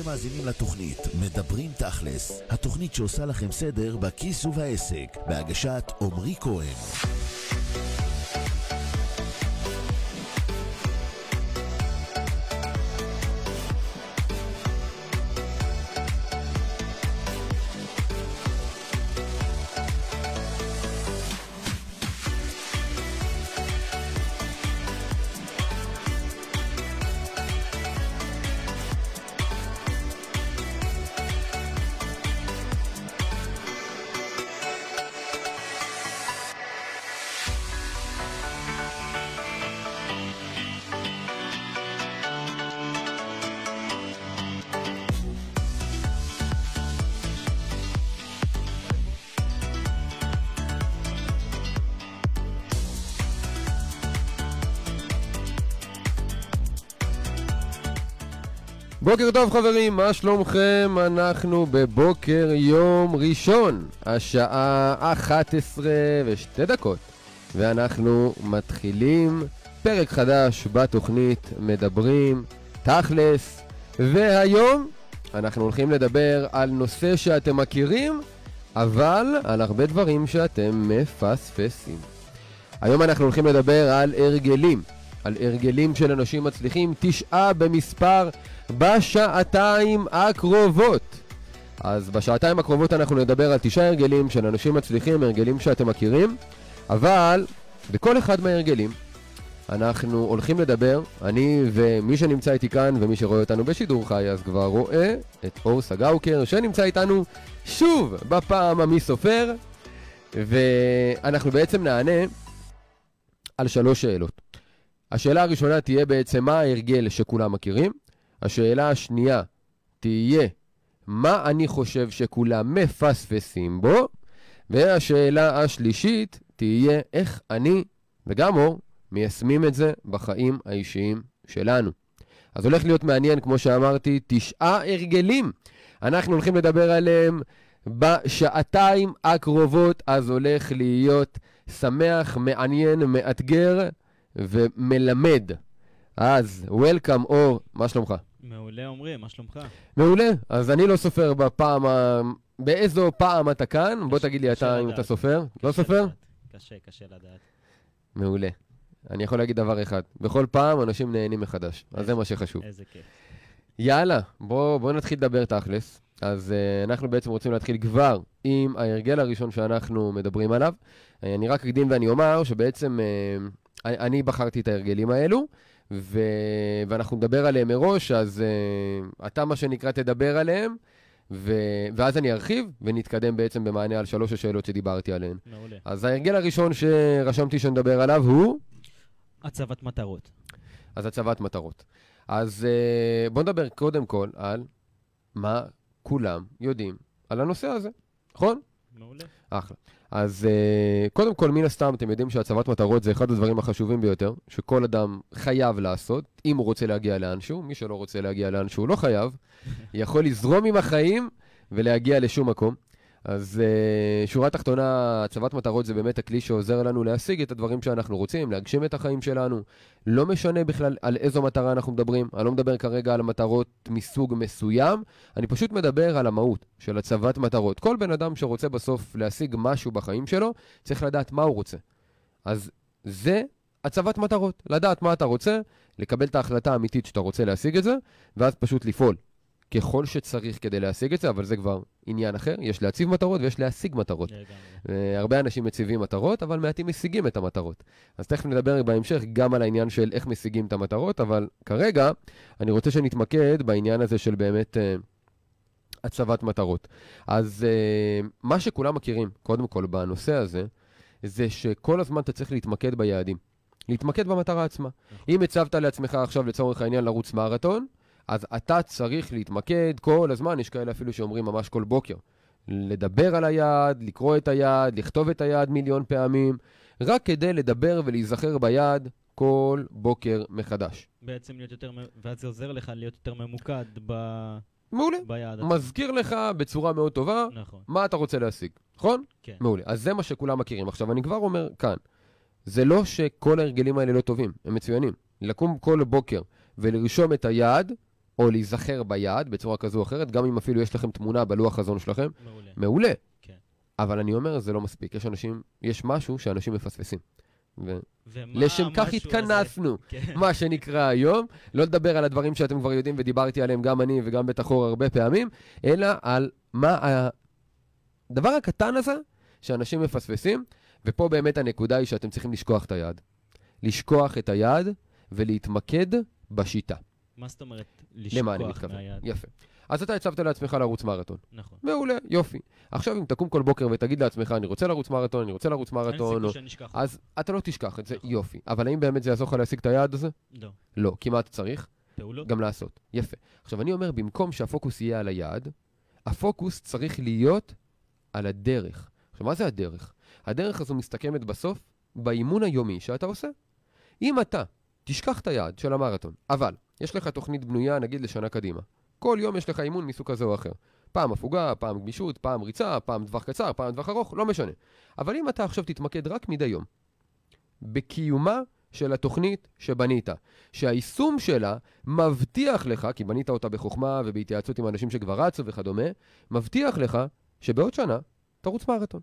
מאזינים לתוכנית מדברים תכלס, התוכנית שעושה לכם סדר בכיס ובעסק, בהגשת עומרי כהן. בוקר טוב חברים, מה שלומכם? אנחנו בבוקר יום ראשון, השעה 11:02, ואנחנו מתחילים פרק חדש בתוכנית מדברים תכלס, והיום אנחנו הולכים לדבר על נושא שאתם מכירים, אבל על הרבה דברים שאתם מפספסים. היום אנחנו הולכים לדבר על הרגלים, על הרגלים של אנשים מצליחים, 9 במספר בשעתיים הקרובות. אז בשעתיים הקרובות אנחנו נדבר על 9 הרגלים של אנשים מצליחים, הרגלים שאתם מכירים, אבל בכל אחד מההרגלים אנחנו הולכים לדבר, אני ומי שנמצא איתי כאן ומי שרואה אותנו בשידור חי אז כבר רואה את אור סגאוקר שנמצא איתנו שוב בפעם המי סופר, ואנחנו בעצם נענה על 3 שאלות. השאלה הראשונה תהיה בעצם מה ההרגל שכולם מכירים, השאלה השנייה תהיה מה אני חושב שכולם מפספסים בו, והשאלה השלישית תהיה איך אני וגם אור מיישמים את זה בחיים האישיים שלנו. אז הולך להיות מעניין, כמו שאמרתי, 9 הרגלים. אנחנו הולכים לדבר עליהם בשעתיים הקרובות, אז הולך להיות שמח, מעניין, מאתגר ומלמד. אז וולקאם אור, מה שלומך? מעולה עומרי, מה שלומך? מעולה, אז אני לא סופר בפעם, באיזו פעם אתה כאן? בוא תגיד לי אתה אם אתה סופר. לא סופר? קשה לדעת. מעולה. אני יכול להגיד דבר אחד, בכל פעם אנשים נהנים מחדש, אז זה מה שחשוב. איזה כיף. יאללה, בוא נתחיל לדבר תכלס. אז אנחנו בעצם רוצים להתחיל כבר עם ההרגל הראשון שאנחנו מדברים עליו. אני רק אקדים ואני אומר שבעצם אני בחרתי את ההרגלים האלו, ואנחנו נדבר עליהם מראש, אז אתה מה שנקרא תדבר עליהם, ואז אני ארחיב ונתקדם בעצם במענה על 3 השאלות שדיברתי עליהן. מעולה. אז ההרגל הראשון שרשמתי שנדבר עליו הוא? הצבת מטרות. אז הצבת מטרות. אז בוא נדבר קודם כל על מה כולם יודעים על הנושא הזה, נכון? מעולה. אחלה. אז קודם כל, מן הסתם, אתם יודעים שהצבת מטרות זה אחד הדברים החשובים ביותר, שכל אדם חייב לעשות, אם הוא רוצה להגיע לאנשהו. מי שלא רוצה להגיע לאנשהו לא חייב, יכול לזרום עם החיים ולהגיע לשום מקום. אז שורה תחתונה, הצבת מטרות זה באמת הכלי שעוזר לנו להשיג את הדברים שאנחנו רוצים, להגשים את החיים שלנו. לא משנה בכלל על איזו מטרה אנחנו מדברים, אני לא מדבר כרגע על מטרות מסוג מסוים, אני פשוט מדבר על המהות של הצבת מטרות. כל בן אדם שרוצה בסוף להשיג משהו בחיים שלו, צריך לדעת מה הוא רוצה. אז זה הצבת מטרות, לדעת מה אתה רוצה, לקבל את ההחלטה האמיתית שאתה רוצה להשיג את זה, ואז פשוט לפעול ככל שצריך כדי להשיג את זה, אבל זה כבר עניין אחר. יש להציב מטרות ויש להשיג מטרות. הרבה אנשים מציבים מטרות, אבל מעטים משיגים את המטרות. אז תכף נדבר בהמשך גם על העניין של איך משיגים את המטרות, אבל כרגע אני רוצה שנתמקד בעניין הזה של באמת הצבת מטרות. אז מה שכולם מכירים, קודם כל בנושא הזה, זה שכל הזמן אתה צריך להתמקד ביעדים. להתמקד במטרה עצמה. אם הצבת לעצמך עכשיו לצורך העניין לרוץ מרתון, אז אתה צריך להתמקד כל הזמן, יש כאלה אפילו שאומרים ממש כל בוקר, לדבר על היעד, לקרוא את היעד, לכתוב את היעד 1,000,000 פעמים, רק כדי לדבר ולהיזכר ביעד כל בוקר מחדש. בעצם להיות יותר, ואז זה עוזר לך להיות יותר ממוקד מעולה. ביעד. מזכיר לך בצורה מאוד טובה, נכון. מה אתה רוצה להשיג, נכון? כן. מעולה. אז זה מה שכולם מכירים. עכשיו אני כבר אומר כאן, זה לא שכל ההרגלים האלה לא טובים, הם מצוינים. לקום כל בוקר ולרשום את היעד, או להיזכר ביעד בצורה כזו או אחרת, גם אם אפילו יש לכם תמונה בלוח חזון שלכם, מעולה. מעולה. כן. אבל אני אומר, זה לא מספיק. יש משהו שאנשים מפספסים. ומה לשם כך המשהו הזה? התכנסנו, כן. מה שנקרא היום, לא לדבר על הדברים שאתם כבר יודעים ודיברתי עליהם גם אני וגם בתחור הרבה פעמים, אלא על מה הדבר הקטן הזה שאנשים מפספסים, ופה באמת הנקודה היא שאתם צריכים לשכוח את היעד. לשכוח את היעד ולהתמקד בשיטה. מה זאת אומרת למה אני לשכוח מתכוון? מהיעד? יפה. אז אתה הצבת לעצמך לרוץ מרתון. נכון. מעולה, יופי. עכשיו אם תקום כל בוקר ותגיד לעצמך, אני רוצה לרוץ מרתון, אני רוצה לרוץ אין מרתון, סיכוי שנשכח. אז אתה לא תשכח את זה, נכון. יופי. אבל האם באמת זה יעזור לך להשיג את היעד הזה? לא. לא, כי מה אתה צריך? פעולות? גם לעשות. יפה. עכשיו אני אומר, במקום שהפוקוס יהיה על היעד, הפוקוס צריך להיות על הדרך. עכשיו מה זה הדרך? הדרך הזו מסתכמת בסוף באימון היומי שאתה עושה. אם אתה תשכח את היעד של המרתון, אבל יש לך תוכנית בנויה נגיד לשנה קדימה. כל יום יש לך אימון מסוג כזה או אחר. פעם הפוגה, פעם גמישות, פעם ריצה, פעם טווח קצר, פעם טווח ארוך, לא משנה. אבל אם אתה עכשיו תתמקד רק מדי יום, בקיומה של התוכנית שבנית, שהיישום שלה מבטיח לך, כי בנית אותה בחוכמה ובהתייעצות עם אנשים שכבר רצו וכדומה, מבטיח לך שבעוד שנה תרוץ מרתון.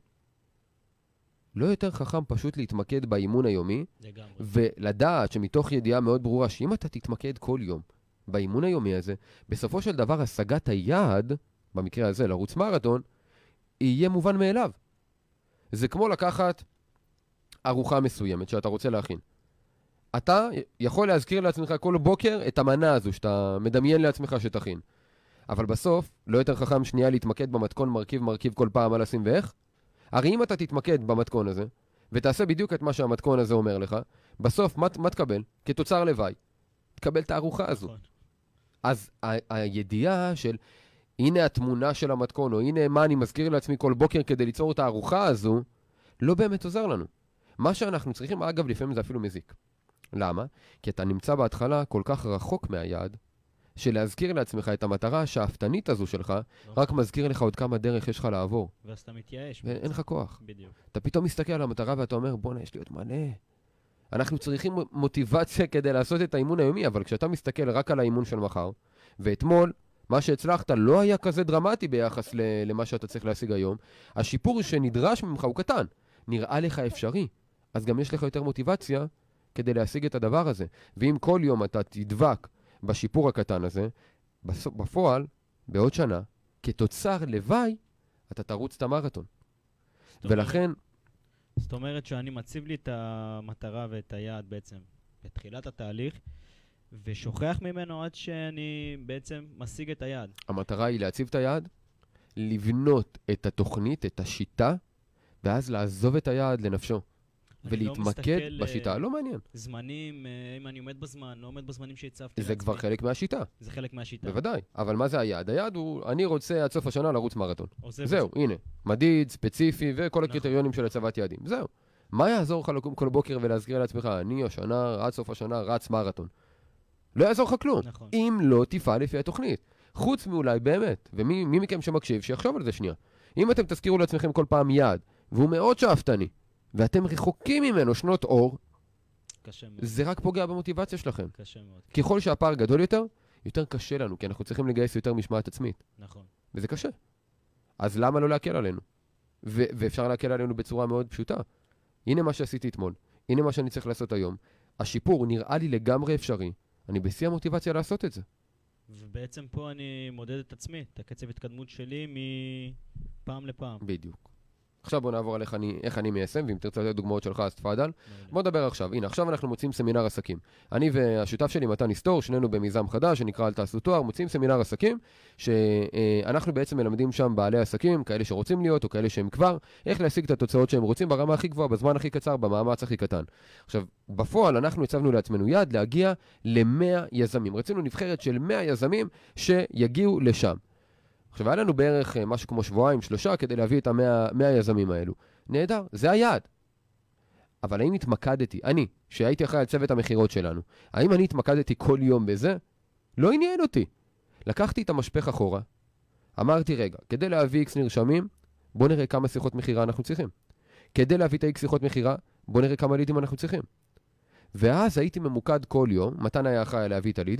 לא יותר חכם פשוט להתמקד באימון היומי, לגמרי. ולדעת שמתוך ידיעה מאוד ברורה שאם אתה תתמקד כל יום באימון היומי הזה, בסופו של דבר השגת היעד, במקרה הזה לרוץ מרתון, יהיה מובן מאליו. זה כמו לקחת ארוחה מסוימת שאתה רוצה להכין. אתה יכול להזכיר לעצמך כל בוקר את המנה הזו שאתה מדמיין לעצמך שתכין. אבל בסוף, לא יותר חכם שנייה להתמקד במתכון מרכיב כל פעם מה לשים ואיך? הרי אם אתה תתמקד במתכון הזה, ותעשה בדיוק את מה שהמתכון הזה אומר לך, בסוף מה תקבל? כתוצר לוואי. תקבל את הארוחה הזו. נכון. אז הידיעה של הנה התמונה של המתכון, או הנה מה אני מזכיר לעצמי כל בוקר כדי ליצור את הארוחה הזו, לא באמת עוזר לנו. מה שאנחנו צריכים, אגב, לפעמים זה אפילו מזיק. למה? כי אתה נמצא בהתחלה כל כך רחוק מהיעד, שלהזכיר לעצמך את המטרה השאפתנית הזו שלך, רק מזכיר לך עוד כמה דרך יש לך לעבור. ואז אתה מתייאש. ואין לך כוח. בדיוק. אתה פתאום מסתכל על המטרה ואתה אומר, בוא'נה, יש לי עוד מלא. אנחנו צריכים מוטיבציה כדי לעשות את האימון היומי, אבל כשאתה מסתכל רק על האימון של מחר, ואתמול, מה שהצלחת לא היה כזה דרמטי ביחס למה שאתה צריך להשיג היום, השיפור שנדרש ממך הוא קטן. נראה לך אפשרי. אז גם יש לך יותר מוטיבציה כדי להשיג את הדבר הזה. ואם כל יום אתה תדבק בשיפור הקטן הזה, בפועל, בעוד שנה, כתוצר לוואי, אתה תרוץ את המרתון. ולכן... זאת אומרת שאני מציב לי את המטרה ואת היעד בעצם בתחילת התהליך, ושוכח ממנו עד שאני בעצם משיג את היעד. המטרה היא להציב את היעד, לבנות את התוכנית, את השיטה, ואז לעזוב את היעד לנפשו. ולהתמקד בשיטה, לא מעניין. זמנים, אם אני עומד בזמן, לא עומד בזמנים שהצבתי זה כבר חלק מהשיטה. זה חלק מהשיטה. בוודאי. אבל מה זה היעד? היעד הוא, אני רוצה עד סוף השנה לרוץ מרתון. זהו, בזה. הנה. מדיד, ספציפי, וכל נכון. הקריטריונים של הצבת יעדים. זהו. מה יעזור לך לקום כל בוקר ולהזכיר לעצמך, אני השנה, עד סוף השנה, רץ מרתון? לא יעזור לך כלום. נכון. אם לא תפעל לפי התוכנית. חוץ מאולי באמת, ומי מכם שמקשיב, שיחשוב על זה שנייה. אם אתם תזכירו לעצמכם כל פעם יעד, והוא מאוד שאפתני, ואתם רחוקים ממנו שנות אור, קשה מאוד. זה רק פוגע במוטיבציה שלכם. קשה מאוד. ככל שהפער גדול יותר, יותר קשה לנו, כי אנחנו צריכים לגייס יותר משמעת עצמית. נכון. וזה קשה. אז למה לא להקל עלינו? ואפשר להקל עלינו בצורה מאוד פשוטה. הנה מה שעשיתי אתמול, הנה מה שאני צריך לעשות היום. השיפור נראה לי לגמרי אפשרי. אני בשיא המוטיבציה לעשות את זה. ובעצם פה אני מודד את עצמי, את הקצב התקדמות שלי מפעם לפעם. בדיוק. עכשיו בוא נעבור על איך אני מיישם, ואם תרצה לתת דוגמאות שלך, אז תפאדל. בוא נדבר עכשיו. הנה, עכשיו אנחנו מוצאים סמינר עסקים. אני והשותף שלי, מתן היסטור, שנינו במיזם חדש, שנקרא אל תעשו תואר, מוצאים סמינר עסקים, שאנחנו בעצם מלמדים שם בעלי עסקים, כאלה שרוצים להיות, או כאלה שהם כבר, איך להשיג את התוצאות שהם רוצים ברמה הכי גבוהה, בזמן הכי קצר, במאמץ הכי קטן. עכשיו, בפועל אנחנו הצבנו לעצמנו יעד להגיע ל100 יזמים. רצינו נבחרת של 100 יזמים שיגיעו לשם. עכשיו, היה לנו בערך משהו כמו שבועיים, 3, כדי להביא את 100 יזמים האלו. נהדר, זה היעד. אבל האם התמקדתי, אני, שהייתי אחראי על צוות המחירות שלנו, האם אני התמקדתי כל יום בזה? לא עניין אותי. לקחתי את המשפך אחורה, אמרתי, רגע, כדי להביא X נרשמים, בוא נראה כמה שיחות מחירה אנחנו צריכים. כדי להביא את ה-X שיחות מחירה, בוא נראה כמה לידים אנחנו צריכים. ואז הייתי ממוקד כל יום, מתן היה אחראי להביא את הלידים,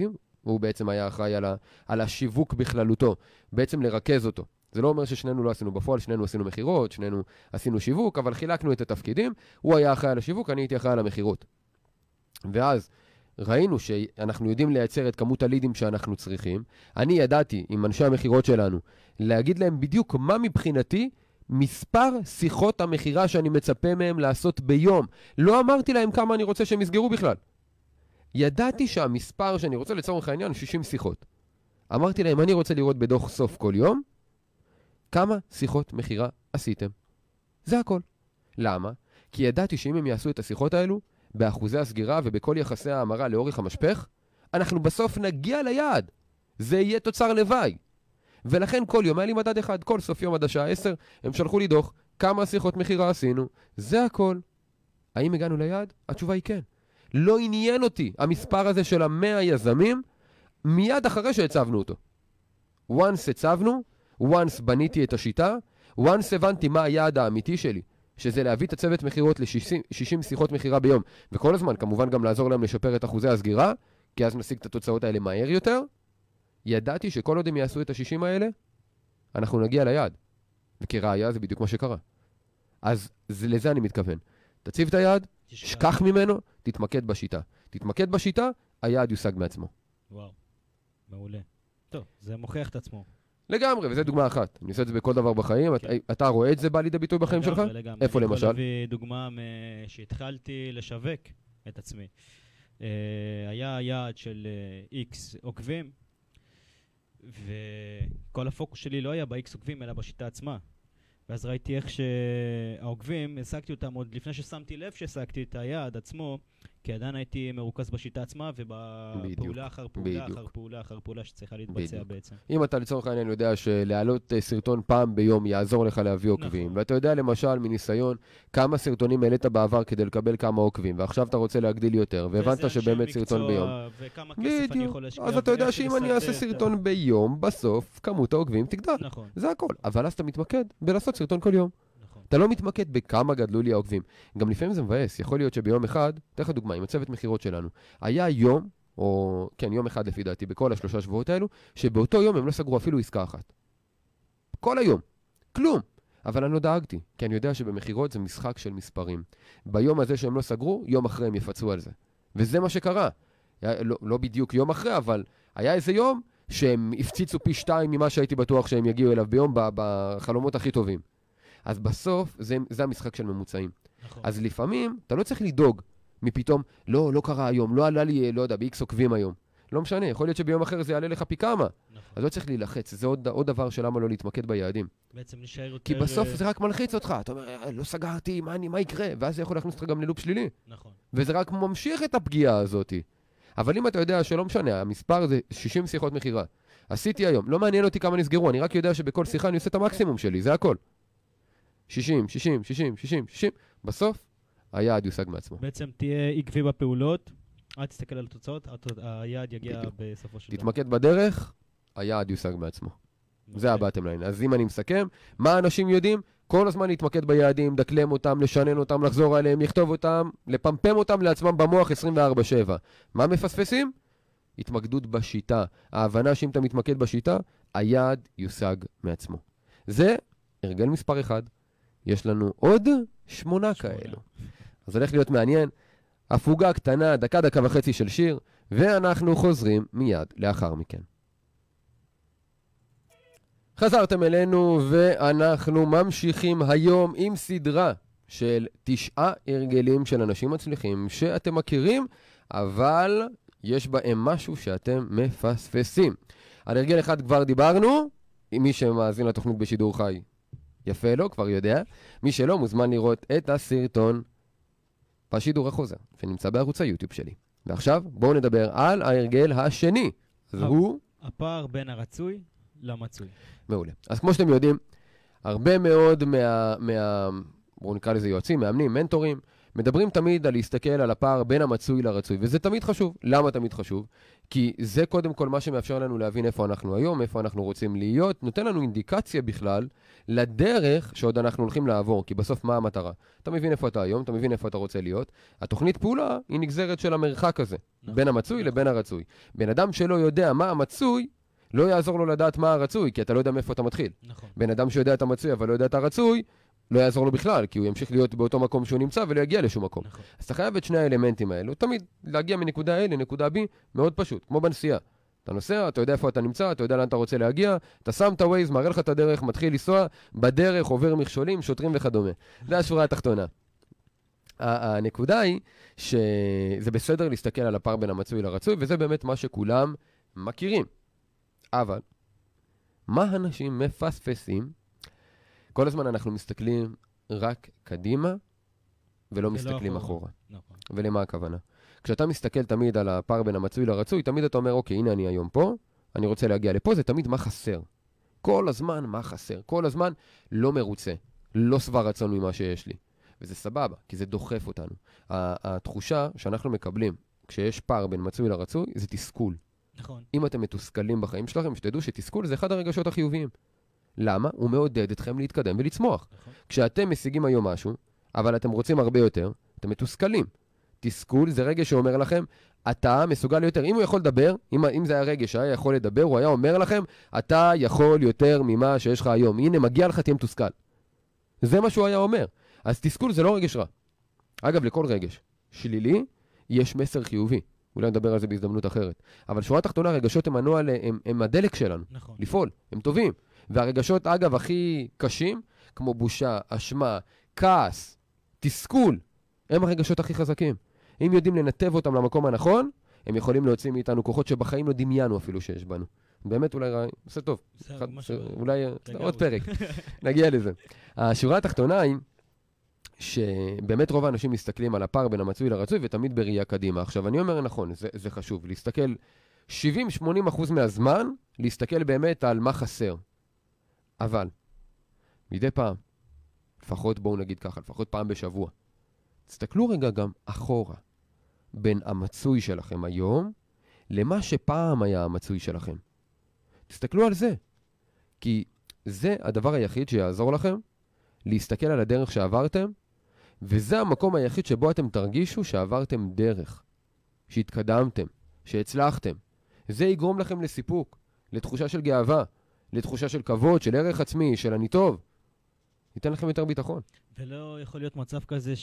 הוא בעצם היה אחראי על השיווק בכללותו, בעצם לרכז אותו. זה לא אומר ששנינו לא עשינו בפועל, שנינו עשינו מחירות, שנינו עשינו שיווק, אבל חילקנו את התפקידים, הוא היה אחראי על השיווק, אני הייתי אחראי על המחירות. ואז ראינו שאנחנו יודעים לייצר את כמות הלידים שאנחנו צריכים. אני ידעתי עם אנשי המחירות שלנו להגיד להם בדיוק מה מבחינתי מספר שיחות המחירה שאני מצפה מהם לעשות ביום. לא אמרתי להם כמה אני רוצה שהם יסגרו בכלל. ידעתי שהמספר שאני רוצה לצורך העניין 60 שיחות. אמרתי להם אני רוצה לראות בדוח סוף כל יום כמה שיחות מחירה עשיתם. זה הכל. למה? כי ידעתי שאם הם יעשו את השיחות האלו באחוזי הסגירה ובכל יחסי ההמרה לאורך המשפך, אנחנו בסוף נגיע ליעד. זה יהיה תוצר לוואי. ולכן כל יום היה לי מדד אחד, כל סוף יום עד השעה 10, הם שלחו לי דוח, כמה שיחות מחירה עשינו, זה הכל. האם הגענו ליעד? התשובה היא כן. לא עניין אותי המספר הזה של 100 יזמים, מיד אחרי שהצבנו אותו. once הצבנו, once בניתי את השיטה, once הבנתי מה היעד האמיתי שלי, שזה להביא את הצוות מחירות ל-60 שיחות מחירה ביום, וכל הזמן כמובן גם לעזור להם לשפר את אחוזי הסגירה, כי אז נשיג את התוצאות האלה מהר יותר. ידעתי שכל עוד הם יעשו את ה-60 האלה, אנחנו נגיע ליעד. וכראיה זה בדיוק מה שקרה. אז לזה אני מתכוון. תציב את היעד, שכח ממנו, תתמקד בשיטה. תתמקד בשיטה, היעד יושג מעצמו. וואו, מעולה. טוב, זה מוכיח את עצמו. לגמרי, וזו דוגמה אחת. אני עושה את זה בכל דבר בחיים. אתה רואה את זה בא לידי ביטוי בחיים שלך? איפה למשל? אני יכול להביא דוגמה שהתחלתי לשווק את עצמי. היה יעד של X עוקבים, וכל הפוקוס שלי לא היה ב-X עוקבים, אלא בשיטה עצמה. ואז ראיתי איך שהעוקבים, השגתי אותם עוד לפני ששמתי לב שהשגתי את היעד עצמו, כי עדיין הייתי מרוכז בשיטה עצמה, ובפעולה אחר פעולה אחר פעולה אחר פעולה שצריכה להתבצע בעצם. אם אתה לצורך העניין יודע שלהעלות סרטון פעם ביום יעזור לך להביא עוקבים, ואתה יודע למשל מניסיון כמה סרטונים העלית בעבר כדי לקבל כמה עוקבים, ועכשיו אתה רוצה להגדיל יותר, והבנת שבאמת סרטון ביום. וכמה כסף אני יכול להשקיע. אז אתה יודע שאם אני אעשה סרטון ביום, בסוף כמות העוקבים תגדל. זה הכל. אבל אז אתה מתמקד בלעשות סרטון כל יום. אתה לא מתמקד בכמה גדלו לי העוקבים. גם לפעמים זה מבאס. יכול להיות שביום אחד, תלך לדוגמה, עם הצוות מחירות שלנו, היה יום, או כן, יום אחד לפי דעתי, בכל השלושה שבועות האלו, שבאותו יום הם לא סגרו אפילו עסקה אחת. כל היום. כלום. אבל אני לא דאגתי, כי אני יודע שבמחירות זה משחק של מספרים. ביום הזה שהם לא סגרו, יום אחרי הם יפצו על זה. וזה מה שקרה. לא בדיוק יום אחרי, אבל היה איזה יום שהם הפציצו פי 2 ממה שהייתי בטוח שהם יגיעו אליו ביום בחלומות הכי טובים. אז בסוף זה המשחק של ממוצעים. נכון. אז לפעמים אתה לא צריך לדאוג מפתאום, לא קרה היום, לא עלה לי, לא יודע, ב-X עוקבים היום. לא משנה, יכול להיות שביום אחר זה יעלה לך פי כמה. נכון. אז לא צריך להילחץ, זה עוד דבר שלמה לא להתמקד ביעדים. בעצם נשאר יותר... כי בסוף זה רק מלחיץ אותך, אתה אומר, לא סגרתי, מה יקרה? ואז זה יכול להכניס אותך גם ללופ שלילי. נכון. וזה רק ממשיך את הפגיעה הזאת. אבל אם אתה יודע שלא משנה, המספר זה 60 שיחות מחירה. עשיתי היום, לא מעניין אותי כמה נסגרו, אני רק יודע שבכל שיחה אני עושה את המקסימום שלי, זה הכל. 60, 60, 60, 60, 60, בסוף היעד יושג מעצמו. בעצם תהיה עקבי בפעולות, אל תסתכל על התוצאות, היעד יגיע בסופו של דבר. תתמקד בדרך, היעד יושג מעצמו. זה הבאתם ליין. אז אם אני מסכם, מה אנשים יודעים? כל הזמן להתמקד ביעדים, דקלם אותם, לשנן אותם, לחזור עליהם, לכתוב אותם, לפמפם אותם לעצמם במוח 24/7. מה מפספסים? התמקדות בשיטה. ההבנה שאם אתה מתמקד בשיטה, היעד יושג מעצמו. זה הרגל מספר 1. יש לנו עוד 8 כאלו. אז הולך להיות מעניין. הפוגה קטנה, דקה וחצי של שיר, ואנחנו חוזרים מיד לאחר מכן. חזרתם אלינו ואנחנו ממשיכים היום עם סדרה של 9 הרגלים של אנשים מצליחים שאתם מכירים, אבל יש בהם משהו שאתם מפספסים. על הרגל אחד כבר דיברנו, עם מי שמאזין לתוכנית בשידור חי. יפה לו, כבר יודע. מי שלא מוזמן לראות את הסרטון בשידור החוזר, שנמצא בערוץ היוטיוב שלי. ועכשיו בואו נדבר על ההרגל השני. אז הוא... הפער בין הרצוי למצוי. מעולה. אז כמו שאתם יודעים, הרבה מאוד בואו נקרא לזה יועצים, מאמנים, מנטורים, מדברים תמיד על להסתכל על הפער בין המצוי לרצוי, וזה תמיד חשוב. למה תמיד חשוב? כי זה קודם כל מה שמאפשר לנו להבין איפה אנחנו היום, איפה אנחנו רוצים להיות, נותן לנו אינדיקציה בכלל לדרך שעוד אנחנו הולכים לעבור, כי בסוף מה המטרה? אתה מבין איפה אתה היום, אתה מבין איפה אתה רוצה להיות, התוכנית פעולה היא נגזרת של המרחק הזה, בין המצוי לבין הרצוי. בן אדם שלא יודע מה המצוי, לא יעזור לו לדעת מה הרצוי, כי אתה לא יודע מאיפה אתה מתחיל. נכון. בן אדם שיודע את המצוי אבל לא יודע את הרצוי, לא יעזור לו בכלל, כי הוא ימשיך להיות באותו מקום שהוא נמצא ולא יגיע לשום מקום. נכון. אז אתה חייב את שני האלמנטים האלו, תמיד להגיע מנקודה A לנקודה B, מאוד פשוט, כמו בנסיעה. אתה נוסע, אתה יודע איפה אתה נמצא, אתה יודע לאן אתה רוצה להגיע, אתה שם את הווייז, מראה לך את הדרך, מתחיל לנסוע, בדרך עובר מכשולים, שוטרים וכדומה. זה השורה התחתונה. הנקודה היא שזה בסדר להסתכל על הפער בין המצוי לרצוי, וזה באמת מה שכולם מכירים. אבל, מה אנשים מפספסים? כל הזמן אנחנו מסתכלים רק קדימה, ולא מסתכלים אחורה. נכון. ולמה הכוונה? כשאתה מסתכל תמיד על הפער בין המצוי לרצוי, תמיד אתה אומר, אוקיי, הנה אני היום פה, אני רוצה להגיע לפה, זה תמיד מה חסר. כל הזמן מה חסר. כל הזמן לא מרוצה, לא שבע רצון ממה שיש לי. וזה סבבה, כי זה דוחף אותנו. התחושה שאנחנו מקבלים, כשיש פער בין מצוי לרצוי, זה תסכול. נכון. אם אתם מתוסכלים בחיים שלכם, שתדעו שתסכול זה אחד הרגשות החיוביים. למה? הוא מעודד אתכם להתקדם ולצמוח. נכון. כשאתם משיגים היום משהו, אבל אתם רוצים הרבה יותר, אתם מתוסכלים. תסכול זה רגש שאומר לכם, אתה מסוגל יותר. אם הוא יכול לדבר, אם זה היה רגש שהיה יכול לדבר, הוא היה אומר לכם, אתה יכול יותר ממה שיש לך היום. הנה, מגיע לך, תהיה מתוסכל. זה מה שהוא היה אומר. אז תסכול זה לא רגש רע. אגב, לכל רגש שלילי, יש מסר חיובי. אולי נדבר על זה בהזדמנות אחרת. אבל שורה תחתונה, הרגשות הם הנוע, הם הדלק שלנו. נכון. לפעול, הם טובים. והרגשות, אגב, הכי קשים, כמו בושה, אשמה, כעס, תסכול, הם הרגשות הכי חזקים. אם יודעים לנתב אותם למקום הנכון, הם יכולים להוציא מאיתנו כוחות שבחיים לא דמיינו אפילו שיש בנו. באמת אולי רעי, זה טוב. אולי עוד פרק. נגיע לזה. השורה התחתונה היא, שבאמת רוב האנשים מסתכלים על הפער בין המצוי לרצוי, ותמיד בראייה קדימה. עכשיו, אני אומר נכון, זה חשוב, להסתכל 70-80% מהזמן, להסתכל באמת על מה חסר. אבל, מדי פעם, לפחות בואו נגיד ככה, לפחות פעם בשבוע, תסתכלו רגע גם אחורה, בין המצוי שלכם היום, למה שפעם היה המצוי שלכם. תסתכלו על זה, כי זה הדבר היחיד שיעזור לכם, להסתכל על הדרך שעברתם, וזה המקום היחיד שבו אתם תרגישו שעברתם דרך, שהתקדמתם, שהצלחתם. זה יגרום לכם לסיפוק, לתחושה של גאווה, לתחושה של כבוד, של ערך עצמי, של אני טוב. ייתן לכם יותר ביטחון. ולא יכול להיות מצב כזה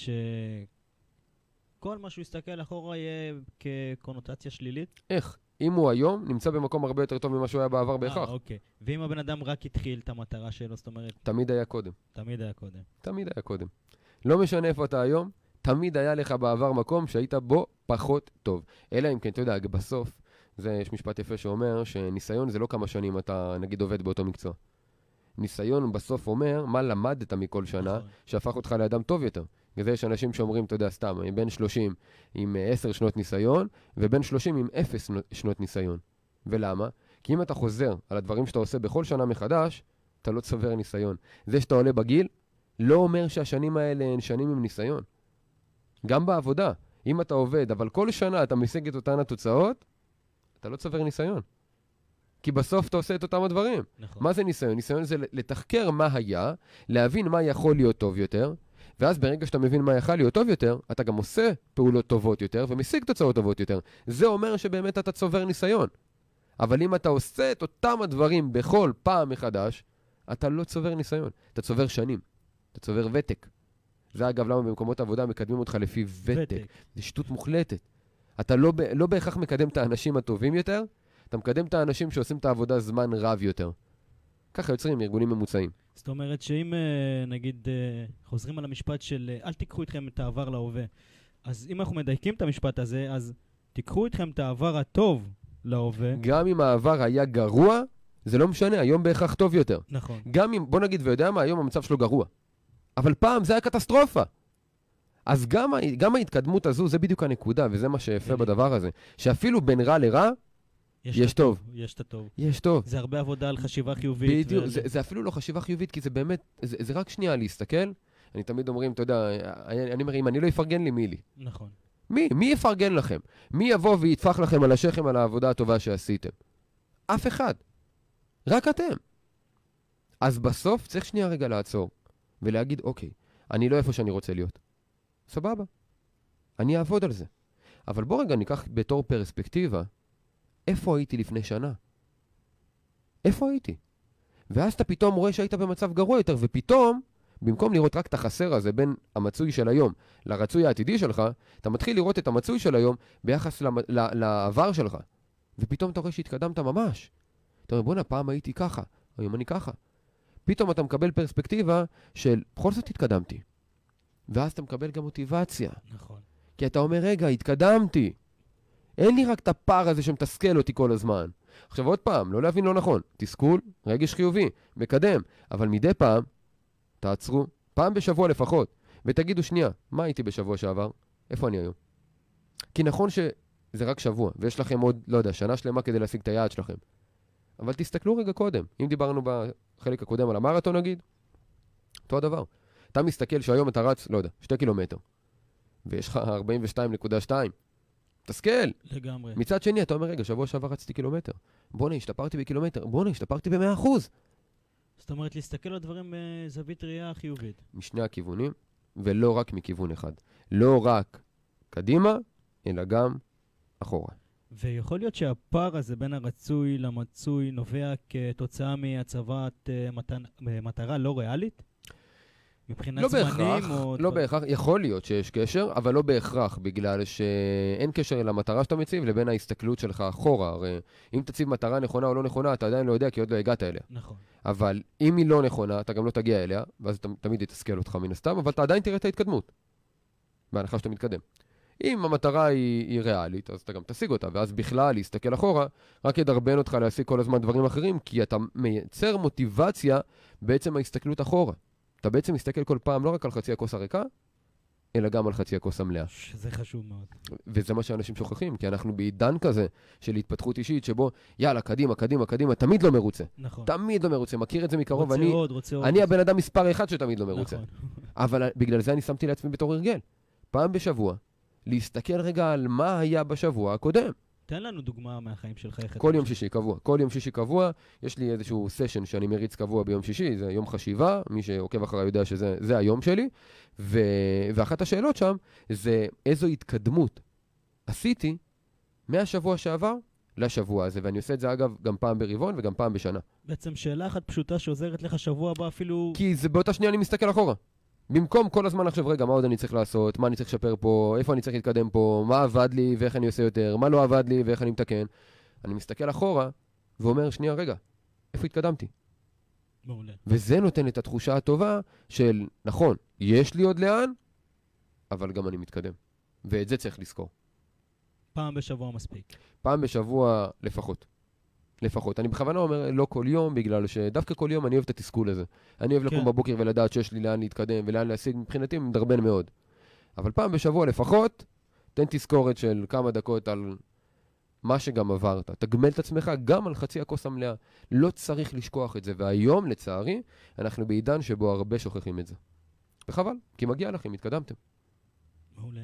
שכל מה שהוא יסתכל אחורה יהיה כקונוטציה שלילית? איך? אם הוא היום נמצא במקום הרבה יותר טוב ממה שהוא היה בעבר בהכרח. אוקיי. ואם הבן אדם רק התחיל את המטרה שלו, זאת אומרת... תמיד היה קודם. תמיד היה קודם. תמיד היה קודם. לא משנה איפה אתה היום, תמיד היה לך בעבר מקום שהיית בו פחות טוב. אלא אם כן, אתה יודע, בסוף, יש משפט יפה שאומר שניסיון זה לא כמה שנים אתה נגיד עובד באותו מקצוע. ניסיון בסוף אומר מה למדת מכל שנה שהפך אותך לאדם טוב יותר. וזה יש אנשים שאומרים, אתה יודע, סתם, בין 30 עם 10 שנות ניסיון, ובין 30 עם 0 שנות ניסיון. ולמה? כי אם אתה חוזר על הדברים שאתה עושה בכל שנה מחדש, אתה לא צובר ניסיון. זה שאתה עולה בגיל, לא אומר שהשנים האלה הן שנים עם ניסיון. גם בעבודה, אם אתה עובד, אבל כל שנה אתה משיג את אותן התוצאות, אתה לא צובר ניסיון. כי בסוף אתה עושה את אותם הדברים. נכון. מה זה ניסיון? ניסיון זה לתחקר מה היה, להבין מה יכול להיות טוב יותר, ואז ברגע שאתה מבין מה יכול להיות טוב יותר, אתה גם עושה פעולות טובות יותר, ומשיג תוצאות טובות יותר. זה אומר שבאמת אתה צובר ניסיון. אבל אם אתה עושה את אותם הדברים בכל פעם מחדש, אתה לא צובר ניסיון. אתה צובר שנים. אתה צובר ותק. זה אגב למה במקומות עבודה מקדמים אותך לפי ותק. זה שטות מוחלטת. אתה לא בהכרח מקדם את האנשים הטובים יותר, אתה מקדם את האנשים שעושים את העבודה זמן רב יותר. ככה יוצרים ארגונים ממוצעים. זאת אומרת שאם נגיד חוזרים על המשפט של אל תיקחו איתכם את העבר להווה, אז אם אנחנו מדייקים את המשפט הזה, אז תיקחו איתכם את העבר הטוב להווה. גם אם העבר היה גרוע, זה לא משנה, היום בהכרח טוב יותר. נכון. גם אם, בוא נגיד ויודע מה, היום המצב שלו גרוע. אבל פעם זה היה קטסטרופה. אז גם ההתקדמות הזו, זה בדיוק הנקודה, וזה מה שיפה בדבר הזה. שאפילו בין רע לרע, יש טוב. יש את הטוב. יש טוב. זה הרבה עבודה על חשיבה חיובית. בדיוק, זה אפילו לא חשיבה חיובית, כי זה באמת, זה רק שנייה להסתכל אני תמיד אומרים, אתה יודע, אני אומר, אם אני לא אפרגן לי, מי לי? נכון. מי יפרגן לכם? מי יבוא ויתפח לכם על השכם על העבודה הטובה שעשיתם? אף אחד. רק אתם. אז בסוף צריך שנייה רגע לעצור ולהגיד, אוקיי, אני לא איפה שאני רוצה להיות. סבבה. אני אעבוד על זה. אבל בוא רגע ניקח בתור פרספקטיבה, איפה הייתי לפני שנה? איפה הייתי? ואז אתה פתאום רואה שהיית במצב גרוע יותר, ופתאום, במקום לראות רק את החסר הזה בין המצוי של היום לרצוי העתידי שלך, אתה מתחיל לראות את המצוי של היום ביחס לעבר שלך. ופתאום אתה רואה שהתקדמת ממש. אתה אומר, בוא'נה, פעם הייתי ככה, היום אני ככה. פתאום אתה מקבל פרספקטיבה של, בכל זאת התקדמתי. ואז אתה מקבל גם מוטיבציה. נכון. כי אתה אומר, רגע, התקדמתי. אין לי רק את הפער הזה שמתסכל אותי כל הזמן. עכשיו עוד פעם, לא להבין לא נכון. תסכול, רגש חיובי, מקדם. אבל מדי פעם, תעצרו, פעם בשבוע לפחות, ותגידו שנייה, מה הייתי בשבוע שעבר? איפה אני היום? כי נכון שזה רק שבוע, ויש לכם עוד, לא יודע, שנה שלמה כדי להשיג את היעד שלכם. אבל תסתכלו רגע קודם. אם דיברנו בחלק הקודם על המרתון נגיד, אותו הדבר. אתה מסתכל שהיום אתה רץ, לא יודע, 2 קילומטר. ויש לך 42.2. תסכל. לגמרי. מצד שני, אתה אומר, רגע, שבוע שעבר רצתי קילומטר. בוא'נה, השתפרתי בקילומטר. בוא'נה, השתפרתי ב100%. זאת אומרת, להסתכל על דברים בזווית ראייה חיובית. משני הכיוונים, ולא רק מכיוון אחד. לא רק קדימה, אלא גם אחורה. ויכול להיות שהפער הזה בין הרצוי למצוי נובע כתוצאה מהצבת מטרה לא ריאלית? מבחינת זמנים או... לא בהכרח, יכול להיות שיש קשר, אבל לא בהכרח, בגלל שאין קשר למטרה שאתה מציב לבין ההסתכלות שלך אחורה. הרי אם תציב מטרה נכונה או לא נכונה, אתה עדיין לא יודע, כי עוד לא הגעת אליה. נכון. אבל אם היא לא נכונה, אתה גם לא תגיע אליה, ואז תמיד יתסכל אותך מן הסתם, אבל אתה עדיין תראה את ההתקדמות, בהנחה שאתה מתקדם. אם המטרה היא ריאלית, אז אתה גם תשיג אותה, ואז בכלל להסתכל אחורה, רק ידרבן אותך להשיג כל הזמן דברים אחרים, כי אתה מייצר מוטיבציה בעצם ההסתכלות אחורה. אתה בעצם מסתכל כל פעם לא רק על חצי הכוס הריקה, אלא גם על חצי הכוס המלאה. שזה חשוב מאוד. וזה מה שאנשים שוכחים, כי אנחנו בעידן כזה של התפתחות אישית, שבו יאללה, קדימה, קדימה, קדימה, תמיד לא מרוצה. נכון. תמיד לא מרוצה, מכיר את זה מקרוב. רוצה עוד. אני הבן אדם מספר אחד שתמיד לא מרוצה. נכון. אבל בגלל זה אני שמתי לעצמי בתור הרגל. פעם בשבוע, להסתכל רגע על מה היה בשבוע הקודם. תן לנו דוגמה מהחיים שלך. כל יום שישי קבוע. כל יום שישי קבוע, יש לי איזשהו סשן שאני מריץ קבוע ביום שישי, זה יום חשיבה, מי שעוקב אחריי יודע שזה היום שלי, ואחת השאלות שם זה איזו התקדמות עשיתי מהשבוע שעבר לשבוע הזה, ואני עושה את זה אגב גם פעם ברבעון וגם פעם בשנה. בעצם שאלה אחת פשוטה שעוזרת לך שבוע הבא אפילו... כי זה באותה שנייה אני מסתכל אחורה. במקום כל הזמן לחשוב, רגע, מה עוד אני צריך לעשות, מה אני צריך לשפר פה, איפה אני צריך להתקדם פה, מה עבד לי ואיך אני עושה יותר, מה לא עבד לי ואיך אני מתקן. אני מסתכל אחורה ואומר, שנייה, רגע, איפה התקדמתי? מעולה. וזה נותן את התחושה הטובה של, נכון, יש לי עוד לאן, אבל גם אני מתקדם. ואת זה צריך לזכור. פעם בשבוע מספיק. פעם בשבוע לפחות. לפחות. אני בכוונה אומר לא כל יום, בגלל שדווקא כל יום אני אוהב את התסכול הזה. אני אוהב לקום בבוקר ולדעת שיש לי לאן להתקדם ולאן להשיג, מבחינתי מדרבן מאוד. אבל פעם בשבוע לפחות, תן תזכורת של כמה דקות על מה שגם עברת. תגמל את עצמך גם על חצי הכוס המלאה. לא צריך לשכוח את זה. והיום, לצערי, אנחנו בעידן שבו הרבה שוכחים את זה. וחבל, כי מגיע לכם, התקדמתם. מעולה.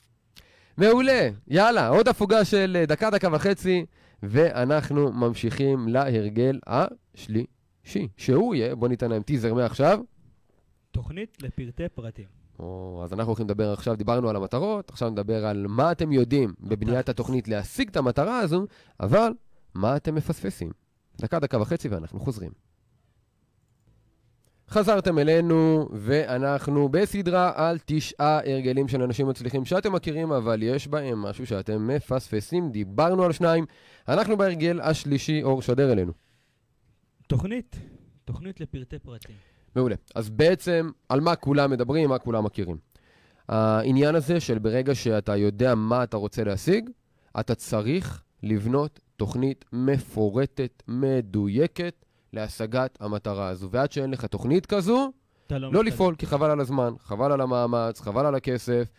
מעולה. יאללה, עוד הפוגה של דקה, דקה וחצי. ואנחנו ממשיכים להרגל השלישי, שהוא יהיה, בוא ניתן להם טיזר מעכשיו. תוכנית לפרטי פרטים. אז אנחנו הולכים לדבר עכשיו, דיברנו על המטרות, עכשיו נדבר על מה אתם יודעים בבניית התוכנית להשיג את המטרה הזו, אבל מה אתם מפספסים. דקה, דקה וחצי ואנחנו חוזרים. חזרתם אלינו, ואנחנו בסדרה על 9 הרגלים של אנשים מצליחים שאתם מכירים, אבל יש בהם משהו שאתם מפספסים. דיברנו על 2, אנחנו בהרגל השלישי, אור שדר אלינו. תוכנית לפרטי פרטים. מעולה. אז בעצם על מה כולם מדברים, מה כולם מכירים. העניין הזה של ברגע שאתה יודע מה אתה רוצה להשיג, אתה צריך לבנות תוכנית מפורטת, מדויקת, להשגת המטרה הזו. ועד שאין לך תוכנית כזו, לא לפעול, כי חבל על הזמן, חבל על המאמץ, חבל על הכסף,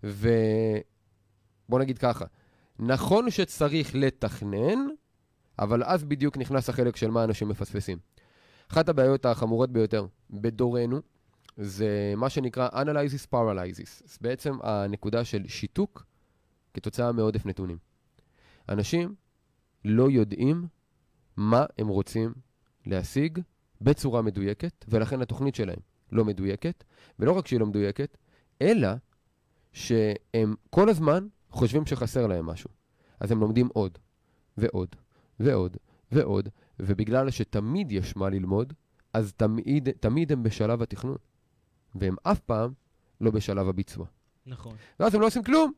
ובוא נגיד ככה, נכון שצריך לתכנן, אבל אז בדיוק נכנס החלק של מה אנשים מפספסים. אחת הבעיות החמורות ביותר בדורנו, זה מה שנקרא Analysis Paralysis. זה בעצם הנקודה של שיתוק כתוצאה מעודף נתונים. אנשים לא יודעים מה הם רוצים להשיג בצורה מדויקת, ולכן התוכנית שלהם לא מדויקת, ולא רק שהיא לא מדויקת, אלא שהם כל הזמן חושבים שחסר להם משהו. אז הם לומדים עוד, ועוד, ועוד, ועוד, ובגלל שתמיד יש מה ללמוד, אז תמיד הם בשלב התכנון, והם אף פעם לא בשלב הביצוע. נכון. ואז הם לא עושים כלום.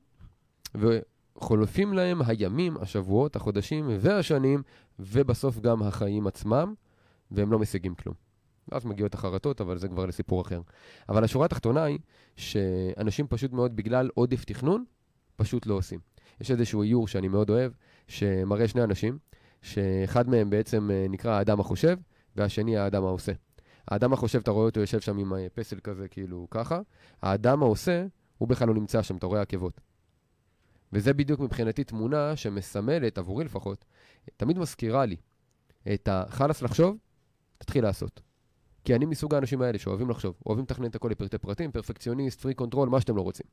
וחולפים להם הימים, השבועות, החודשים והשנים, ובסוף גם החיים עצמם, והם לא משיגים כלום. ואז מגיעות החרטות, אבל זה כבר לסיפור אחר. אבל השורה התחתונה היא שאנשים פשוט מאוד בגלל עודף תכנון, פשוט לא עושים. יש איזשהו איור שאני מאוד אוהב, שמראה שני אנשים, שאחד מהם בעצם נקרא האדם החושב, והשני האדם העושה. האדם החושב, אתה רואה אותו יושב שם עם פסל כזה, כאילו ככה. האדם העושה, הוא בכלל לא נמצא שם, אתה רואה עקבות. וזה בדיוק מבחינתי תמונה שמסמלת, עבורי לפחות, תמיד מזכירה לי את החלס לחשוב, תתחיל לעשות. כי אני מסוג האנשים האלה שאוהבים לחשוב, אוהבים לתכנן את הכל לפרטי פרטים, פרפקציוניסט, פרי קונטרול, מה שאתם לא רוצים.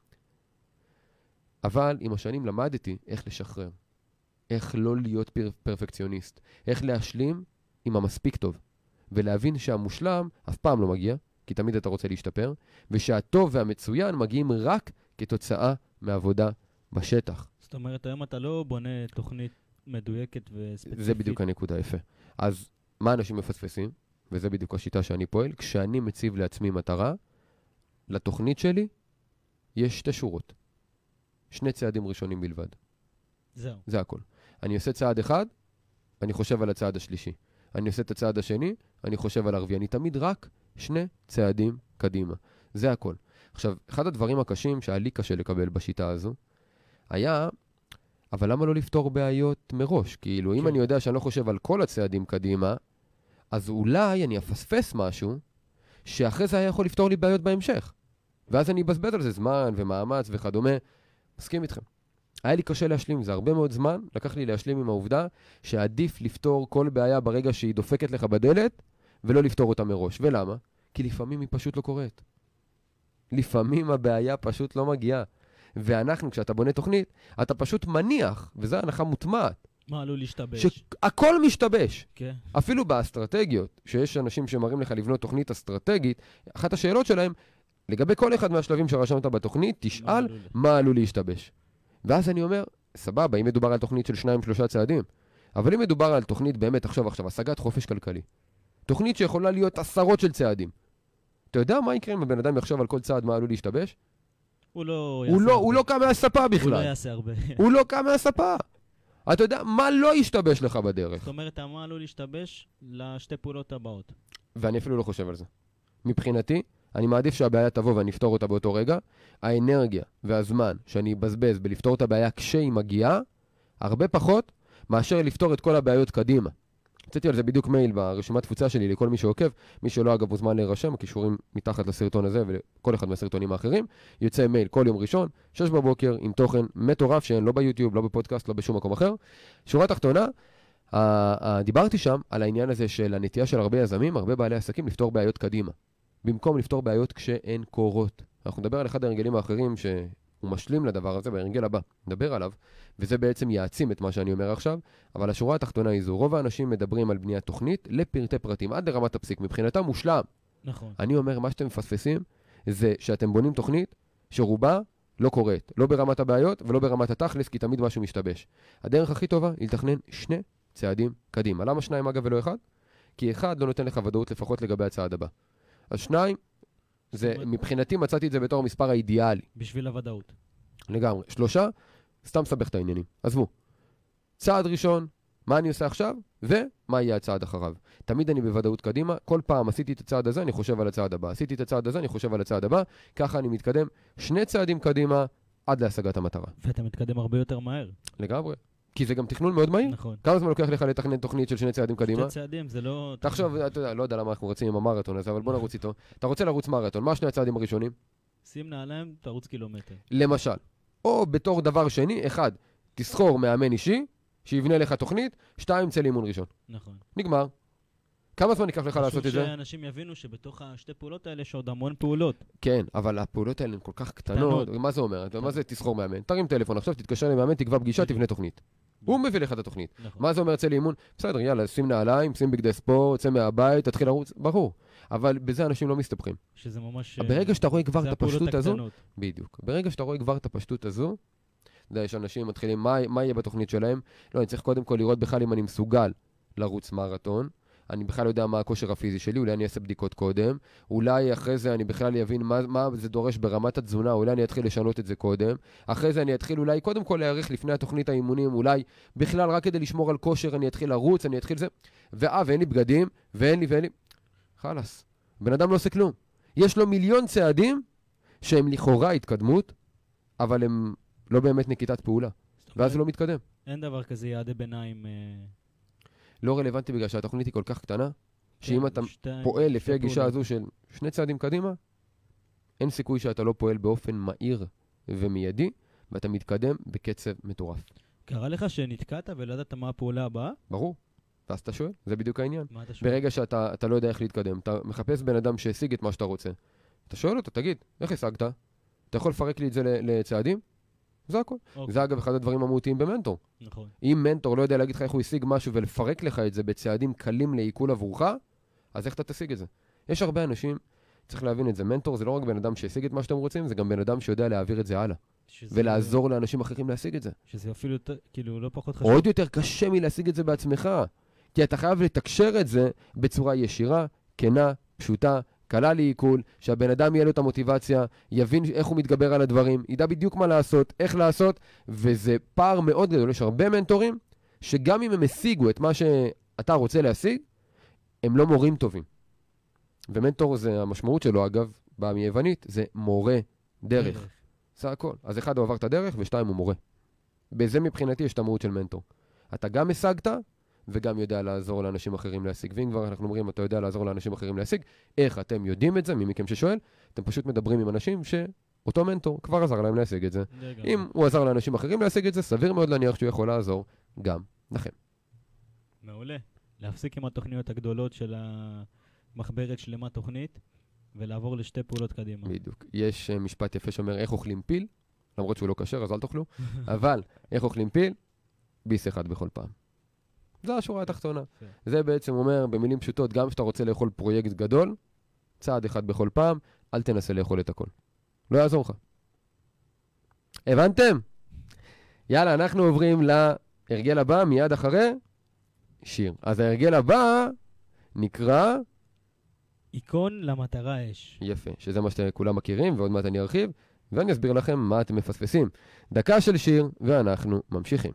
אבל עם השנים למדתי איך לשחרר, איך לא להיות פרפקציוניסט, איך להשלים עם המספיק טוב, ולהבין שהמושלם אף פעם לא מגיע, כי תמיד אתה רוצה להשתפר, ושהטוב והמצוין מגיעים רק כתוצאה מעבודה בשטח. זאת אומרת, היום אתה לא בונה תוכנית מדויקת וספציפית. זה בדיוק הנקודה, יפה. אז מה אנשים מפספסים? וזה בדיוק השיטה שאני פועל. כשאני מציב לעצמי מטרה, לתוכנית שלי יש 2 שורות. 2 צעדים ראשונים בלבד. זהו. זה הכל. אני עושה צעד אחד, אני חושב על הצעד השלישי. אני עושה את הצעד השני, אני חושב על הרביעי. אני תמיד רק 2 צעדים קדימה. זה הכל. עכשיו, אחד הדברים הקשים שהיה לי קשה לקבל בשיטה הזו, היה, אבל למה לא לפתור בעיות מראש? כאילו, אם אני יודע שאני לא חושב על כל הצעדים קדימה, אז אולי אני אפספס משהו, שאחרי זה היה יכול לפתור לי בעיות בהמשך. ואז אני אבזבז על זה זמן ומאמץ וכדומה. מסכים איתכם. היה לי קשה להשלים עם זה. הרבה מאוד זמן לקח לי להשלים עם העובדה שעדיף לפתור כל בעיה ברגע שהיא דופקת לך בדלת, ולא לפתור אותה מראש. ולמה? כי לפעמים היא פשוט לא קורית. לפעמים הבעיה פשוט לא מגיעה. ואנחנו, כשאתה בונה תוכנית, אתה פשוט מניח, וזו הנחה מוטמעת. מה עלול להשתבש? שהכל משתבש. כן. אפילו באסטרטגיות, שיש אנשים שמראים לך לבנות תוכנית אסטרטגית, אחת השאלות שלהם, לגבי כל אחד מהשלבים שרשמת בתוכנית, תשאל מה עלול להשתבש. ואז אני אומר, סבבה, אם מדובר על תוכנית של 2-3 צעדים, אבל אם מדובר על תוכנית באמת עכשיו, השגת חופש כלכלי, תוכנית שיכולה להיות 10 של צעדים, אתה יודע מה יקרה אם הבן אדם יחשוב על כל צעד מה עלול להשתבש? הוא לא קם מהספה בכלל. הוא לא יעשה הרבה. הוא לא קם מהספה. אתה יודע מה לא ישתבש לך בדרך. זאת אומרת, מה עלול להשתבש לשתי פעולות הבאות. ואני אפילו לא חושב על זה. מבחינתי, אני מעדיף שהבעיה תבוא ואני אפתור אותה באותו רגע. האנרגיה והזמן שאני אבזבז בלפתור את הבעיה כשהיא מגיעה, הרבה פחות מאשר לפתור את כל הבעיות קדימה. הוצאתי על זה בדיוק מייל ברשימת תפוצה שלי לכל מי שעוקב. מי שלא אגב מוזמן להירשם, הקישורים מתחת לסרטון הזה וכל אחד מהסרטונים האחרים. יוצא מייל כל יום ראשון, 6 בבוקר, עם תוכן מטורף שאין לא ביוטיוב, לא בפודקאסט, לא בשום מקום אחר. שורה תחתונה, דיברתי שם על העניין הזה של הנטייה של הרבה יזמים, הרבה בעלי עסקים לפתור בעיות קדימה. במקום לפתור בעיות כשאין קורות. אנחנו נדבר על אחד ההרגלים האחרים שהוא משלים לדבר הזה, בהרגל הבא נדבר עליו, וזה בעצם יעצים את מה שאני אומר עכשיו, אבל השורה התחתונה היא זו, רוב האנשים מדברים על בניית תוכנית לפרטי פרטים, עד לרמת הפסיק, מבחינתם מושלם. נכון. אני אומר, מה שאתם מפספסים, זה שאתם בונים תוכנית שרובה לא קורית, לא ברמת הבעיות ולא ברמת התכלס, כי תמיד משהו משתבש. הדרך הכי טובה היא לתכנן 2 צעדים קדימה. למה 2 אגב ולא 1? כי 1 לא נותן לך ודאות לפחות לגבי הצעד הבא. אז 2, זה, מבחינתי מצאתי את זה בתור המספר האידיאלי. בשביל הוודאות. לגמרי. 3, סתם סבך את העניינים. עזבו. צעד ראשון, מה אני עושה עכשיו, ומה יהיה הצעד אחריו. תמיד אני בוודאות קדימה, כל פעם עשיתי את הצעד הזה, אני חושב על הצעד הבא. עשיתי את הצעד הזה, אני חושב על הצעד הבא. ככה אני מתקדם 2 צעדים קדימה עד להשגת המטרה. ואתה מתקדם הרבה יותר מהר. לגמרי. כי זה גם תכנון מאוד מהיר. נכון. כמה זמן לוקח לך לתכנן תוכנית של 2 צעדים קדימה? 2 צעדים, זה לא... תחשוב, אתה יודע, לא יודע למה אנחנו רצים עם המרתון הזה, אבל בוא נרוץ איתו. אתה רוצה לרוץ מרתון, מה 2 הצעדים הראשונים? שים נעליים, תרוץ קילומטר. למשל. או בתור דבר שני, 1, תסחור מאמן אישי, שיבנה לך תוכנית, 2, צא לאימון ראשון. נכון. נגמר. כמה זמן ייקח לך לעשות את זה? חשוב שאנשים יבינו שבתוך השתי פעולות האלה יש עוד המון פעולות. כן, אבל הפעולות האלה הן כל כך קטנות. מה זה אומר? מה זה תסחור מאמן? תרים טלפון, עכשיו תתקשר למאמן, תקבע פגישה, תבנה תוכנית. הוא מביא לך את התוכנית. מה זה אומר אצל אימון? בסדר, יאללה, שים נעליים, שים בגדי ספורט, צא מהבית, תתחיל לרוץ, ברור. אבל בזה אנשים לא מסתבכים. שזה ממש... ברגע שאתה רואה כבר את הפשטות הזו, הקטנות. בדיוק. ברגע שאתה רואה כבר את הפשטות הזו, יש אנשים מתחילים, מה יהיה בתוכנית שלהם? לא, אני צריך קודם כל לראות בכלל אם אני מסוגל לרוץ מרתון. אני בכלל לא יודע מה הכושר הפיזי שלי, אולי אני אעשה בדיקות קודם, אולי אחרי זה אני בכלל אבין מה זה דורש ברמת התזונה, אולי אני אתחיל לשנות את זה קודם, אחרי זה אני אתחיל אולי קודם כל להעריך לפני התוכנית האימונים, אולי בכלל רק כדי לשמור על כושר אני אתחיל לרוץ, אני אתחיל זה, ואין לי בגדים, ואין לי, חלס, בן אדם לא עושה כלום. יש לו מיליון צעדים שהם לכאורה התקדמות, אבל הם לא באמת נקיטת פעולה, ואז הוא לא מתקדם. אין דבר כזה יעדי ביניים... לא רלוונטי בגלל שהתוכנית היא כל כך קטנה, שאם אתה פועל לפי הגישה הזו של 2 צעדים קדימה, אין סיכוי שאתה לא פועל באופן מהיר ומיידי, ואתה מתקדם בקצב מטורף. קרה לך שנתקעת ולא ידעת מה הפעולה הבאה? ברור. ואז אתה שואל, זה בדיוק העניין. מה אתה שואל? ברגע שאתה לא יודע איך להתקדם, אתה מחפש בן אדם שהשיג את מה שאתה רוצה. אתה שואל אותו, תגיד, איך השגת? אתה יכול לפרק לי את זה לצעדים? זה הכל. זה אגב אחד הדברים המהותיים במנטור. נכון. אם מנטור לא יודע להגיד לך איך הוא השיג משהו ולפרק לך את זה בצעדים קלים לעיכול עבורך, אז איך אתה תשיג את זה? יש הרבה אנשים, צריך להבין את זה, מנטור זה לא רק בן אדם שהשיג את מה שאתם רוצים, זה גם בן אדם שיודע להעביר את זה הלאה. ולעזור לאנשים אחרים להשיג את זה. שזה אפילו כאילו לא פחות חשוב. עוד יותר קשה מלהשיג את זה בעצמך, כי אתה חייב לתקשר את זה בצורה ישירה, כנה, פשוטה, קלה לעיכול, שהבן אדם יהיה לו את המוטיבציה, יבין איך הוא מתגבר על הדברים, ידע בדיוק מה לעשות, איך לעשות, וזה פער מאוד גדול. יש הרבה מנטורים, שגם אם הם השיגו את מה שאתה רוצה להשיג, הם לא מורים טובים. ומנטור זה, המשמעות שלו אגב, באה מיוונית, זה מורה דרך. זה הכל. אז אחד הוא עבר את הדרך, ושתיים הוא מורה. בזה מבחינתי יש את המהות של מנטור. אתה גם השגת, וגם יודע לעזור לאנשים אחרים להשיג. ואם כבר אנחנו אומרים, אתה יודע לעזור לאנשים אחרים להשיג, איך אתם יודעים את זה, מי מכם ששואל, אתם פשוט מדברים עם אנשים שאותו מנטור כבר עזר להם להשיג את זה. אם הוא עזר לאנשים אחרים להשיג את זה, סביר מאוד להניח שהוא יכול לעזור גם לכם. מעולה. להפסיק עם התוכניות הגדולות של המחברת שלמה תוכנית, ולעבור לשתי פעולות קדימה. בדיוק. יש משפט יפה שאומר, איך אוכלים פיל? למרות שהוא לא קשר, אז אל תאכלו. אבל, איך אוכלים פיל? ביס אחד בכל פעם. זו השורה התחתונה. זה בעצם אומר, במילים פשוטות, גם שאתה רוצה לאכול פרויקט גדול, צעד אחד בכל פעם, אל תנסה לאכול את הכל. לא יעזור לך. הבנתם? יאללה, אנחנו עוברים להרגל הבא, מיד אחרי שיר. אז ההרגל הבא נקרא... איקון למטרה אש. יפה, שזה מה שכולם מכירים, ועוד מעט אני ארחיב, ואני אסביר לכם מה אתם מפספסים. דקה של שיר, ואנחנו ממשיכים.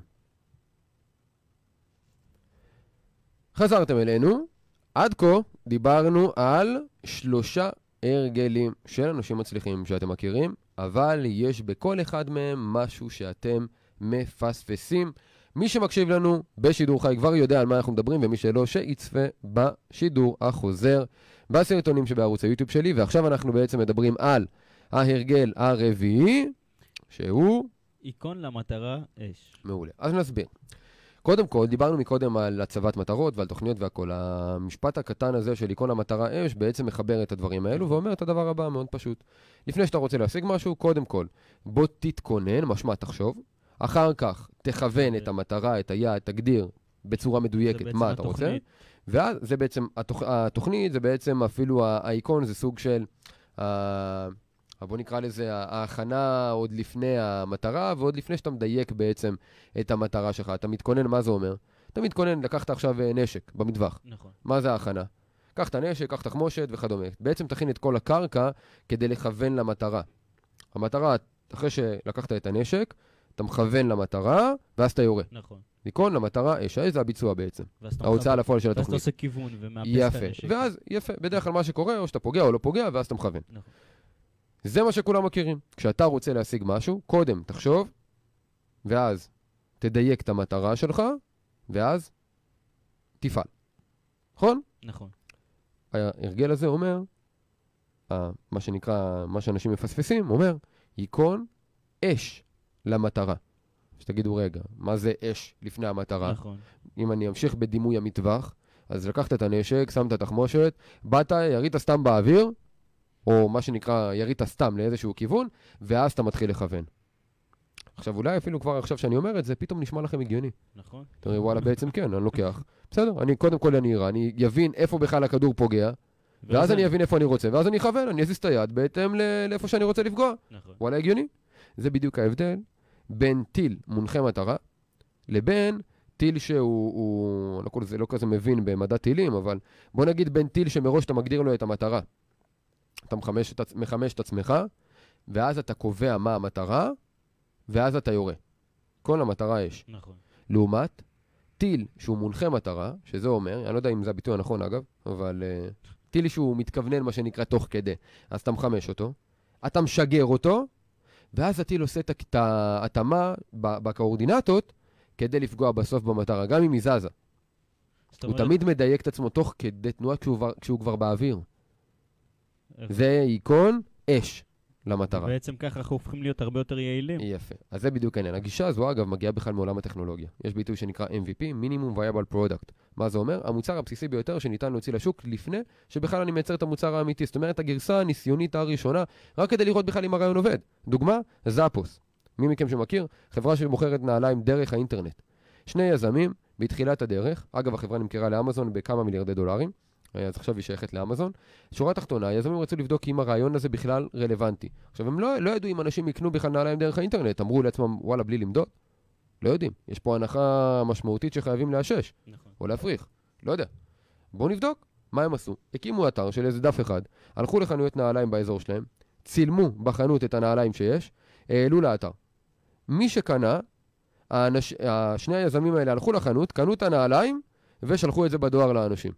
חזרתם אלינו, עד כה דיברנו על 3 הרגלים של אנשים מצליחים שאתם מכירים, אבל יש בכל אחד מהם משהו שאתם מפספסים. מי שמקשיב לנו בשידור חי כבר יודע על מה אנחנו מדברים, ומי שלא שיצפה בשידור החוזר בסרטונים שבערוץ היוטיוב שלי, ועכשיו אנחנו בעצם מדברים על ההרגל הרביעי, שהוא... איקון למטרה אש. מעולה. אז נסביר. קודם כל, דיברנו מקודם על הצבת מטרות ועל תוכניות והכל. המשפט הקטן הזה של איקון המטרה אש בעצם מחבר את הדברים האלו ואומר את הדבר הבא מאוד פשוט. לפני שאתה רוצה להשיג משהו, קודם כל, בוא תתכונן, משמע תחשוב, אחר כך תכוון את המטרה, את היעד, תגדיר בצורה מדויקת מה אתה רוצה. ואז זה בעצם, התוכנית זה בעצם אפילו האיקון, זה סוג של, בוא נקרא לזה, ההכנה עוד לפני המטרה, ועוד לפני שאתה מדייק בעצם את המטרה שלך. אתה מתכונן, מה זה אומר? אתה מתכונן, לקחת עכשיו נשק במטווח. נכון. מה זה ההכנה? קח את הנשק, קח תחמושת וכדומה. בעצם תכין את כל הקרקע כדי לכוון למטרה. המטרה, אחרי שלקחת את הנשק, אתה מכוון למטרה, ואז אתה יורה. נכון. איקון למטרה אש, זה הביצוע בעצם. ההוצאה לפועל של התוכנית. ואז אתה עושה כיוון ומאפס את הנשק. יפה, ואז יפה. בדרך כלל מה שקורה, או שאתה פוגע או לא פוגע, ואז אתה מכוון. נכון. זה מה שכולם מכירים. כשאתה רוצה להשיג משהו, קודם תחשוב, ואז תדייק את המטרה שלך, ואז תפעל. נכון? נכון. ההרגל הזה אומר, מה שנקרא, מה שאנשים מפספסים, אומר, איקון אש למטרה. שתגידו רגע, מה זה אש לפני המטרה? נכון. אם אני אמשיך בדימוי המטווח, אז לקחת את הנשק, שמת תחמושת, באת, ירית סתם באוויר, או מה שנקרא, ירית סתם לאיזשהו כיוון, ואז אתה מתחיל לכוון. עכשיו, אולי אפילו כבר עכשיו שאני אומר את זה, פתאום נשמע לכם הגיוני. נכון. אתה אומר, וואלה, בעצם כן, אני לוקח. בסדר, קודם כל אני אראה, אני אבין איפה בכלל הכדור פוגע, ואז אני אבין איפה אני רוצה, ואז אני אכוון, אני אזיז את היד בהתאם לאיפה שאני רוצה לפגוע. נכון. וואלה, הגיוני. זה בדיוק ההבדל בין טיל מונחה מטרה, לבין טיל שהוא, לא כזה מבין במדע טילים, אבל בוא נגיד בין טיל שמראש אתה מגדיר לו את המטרה. אתה מחמש את עצמך, ואז אתה קובע מה המטרה, ואז אתה יורה. כל המטרה יש. נכון. לעומת טיל שהוא מונחה מטרה, שזה אומר, אני לא יודע אם זה הביטוי הנכון אגב, אבל טיל שהוא מתכוונן מה שנקרא תוך כדי. אז אתה מחמש אותו, אתה משגר אותו, ואז הטיל עושה את ההתאמה בקואורדינטות, כדי לפגוע בסוף במטרה, גם אם היא זזה. הוא תמיד מדייק את עצמו תוך כדי תנועה כשהוא כבר באוויר. זה איקון אש למטרה. בעצם ככה אנחנו הופכים להיות הרבה יותר יעילים. יפה. אז זה בדיוק העניין. הגישה הזו, אגב, מגיעה בכלל מעולם הטכנולוגיה. יש ביטוי שנקרא MVP, Minimum Viable Product. מה זה אומר? המוצר הבסיסי ביותר שניתן להוציא לשוק לפני שבכלל אני מייצר את המוצר האמיתי. זאת אומרת, הגרסה הניסיונית הראשונה, רק כדי לראות בכלל אם הרעיון עובד. דוגמה, זאפוס. מי מכם שמכיר? חברה שמוכרת נעליים דרך האינטרנט. שני יזמים, בתחילת הדרך, אגב, החברה נמכרה לאמזון בכמה מיליארדי דולרים, אז עכשיו היא שייכת לאמזון. שורה תחתונה, יזמים רצו לבדוק אם הרעיון הזה בכלל רלוונטי. עכשיו, הם לא ידעו אם אנשים יקנו בכלל נעליים דרך האינטרנט, אמרו לעצמם, וואלה, בלי למדוד. לא יודעים. יש פה הנחה משמעותית שחייבים לאשש, נכון. או להפריך. לא יודע. בואו נבדוק מה הם עשו. הקימו אתר של איזה דף אחד, הלכו לחנויות נעליים באזור שלהם, צילמו בחנות את הנעליים שיש, העלו לאתר. מי שקנה, שני היזמים האלה הלכו לחנות, קנו את הנעליים, ושלחו את זה בדואר לאנשים.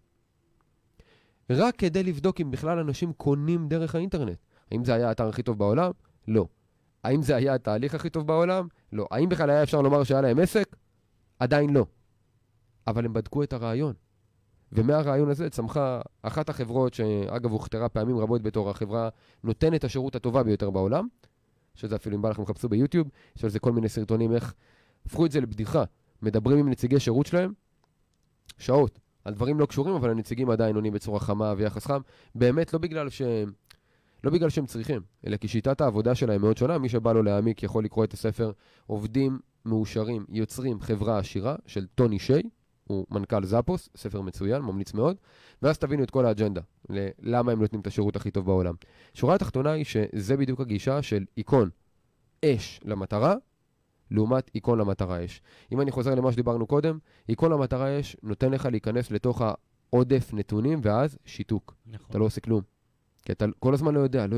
רק כדי לבדוק אם בכלל אנשים קונים דרך האינטרנט. האם זה היה האתר הכי טוב בעולם? לא. האם זה היה התהליך הכי טוב בעולם? לא. האם בכלל היה אפשר לומר שהיה להם עסק? עדיין לא. אבל הם בדקו את הרעיון. ומהרעיון הזה צמחה אחת החברות שאגב הוכתרה פעמים רבות בתור החברה נותנת השירות הטובה ביותר בעולם, שזה אפילו אם בא לכם חפשו ביוטיוב, יש על זה כל מיני סרטונים איך הפכו את זה לבדיחה. מדברים עם נציגי שירות שלהם, שעות. על דברים לא קשורים, אבל הנציגים עדיין עונים בצורה חמה ויחס חם. באמת לא בגלל שהם צריכים, אלא כי שיטת העבודה שלהם מאוד שונה. מי שבא לו להעמיק יכול לקרוא את הספר עובדים מאושרים, יוצרים חברה עשירה של טוני שי, הוא מנכ"ל זאפוס, ספר מצוין, ממליץ מאוד, ואז תבינו את כל האג'נדה, למה הם נותנים את השירות הכי טוב בעולם. שורה התחתונה היא שזה בדיוק הגישה של איקון אש למטרה, לעומת איקון למטרה אש. אם אני חוזר למה שדיברנו קודם, איקון למטרה אש נותן לך להיכנס לתוך העודף נתונים, ואז שיתוק. נכון. אתה לא עושה כלום. כי אתה כל הזמן לא יודע.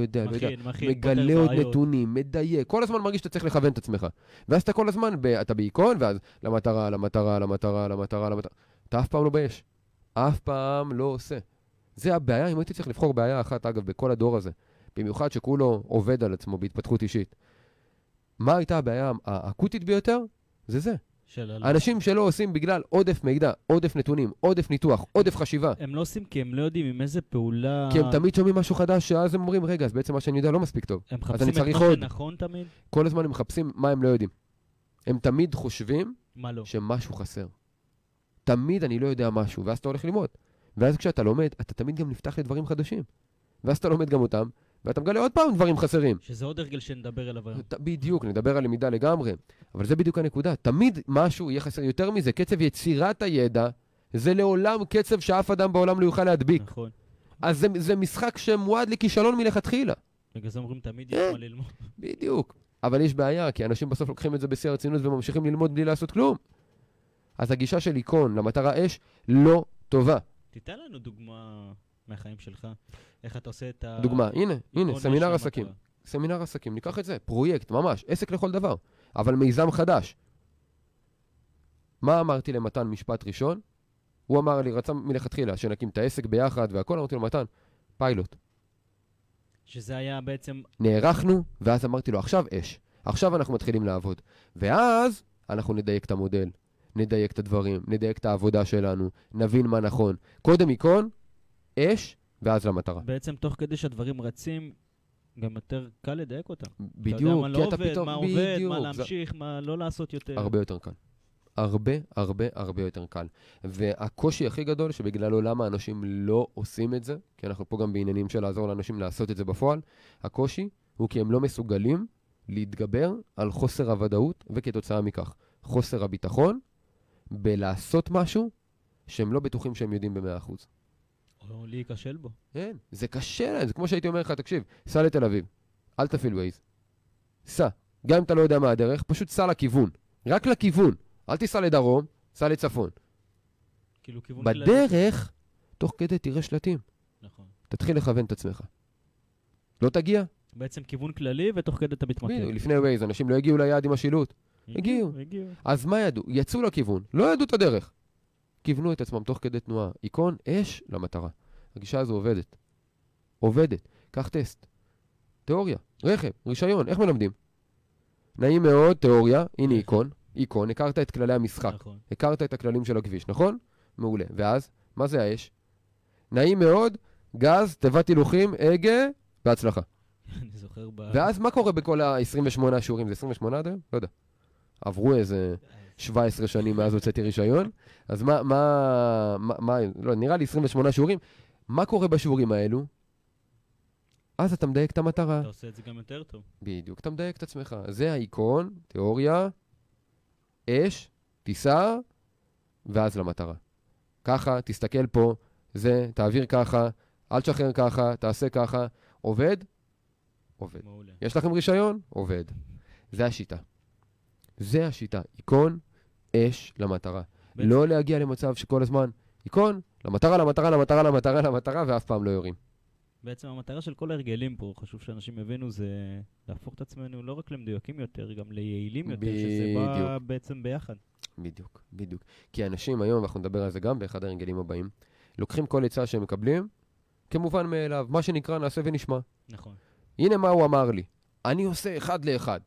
מגלה עוד נתונים, מדייק. כל הזמן מרגיש שאתה צריך לכוון את עצמך. ואז אתה כל הזמן, אתה באיקון, ואז למטרה. אתה אף פעם לא באש. אף פעם לא עושה. זה הבעיה, אם הייתי צריך לבחור בעיה אחת, אגב, בכל הדור הזה. במיוחד שכולו עובד על עצמו בהתפתחות אישית. מה הייתה הבעיה האקוטית ביותר? זה. אנשים שלא עושים בגלל עודף מידע, עודף נתונים, עודף ניתוח, עודף חשיבה. הם לא עושים כי הם לא יודעים עם איזה פעולה... כי הם תמיד שומעים משהו חדש, שאז הם אומרים, רגע, אז בעצם מה שאני יודע לא מספיק טוב. הם מחפשים את מה שנכון תמיד? כל הזמן הם מחפשים מה הם לא יודעים. הם תמיד חושבים לא? שמשהו חסר. תמיד אני לא יודע משהו, ואז אתה הולך ללמוד. ואז כשאתה לומד, אתה תמיד גם נפתח לדברים חדשים. ואז אתה לומד גם אותם, ואתה מגלה עוד פעם דברים חסרים. שזה עוד הרגל שנדבר אליו היום. בדיוק, נדבר על למידה לגמרי. אבל זה בדיוק הנקודה. תמיד משהו יהיה חסר יותר מזה. קצב יצירת הידע, זה לעולם קצב שאף אדם בעולם לא יוכל להדביק. נכון. אז זה משחק שמועד לכישלון מלכתחילה. בגלל זה אומרים, תמיד יש מה ללמוד. בדיוק. אבל יש בעיה, כי אנשים בסוף לוקחים את זה בשיא הרצינות וממשיכים ללמוד בלי לעשות כלום. אז הגישה של איקון למטרה אש לא טובה. תיתן לנו דוגמה מהחיים שלך. איך אתה עושה את ה... דוגמה, הנה, סמינר עסקים. סמינר עסקים, ניקח את זה, פרויקט, ממש, עסק לכל דבר, אבל מיזם חדש. מה אמרתי למתן משפט ראשון? הוא אמר לי, רצה מלכתחילה, שנקים את העסק ביחד והכל, אמרתי לו, מתן, פיילוט. שזה היה בעצם... נערכנו, ואז אמרתי לו, עכשיו אש. עכשיו אנחנו מתחילים לעבוד. ואז אנחנו נדייק את המודל, נדייק את הדברים, נדייק את העבודה שלנו, נבין מה נכון. קודם איקון, אש, ואז למטרה. בעצם תוך כדי שהדברים רצים, גם יותר קל לדייק אותם. בדיוק, אתה יודע מה לא עובד, מה עובד, מה להמשיך, מה לא לעשות יותר. הרבה יותר קל. הרבה, הרבה, הרבה יותר קל. והקושי הכי גדול שבגללו למה אנשים לא עושים את זה, כי אנחנו פה גם בעניינים של לעזור לאנשים לעשות את זה בפועל, הקושי הוא כי הם לא מסוגלים להתגבר על חוסר הוודאות, וכתוצאה מכך חוסר הביטחון, בלעשות משהו שהם לא בטוחים שהם יודעים ב100%. או להיכשל בו. אין, זה קשה להם, זה כמו שהייתי אומר לך, תקשיב, סע לתל אביב, אל תפעיל ווייז. סע, גם אם אתה לא יודע מה הדרך, פשוט סע לכיוון, רק לכיוון. אל תיסע לדרום, סע לצפון. כאילו כיוון כללי. בדרך, תוך כדי תראה שלטים. נכון. תתחיל לכוון את עצמך. לא תגיע? בעצם כיוון כללי ותוך כדי אתה מתמקד. בדיוק, לפני ווייז, אנשים לא הגיעו ליעד עם השילוט. הגיעו. אז מה ידעו? יצאו לכיוון, לא ידעו את הדרך. כיוונו את עצמם תוך כדי תנועה. איקון, אש למטרה. הגישה הזו עובדת. עובדת. קח טסט. תיאוריה, רכב, רישיון, איך מלמדים? נעים מאוד, תיאוריה, הנה איקון. איקון, הכרת את כללי המשחק. נכון. הכרת את הכללים של הכביש, נכון? מעולה. ואז, מה זה האש? נעים מאוד, גז, תיבת הילוכים, הגה, בהצלחה. אני זוכר ואז מה קורה בכל ה-28 השיעורים? זה 28 עד היום? לא יודע. עברו איזה 17 שנים מאז הוצאתי רישיון, אז לא, נראה לי 28 שיעורים. מה קורה בשיעורים האלו? אז אתה מדייק את המטרה. אתה עושה את זה גם יותר טוב. בדיוק, אתה מדייק את עצמך. זה האיקון, תיאוריה, אש, טיסה, ואז למטרה. ככה, תסתכל פה, זה, תעביר ככה, אל תשחרר ככה, תעשה ככה. עובד? עובד. מעולה. יש לכם רישיון? עובד. זה השיטה. זה השיטה. איקון, אש, למטרה. לא להגיע למצב שכל הזמן, איקון, למטרה, למטרה, למטרה, למטרה, למטרה, ואף פעם לא יורים. בעצם המטרה של כל ההרגלים פה, חשוב שאנשים יבינו, זה להפוך את עצמנו לא רק למדויקים יותר, גם ליעילים יותר, שזה בא בעצם ביחד. בדיוק, בדיוק. כי אנשים היום, ואנחנו נדבר על זה גם באחד ההרגלים הבאים, לוקחים כל עצה שהם מקבלים, כמובן מאליו, מה שנקרא נעשה ונשמע. נכון. הנה מה הוא אמר לי, אני עושה אחד לאחד.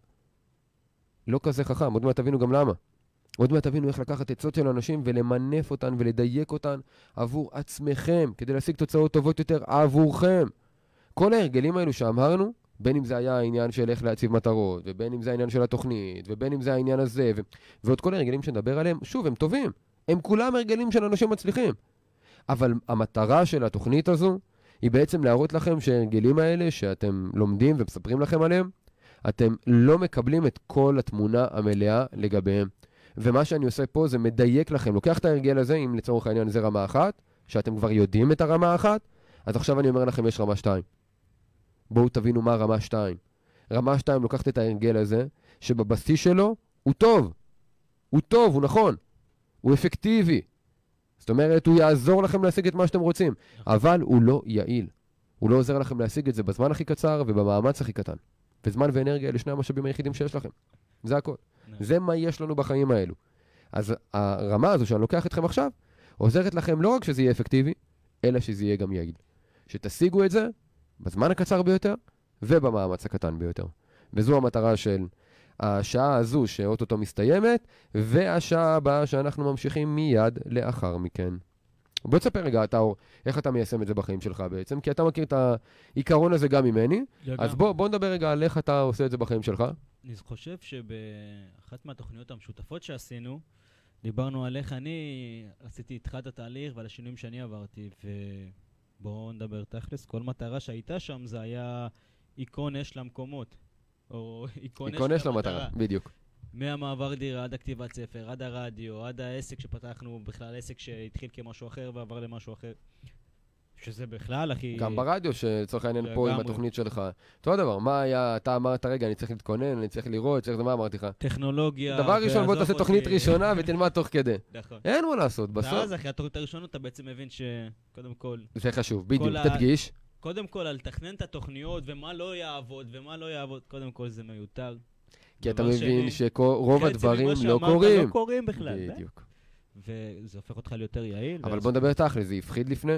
לא כזה חכם, עוד מעט תבינו גם למה. עוד מעט תבינו איך לקחת עצות של אנשים ולמנף אותן ולדייק אותן עבור עצמכם, כדי להשיג תוצאות טובות יותר עבורכם. כל ההרגלים האלו שאמרנו, בין אם זה היה העניין של איך להציב מטרות, ובין אם זה העניין של התוכנית, ובין אם זה העניין הזה, ועוד כל ההרגלים שנדבר עליהם, שוב, הם טובים. הם כולם הרגלים של אנשים מצליחים. אבל המטרה של התוכנית הזו, היא בעצם להראות לכם שההרגלים האלה שאתם לומדים ומספרים לכם עליהם, אתם לא מקבלים את כל התמונה המלאה לגביהם. ומה שאני עושה פה זה מדייק לכם. לוקח את ההרגל הזה, אם לצורך העניין זה רמה 1, שאתם כבר יודעים את הרמה 1, אז עכשיו אני אומר לכם יש רמה 2. בואו תבינו מה רמה 2. רמה 2 לוקחת את ההרגל הזה, שבבסיס שלו הוא טוב. הוא טוב, הוא נכון. הוא אפקטיבי. זאת אומרת, הוא יעזור לכם להשיג את מה שאתם רוצים. אבל הוא לא יעיל. הוא לא עוזר לכם להשיג את זה בזמן הכי קצר ובמאמץ הכי קטן. וזמן ואנרגיה אלה שני המשאבים היחידים שיש לכם. זה הכל. זה מה יש לנו בחיים האלו. אז הרמה הזו שאני לוקח אתכם עכשיו, עוזרת לכם לא רק שזה יהיה אפקטיבי, אלא שזה יהיה גם יעיל. שתשיגו את זה בזמן הקצר ביותר ובמאמץ הקטן ביותר. וזו המטרה של השעה הזו שאוטוטו מסתיימת, והשעה הבאה שאנחנו ממשיכים מיד לאחר מכן. בוא תספר רגע, טאור, איך אתה מיישם את זה בחיים שלך בעצם, כי אתה מכיר את העיקרון הזה גם ממני, אז בוא נדבר רגע על איך אתה עושה את זה בחיים שלך. אני חושב שבאחת מהתוכניות המשותפות שעשינו, דיברנו על איך אני עשיתי איתך את התהליך ועל השינויים שאני עברתי, ובואו נדבר תכלס, כל מטרה שהייתה שם זה היה איקון אש למקומות, או איקון אש למטרה, בדיוק. מהמעבר דירה עד הכתיבת ספר, עד הרדיו, עד העסק שפתחנו, בכלל עסק שהתחיל כמשהו אחר ועבר למשהו אחר. שזה בכלל, אחי... גם ברדיו, שצריך העניין פה עם התוכנית שלך. אותו דבר, מה היה, אתה אמרת, רגע, אני צריך להתכונן, אני צריך לראות, מה אמרתי לך? טכנולוגיה... דבר ראשון, בוא תעשה תוכנית ראשונה ותלמד תוך כדי. נכון. אין מה לעשות, בסוף. ואז אחרי התוכנית הראשונה אתה בעצם מבין שקודם כל... זה חשוב, בדיוק, תדגיש. קודם כל, על תכנן את התוכניות ומה לא יעבוד ומה לא יעבוד, קודם כל זה מיותר. כי אתה מבין שרוב הדברים לא קורים. לא קורים בכלל. בדיוק. וזה הופך אותך ליותר יעיל. אבל בוא נדבר תכל'ס, זה יפחיד לפני?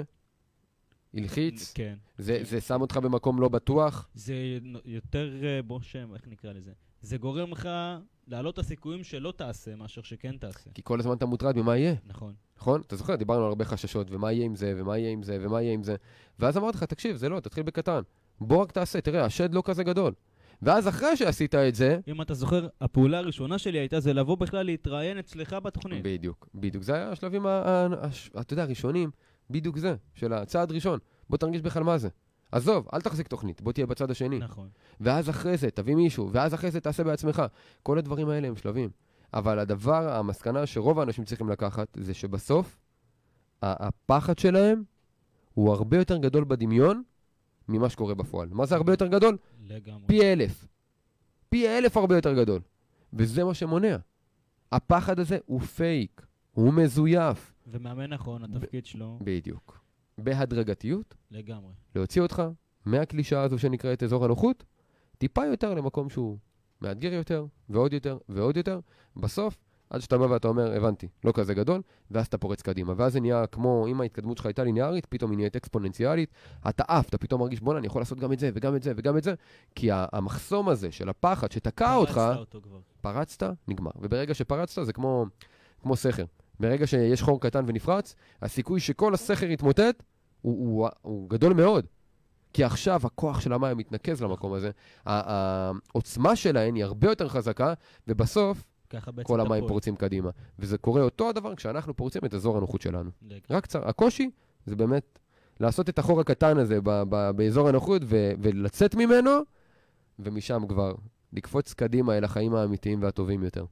ילחיץ? כן. זה שם אותך במקום לא בטוח? זה יותר, איך נקרא לזה? זה גורם לך להעלות את הסיכויים שלא תעשה, מאשר שכן תעשה. כי כל הזמן אתה מוטרד ממה יהיה. נכון. נכון? אתה זוכר, דיברנו על הרבה חששות, ומה יהיה עם זה, ומה יהיה עם זה, ומה יהיה עם זה. ואז אמרתי לך, תקשיב, זה לא, תתחיל בקטן. בוא רק תעשה, תראה, השד לא כזה גדול. ואז אחרי שעשית את זה... אם אתה זוכר, הפעולה הראשונה שלי הייתה זה לבוא בכלל להתראיין אצלך בתוכנית. בדיוק. זה היה השלבים, אתה יודע, הראשונים, בדיוק זה, של הצעד ראשון. בוא תרגיש בכלל מה זה. עזוב, אל תחזיק תוכנית, בוא תהיה בצד השני. נכון. ואז אחרי זה, תביא מישהו, ואז אחרי זה תעשה בעצמך. כל הדברים האלה הם שלבים. אבל המסקנה שרוב האנשים צריכים לקחת, זה שבסוף, הפחד שלהם הוא הרבה יותר גדול בדמיון, ממה שקורה בפועל. מה זה הרבה יותר גדול? לגמרי. פי 1000. פי 1000 הרבה יותר גדול. וזה מה שמונע. הפחד הזה הוא פייק, הוא מזויף. ומאמן נכון, התפקיד שלו. בדיוק. בהדרגתיות, לגמרי. להוציא אותך מהקלישה הזו שנקראת אזור הנוחות, טיפה יותר למקום שהוא מאתגר יותר, ועוד יותר, ועוד יותר. בסוף, עד שאתה בא ואתה אומר, הבנתי, לא כזה גדול, ואז אתה פורץ קדימה. ואז זה נהיה כמו, אם ההתקדמות שלך הייתה ליניארית, פתאום היא נהיית אקספוננציאלית, אתה עף, אתה פתאום מרגיש, בונה, אני יכול לעשות גם את זה, וגם את זה, וגם את זה, כי המחסום הזה של הפחד שתקע אותך, פרצת, נגמר. וברגע שפרצת, זה כמו סכר. ברגע שיש חור קטן ונפרץ, הסיכוי שכל הסכר יתמוטט, הוא גדול מאוד. כי עכשיו הכוח של המים מתנקז למקום הזה, העוצמה שלהן היא הרבה יותר חזקה, ובסוף כל המים פורצים קדימה. וזה קורה אותו הדבר כשאנחנו פורצים את אזור הנוחות שלנו. רק הקושי זה באמת לעשות את החור הקטן הזה באזור הנוחות ולצאת ממנו, ומשם כבר לקפוץ קדימה אל החיים האמיתיים והטובים יותר.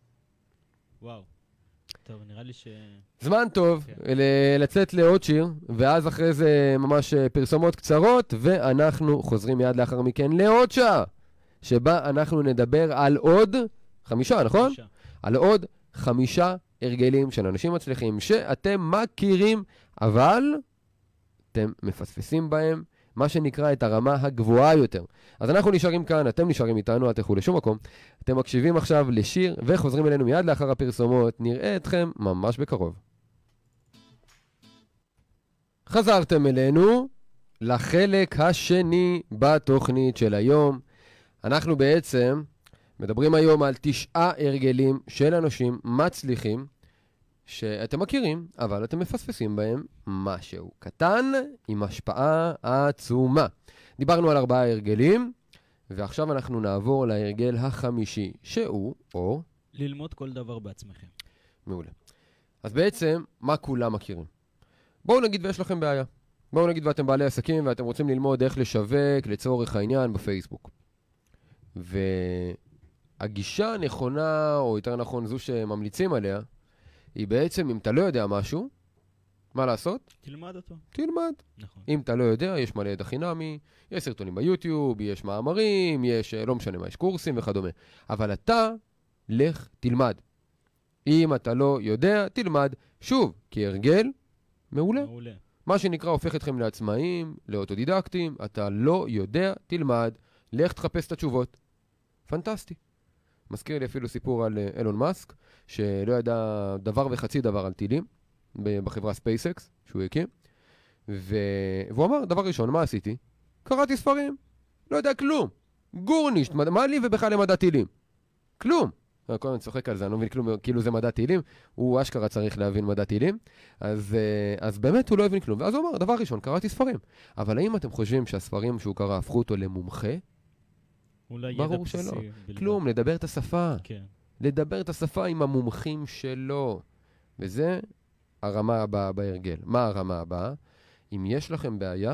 וואו. טוב, נראה לי זמן טוב לצאת לעוד שיר, ואז אחרי זה ממש פרסומות קצרות, ואנחנו חוזרים מיד לאחר מכן לעוד שעה, שבה אנחנו נדבר על עוד 5, נכון? 5. על עוד 5 הרגלים של אנשים מצליחים שאתם מכירים, אבל אתם מפספסים בהם, מה שנקרא את הרמה הגבוהה יותר. אז אנחנו נשארים כאן, אתם נשארים איתנו, אל תלכו לשום מקום. אתם מקשיבים עכשיו לשיר וחוזרים אלינו מיד לאחר הפרסומות. נראה אתכם ממש בקרוב. חזרתם אלינו לחלק השני בתוכנית של היום. אנחנו בעצם מדברים היום על 9 הרגלים של אנשים מצליחים שאתם מכירים, אבל אתם מפספסים בהם משהו קטן עם השפעה עצומה. דיברנו על 4 הרגלים, ועכשיו אנחנו נעבור להרגל החמישי, שהוא, או... ללמוד כל דבר בעצמכם. מעולה. אז בעצם, מה כולם מכירים? בואו נגיד ויש לכם בעיה. בואו נגיד ואתם בעלי עסקים ואתם רוצים ללמוד איך לשווק לצורך העניין בפייסבוק. והגישה הנכונה, או יותר נכון זו שממליצים עליה, היא בעצם, אם אתה לא יודע משהו, מה לעשות? תלמד אותו. תלמד. נכון. אם אתה לא יודע, יש מלא ידע חינמי, יש סרטונים ביוטיוב, יש מאמרים, יש, לא משנה מה, יש קורסים וכדומה. אבל אתה, לך, תלמד. אם אתה לא יודע, תלמד. שוב, כי הרגל, מעולה. מעולה. מה שנקרא הופך אתכם לעצמאים, לאוטודידקטים, אתה לא יודע, תלמד, לך תחפש את התשובות. פנטסטי. מזכיר לי אפילו סיפור על אילון מאסק, שלא ידע דבר וחצי דבר על טילים, בחברה ספייסקס, שהוא הקים, והוא אמר, דבר ראשון, מה עשיתי? קראתי ספרים, לא יודע כלום, גורנישט, מה לי ובכלל למדע טילים? כלום. כל הזמן צוחק על זה, אני לא מבין כלום, כאילו זה מדע טילים, הוא אשכרה צריך להבין מדע טילים, אז באמת הוא לא הבין כלום, ואז הוא אמר, דבר ראשון, קראתי ספרים, אבל האם אתם חושבים שהספרים שהוא קרא הפכו אותו למומחה? ברור שלא. כלום, לדבר את השפה. כן. לדבר את השפה עם המומחים שלו. וזה הרמה הבאה בהרגל. מה הרמה הבאה? אם יש לכם בעיה,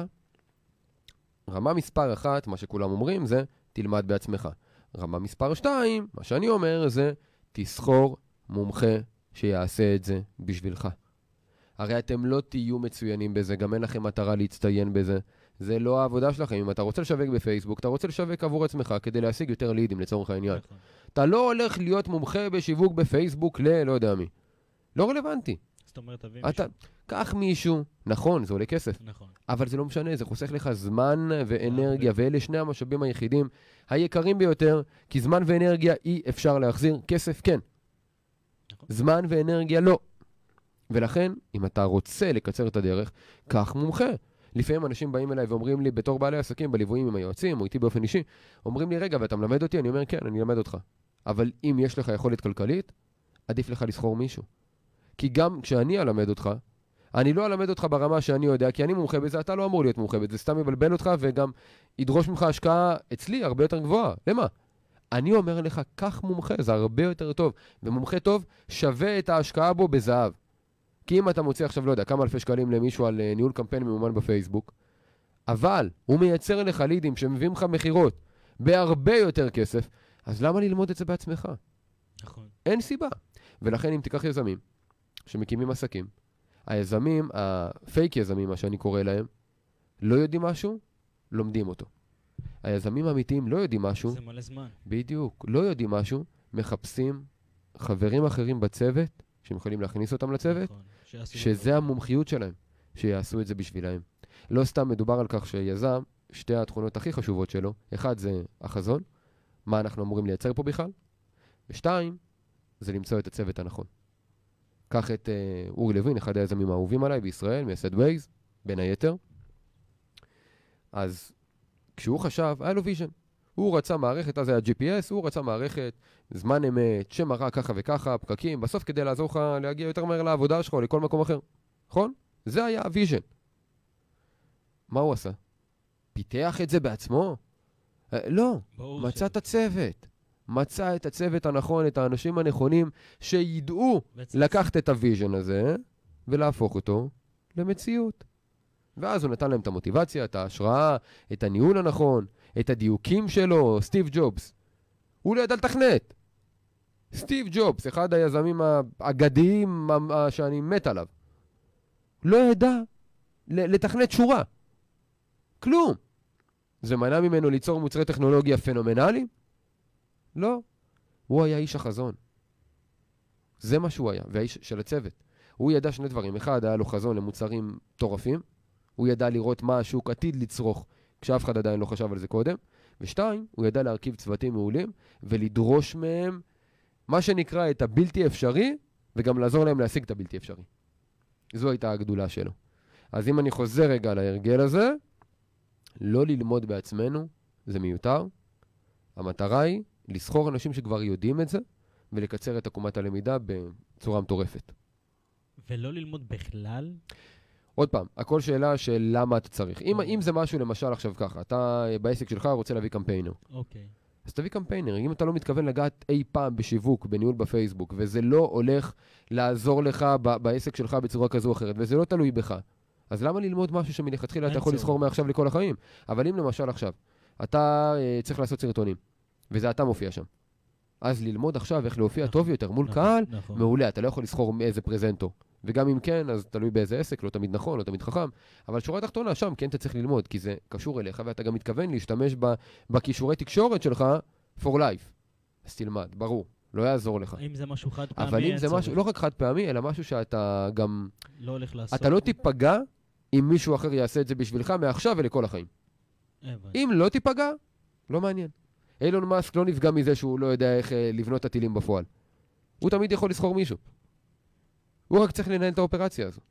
רמה מספר 1, מה שכולם אומרים, זה תלמד בעצמך. רמה מספר 2, מה שאני אומר, זה תסחור מומחה שיעשה את זה בשבילך. הרי אתם לא תהיו מצוינים בזה, גם אין לכם מטרה להצטיין בזה. זה לא העבודה שלכם. אם אתה רוצה לשווק בפייסבוק, אתה רוצה לשווק עבור עצמך כדי להשיג יותר לידים לצורך העניין. אתה לא הולך להיות מומחה בשיווק בפייסבוק לא יודע מי. לא רלוונטי. זאת אומרת, תביא מישהו. קח מישהו, נכון, זה עולה כסף. נכון. אבל זה לא משנה, זה חוסך לך זמן ואנרגיה, ואלה שני המשאבים היחידים היקרים ביותר, כי זמן ואנרגיה אי אפשר להחזיר, כסף כן. נכון. זמן ואנרגיה לא. ולכן, אם אתה רוצה לקצר את הדרך, קח מומחה. לפעמים אנשים באים אליי ואומרים לי, בתור בעלי עסקים, בליוויים עם היועצים, או איתי באופן אישי, אומרים לי, רגע, ואתה מלמד אותי? אני אומר, כן, אני אלמד אותך. אבל אם יש לך יכולת כלכלית, עדיף לך לסחור מישהו. כי גם כשאני אלמד אותך, אני לא אלמד אותך ברמה שאני יודע, כי אני מומחה בזה, אתה לא אמור להיות מומחה בזה, סתם יבלבל אותך וגם ידרוש ממך השקעה אצלי הרבה יותר גבוהה. למה? אני אומר לך, כך מומחה, זה הרבה יותר טוב, ומומחה טוב שווה את ההשקעה בו בזהב. כי אם אתה מוציא עכשיו, לא יודע, כמה אלפי שקלים למישהו על ניהול קמפיין ממומן בפייסבוק, אבל הוא מייצר לך לידים שמביאים לך מחירות בהרבה יותר כסף, אז למה ללמוד את זה בעצמך? נכון. אין סיבה. ולכן אם תיקח יזמים שמקימים עסקים, היזמים, הפייק יזמים, מה שאני קורא להם, לא יודעים משהו, לומדים אותו. היזמים האמיתיים לא יודעים משהו. זה מלא זמן. בדיוק. לא יודעים משהו, מחפשים חברים אחרים בצוות, שהם יכולים להכניס אותם לצוות, נכון. שזה המומחיות שלהם, שיעשו את זה בשבילהם. לא סתם מדובר על כך שיזם, שתי התכונות הכי חשובות שלו, אחד זה החזון, מה אנחנו אמורים לייצר פה בכלל, ושתיים, זה למצוא את הצוות הנכון. קח את אורי לוין, אחד היזמים האהובים עליי בישראל, מייסד ווייז, בין היתר. אז כשהוא חשב, היה לו ויז'ן. הוא רצה מערכת, אז היה GPS, הוא רצה מערכת, זמן אמת, שמראה ככה וככה, פקקים, בסוף כדי לעזור לך להגיע יותר מהר לעבודה שלך או לכל מקום אחר. נכון? זה היה הוויז'ן. מה הוא עשה? פיתח את זה בעצמו? לא, מצא את הצוות. מצא את הצוות הנכון, את האנשים הנכונים, שידעו לקחת את הוויז'ן הזה, ולהפוך אותו למציאות. ואז הוא נתן להם את המוטיבציה, את ההשראה, את הניהול הנכון, את הדיוקים שלו, סטיב ג'ובס. הוא לא ידע לתכנת. סטיב ג'ובס, אחד היזמים האגדיים שאני מת עליו. לא ידע לתכנת שורה. כלום. זה מנע ממנו ליצור מוצרי טכנולוגיה פנומנליים? לא. הוא היה איש החזון. זה מה שהוא היה, והאיש של הצוות. הוא ידע שני דברים. אחד, היה לו חזון למוצרים טורפים. הוא ידע לראות מה השוק עתיד לצרוך, כשאף אחד עדיין לא חשב על זה קודם. ושתיים, הוא ידע להרכיב צוותים מעולים, ולדרוש מהם מה שנקרא את הבלתי אפשרי, וגם לעזור להם להשיג את הבלתי אפשרי. זו הייתה הגדולה שלו. אז אם אני חוזר רגע להרגל הזה, לא ללמוד בעצמנו, זה מיותר. המטרה היא לסחור אנשים שכבר יודעים את זה, ולקצר את עקומת הלמידה בצורה מטורפת. ולא ללמוד בכלל? עוד פעם, הכל שאלה של למה אתה צריך. אם זה משהו למשל עכשיו ככה, אתה בעסק שלך רוצה להביא קמפיינר. אוקיי. אז תביא קמפיינר. אם אתה לא מתכוון לגעת אי פעם בשיווק, בניהול בפייסבוק, וזה לא הולך לעזור לך בעסק שלך בצורה כזו או אחרת, וזה לא תלוי בך, אז למה ללמוד משהו שמלכתחילה אתה יכול לסחור מעכשיו לכל החיים? אבל אם למשל עכשיו, אתה צריך לעשות סרטונים, וזה אתה מופיע שם. אז ללמוד עכשיו איך להופיע טוב יותר מול קהל, מעולה, אתה לא יכול לסחור מאיזה פרזנטור. וגם אם כן, אז תלוי באיזה עסק, לא תמיד נכון, לא תמיד חכם. אבל שורה תחתונה שם, כן אתה צריך ללמוד, כי זה קשור אליך, ואתה גם מתכוון להשתמש בכישורי תקשורת שלך for life. אז תלמד, ברור, לא יעזור לך. אם זה משהו חד פעמי, אבל אם זה משהו, לא רק חד פעמי, אלא משהו שאתה גם... לא הולך לעשות. אתה לא תיפגע אם מישהו אחר יעשה את זה בשבילך מעכשיו ולכל החיים. אם לא תיפגע, לא מעניין. אילון מאסק לא נפגע מזה שהוא לא יודע איך לבנות את הטילים בפועל. הוא תמיד יכול לסחור מישהו. הוא רק צריך לנהל את האופרציה הזו.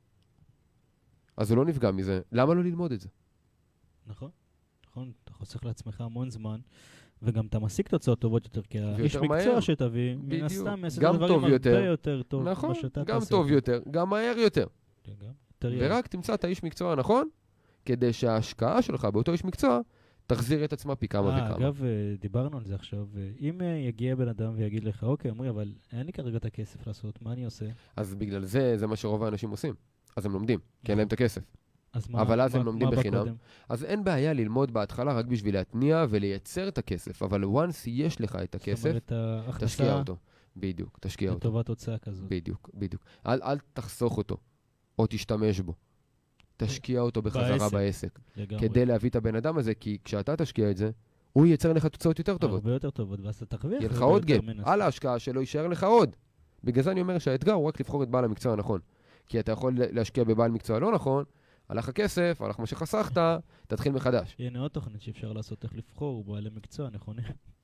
אז הוא לא נפגע מזה. למה לא ללמוד את זה? נכון. נכון. אתה חוסך לעצמך המון זמן, וגם אתה משיג תוצאות טובות יותר, כי האיש מקצוע שתביא, מן הסתם יעשה דברים הרבה יותר טוב. נכון, גם טוב יותר, גם מהר יותר. גם ורק תמצא את האיש מקצוע הנכון, כדי שההשקעה שלך באותו איש מקצוע, תחזיר את עצמה פי כמה וכמה. אגב, דיברנו על זה עכשיו. אם יגיע בן אדם ויגיד לך, אוקיי, אמרי, אבל אין לי כרגע את הכסף לעשות, מה אני עושה? אז בגלל זה מה שרוב האנשים עושים. אז הם לומדים, כי אין להם את הכסף. אבל אז הם לומדים בחינם. אז אין בעיה ללמוד בהתחלה רק בשביל להתניע ולייצר את הכסף. אבל once יש לך את הכסף, תשקיע אותו. בדיוק, תשקיע אותו. לטובת הוצאה כזאת. בדיוק. אל תחסוך אותו, או תשתמש בו. תשקיע אותו בחזרה בעסק. כדי להביא את הבן אדם הזה, כי כשאתה תשקיע את זה, הוא ייצר לך תוצאות יותר טובות. הרבה יותר טובות, ואז אתה תרוויח. יהיה לך עוד גב. על ההשקעה שלו יישאר לך עוד. בגלל זה אני אומר שהאתגר הוא רק לבחור את בעל המקצוע הנכון. כי אתה יכול להשקיע בבעל מקצוע לא נכון, הלך הכסף, הלך מה שחסכת, תתחיל מחדש. הנה עוד תוכנית שאפשר לעשות איך לבחור בעלי מקצוע נכונים.